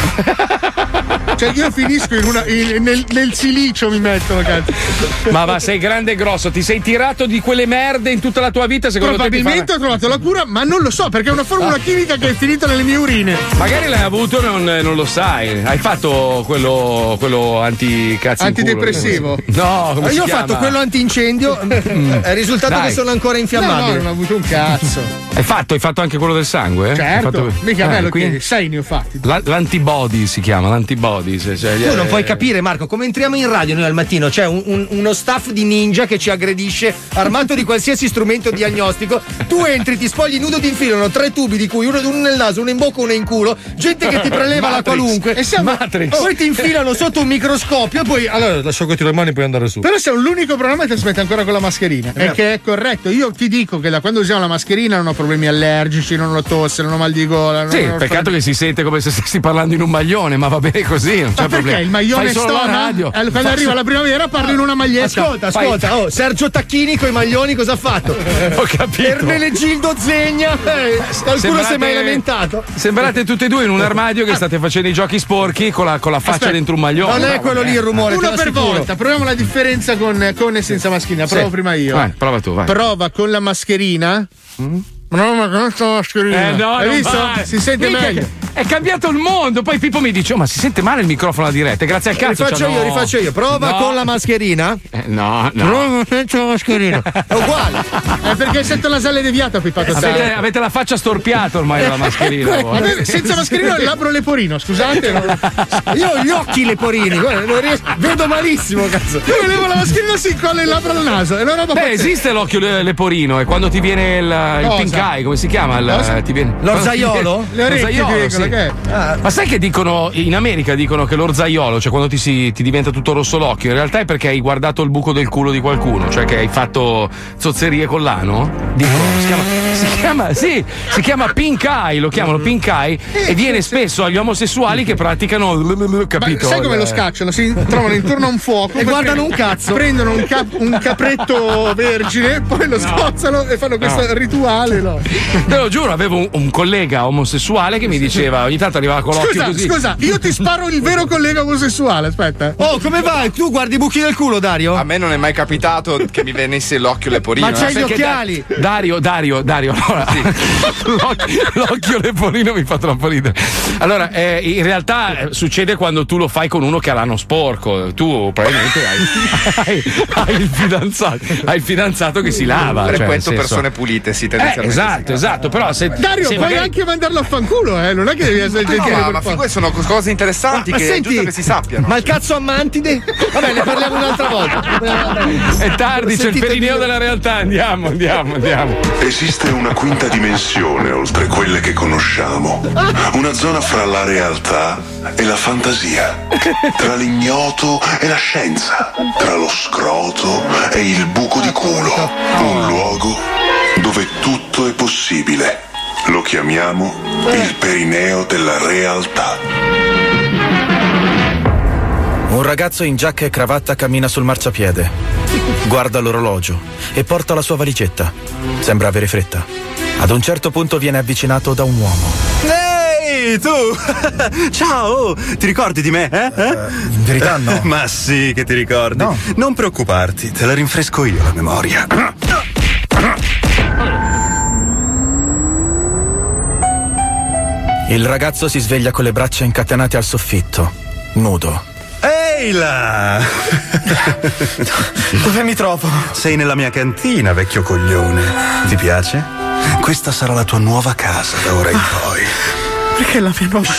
Cioè io finisco in una, in- nel, nel silicio mi mettono, cazzo. Ma va, sei grande e grosso, ti sei tirato di quelle merde in tutta la tua vita, secondo te ti Probabilmente ho trovato la cura, ma non lo so, perché è una formula chimica che è finita nelle mie urine. fa- Magari l'hai avuto e non, non lo sai. Hai fatto quello, quello anti cazzo in culo, Antidepressivo. come si- No, come si Io ho chiama? fatto quello antincendio, è il risultato Dai. che sono ancora No, no, infiammabile. non ho avuto un cazzo. Hai fatto, hai fatto anche quello del sangue? eh? Hai Certo, fatto- mica Eh, me lo quindi- chiedi, sei ne ho fatti. La- l'antibody si chiama, l'antibody. se- cioè, Tu non eh, puoi capire, Marco, come entriamo in radio noi al mattino. C'è un- un- uno staff di ninja che ci aggredisce, armato di qualsiasi strumento diagnostico. Tu entri, ti spogli nudo, ti infilano tre tubi, di cui uno, uno nel naso, uno in bocca, uno in culo. Gente che ti preleva la Matrix. qualunque. E siamo- Matrix. Poi ti infilano sotto un microscopio e poi. Allora, lascio che ti le mani e puoi andare su. Però siamo l'unico programma che trasmette ancora con la mascherina. E che è corretto. Io ti dico che da quando usiamo la mascherina non ho problemi allergici, non ho tosse, non ho mal di gola. Non Sì, ho peccato che si sente come se stessi parlando in un maglione, ma va bene così, non c'è Ma perché problema. il maglione Fai solo la stona? radio. Eh, Quando Fai arriva solo- la primavera parli in una maglietta. Ascolta, ascolta, oh, Sergio Tacchini con i maglioni cosa ha fatto? Ho capito. Ermenegildo Zegna, eh, qualcuno Sembrate- si è mai lamentato? Sembrate tutte e due in un armadio che state facendo i giochi sporchi con la, con la faccia Aspetta. dentro un maglione. Non è Ma quello vabbè. lì il rumore, te Uno lo per assicuro. volta, proviamo la differenza con, con e senza mascherina. Provo Sì. prima io. Vai, prova tu, vai. Prova con la mascherina. No, ma con questa mascherina. Eh, no, Hai non visto? vai. Si sente Minchia meglio. che- è cambiato il mondo. Poi Pippo mi dice: oh, ma si sente male il microfono alla diretta? Grazie al cazzo. Rifaccio io, no. rifaccio io. Prova No. con la mascherina. Eh, no, no. Prova senza la mascherina. È uguale. È perché sento la sala deviata, Pippo. Avete, avete la faccia storpiata ormai la mascherina. voi. Vabbè, senza mascherina ho il labbro leporino, scusate. non- Io ho gli occhi leporini, guarda, non riesco, vedo malissimo, cazzo. Io levo la mascherina, si incolla il labbro al naso. È una roba Beh, pazzesca. esiste l'occhio le- leporino, è quando ti viene il, il Cosa? pink eye, come si chiama? Il, Cosa? ti viene, L'orzaiolo? Le orecchie ti L'orzaiolo, vengono, sì. che è? Ah, Ma sai che dicono in America dicono che l'orzaiolo, cioè quando ti, si, ti diventa tutto rosso l'occhio, in realtà è perché hai guardato il buco del culo di qualcuno, cioè che hai fatto zozzerie con l'ano? Dicono, si chiama, si chiama, sì, si chiama pink eye, lo chiamano pink eye e viene spesso agli omosessuali che praticano, capito? Ma sai come lo scacciano? Si trovano intorno a un fuoco E guardano un cazzo. Prendono un, cap- un capretto vergine, poi lo scozzano e fanno questo No. rituale. No. Te lo giuro, avevo un, un collega omosessuale che mi diceva, ogni tanto arrivava con l'occhio Scusa, così. scusa, io ti sparo il vero collega omosessuale, aspetta. Oh, come vai? Tu guardi i buchi del culo, Dario? A me non è mai capitato che mi venisse l'occhio leporino. Ma c'hai eh. gli Perché occhiali? Da- Dario, Dario, Dario, allora, l'occhio, l'occhio leporino mi fa troppo ridere. Allora, eh, in realtà eh, succede quando tu lo fai con uno che ha l'ano sporco. Tu probabilmente hai, hai, hai il fidanzato, hai il fidanzato che si lava. cioè, nel Frequento senso- persone pulite, sì, Eh, tendenzialmente. esatto, esatto. Però se Dario, se puoi magari- anche mandarlo a fanculo, eh? Non è che devi essere No, gentile. ma, per ma forza. figure sono cose interessanti Ma che è senti, giusto che si sappiano. ma il cazzo a mantide? Vabbè, ne parliamo un'altra volta. È tardi, c'è il Sentite perineo dire- della realtà. Andiamo, andiamo, andiamo. Esiste una quinta dimensione oltre quelle che conosciamo. Una zona fra la realtà e la fantasia. Tra l'ignoto e la scienza. Tra lo scroto e il buco di culo. Un luogo dove tutto è possibile. Lo chiamiamo il perineo della realtà. Un ragazzo in giacca e cravatta cammina sul marciapiede. Guarda l'orologio e porta la sua valigetta. Sembra avere fretta. Ad un certo punto viene avvicinato da un uomo. Ehi, tu! Ciao! Ti ricordi di me, eh? eh? In verità no. Ma sì che ti ricordi. No. Non preoccuparti, te la rinfresco io la memoria. Il ragazzo si sveglia con le braccia incatenate al soffitto, nudo. Ehi là! Dove mi trovo? Sei nella mia cantina, vecchio coglione. Ti piace? Questa sarà la tua nuova casa da ora in poi. Perché la mia nuova...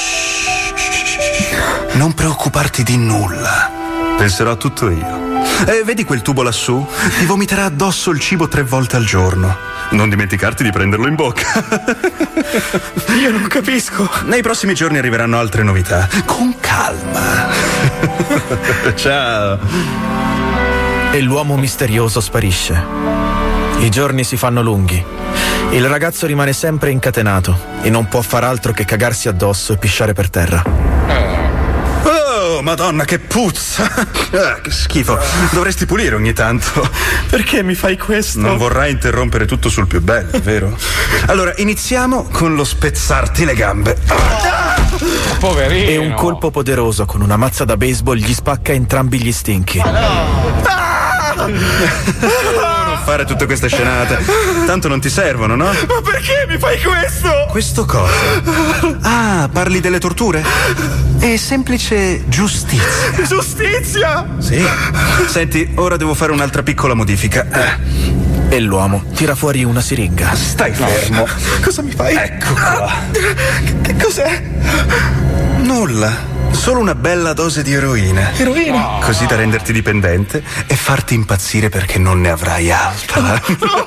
Non preoccuparti di nulla. Penserò a tutto io. Eh, vedi quel tubo lassù? Ti vomiterà addosso il cibo tre volte al giorno. Non dimenticarti di prenderlo in bocca. Io non capisco. Nei prossimi giorni arriveranno altre novità. Con calma. Ciao. E l'uomo misterioso sparisce. I giorni si fanno lunghi. Il ragazzo rimane sempre incatenato e non può far altro che cagarsi addosso e pisciare per terra. Oh, madonna, che puzza! Ah, che schifo. Dovresti pulire ogni tanto. Perché mi fai questo? Non vorrai interrompere tutto sul più bello, vero? Allora, iniziamo con lo spezzarti le gambe. Poverino. E un colpo poderoso con una mazza da baseball gli spacca entrambi gli stinchi. Non fare tutte queste scenate. Tanto non ti servono, no? Ma perché mi fai questo? Questo cosa? Ah, parli delle torture? È semplice giustizia. Giustizia? Sì. Senti, ora devo fare un'altra piccola modifica. E l'uomo tira fuori una siringa. Stai fermo. Cosa mi fai? Ecco qua. Che, che cos'è? Nulla. Solo una bella dose di eroina. Eroina? Così da renderti dipendente e farti impazzire perché non ne avrai altra.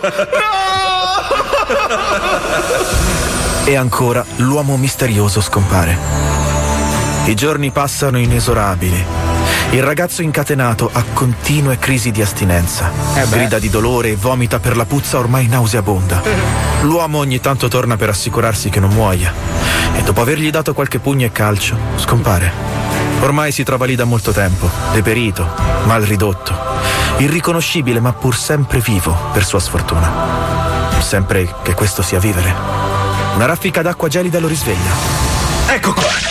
E ancora l'uomo misterioso scompare. I giorni passano inesorabili. Il ragazzo incatenato ha continue crisi di astinenza. Eh beh. Grida di dolore e vomita per la puzza ormai nauseabonda. L'uomo ogni tanto torna per assicurarsi che non muoia. E dopo avergli dato qualche pugno e calcio, scompare. Ormai si trova lì da molto tempo, deperito, mal ridotto, irriconoscibile ma pur sempre vivo per sua sfortuna. Sempre che questo sia vivere. Una raffica d'acqua gelida lo risveglia. Ecco qua.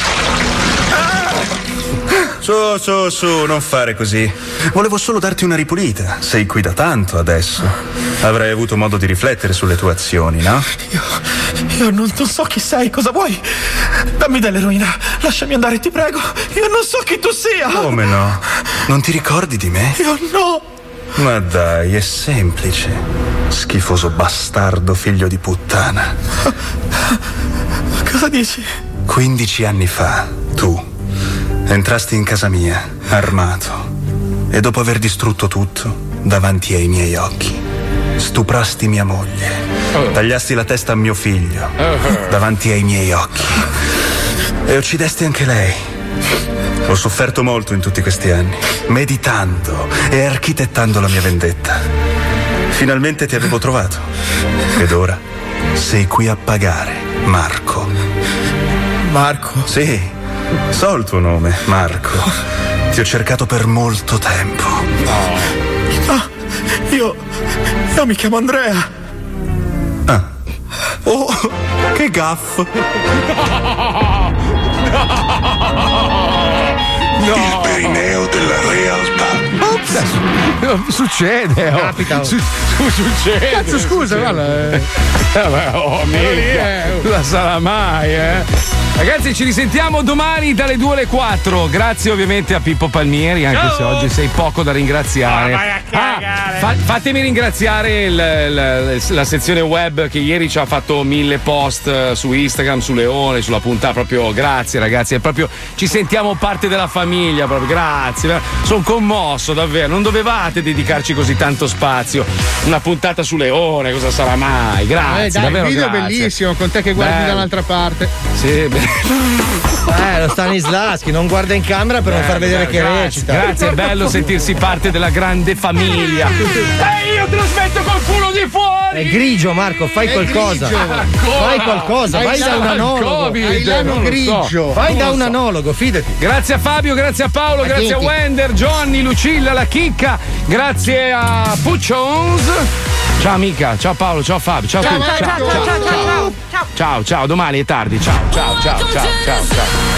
Su, su, su, non fare così. Volevo solo darti una ripulita. Sei qui da tanto adesso. Avrai avuto modo di riflettere sulle tue azioni, no? Io, Io non, non so chi sei, cosa vuoi? Dammi dell'eroina, lasciami andare, ti prego. Io non so chi tu sia. Come no? Non ti ricordi di me? Io no. Ma dai, è semplice. Schifoso bastardo figlio di puttana. Cosa dici? quindici anni fa, tu entrasti in casa mia, armato, e dopo aver distrutto tutto, davanti ai miei occhi, stuprasti mia moglie, tagliasti la testa a mio figlio, davanti ai miei occhi, e uccidesti anche lei. Ho sofferto molto in tutti questi anni, meditando e architettando la mia vendetta. Finalmente ti avevo trovato, ed ora sei qui a pagare, Marco. Marco? Sì, so il tuo nome, Marco. Ti ho cercato per molto tempo. Ah, io. Io mi chiamo Andrea. Ah. Oh, che gaff. Il perineo della realtà. Ops. Succede, oh. Capita. Su- su- succede. Cazzo, scusa, succede. guarda. Eh, beh, oh, minchia. La sarà mai, eh. Ragazzi, ci risentiamo domani dalle due alle quattro. Grazie ovviamente a Pippo Palmieri, anche Ciao. se oggi sei poco da ringraziare. Ma vai a cagare. Ah, fa- fatemi ringraziare il- il- la sezione web che ieri ci ha fatto mille post su Instagram, su Leone, sulla puntata. Proprio grazie, ragazzi. È proprio ci sentiamo parte della famiglia. Proprio grazie. Sono commosso, davvero. Non dovevate dedicarci così tanto spazio. Una puntata su Leone, cosa sarà mai? Grazie, Eh, dai, davvero. il video grazie. è bellissimo, con te che guardi Bello. da un'altra parte. Sì, beh. Eh, lo Stanislaschi non guarda in camera per non far vedere che grazie, recita. Grazie, è bello sentirsi parte della grande famiglia. E io trasmetto col culo di fuori! È grigio, Marco, fai È qualcosa. grigio. Fai qualcosa, Hai vai da un il anologo. Covid, Hai l'ano non lo so. grigio. Vai Non da lo un so. anologo, fidati. Grazie a Fabio, grazie a Paolo, A grazie Kinky. a Wender, Johnny, Lucilla, la Chicca, grazie a Puccions. Ciao amica, ciao Paolo, ciao Fabio, ciao a Ciao, tutti. ciao, ciao, ciao, ciao, ciao. Ciao, ciao, domani è tardi. Ciao, ciao, ciao, ciao, ciao, ciao.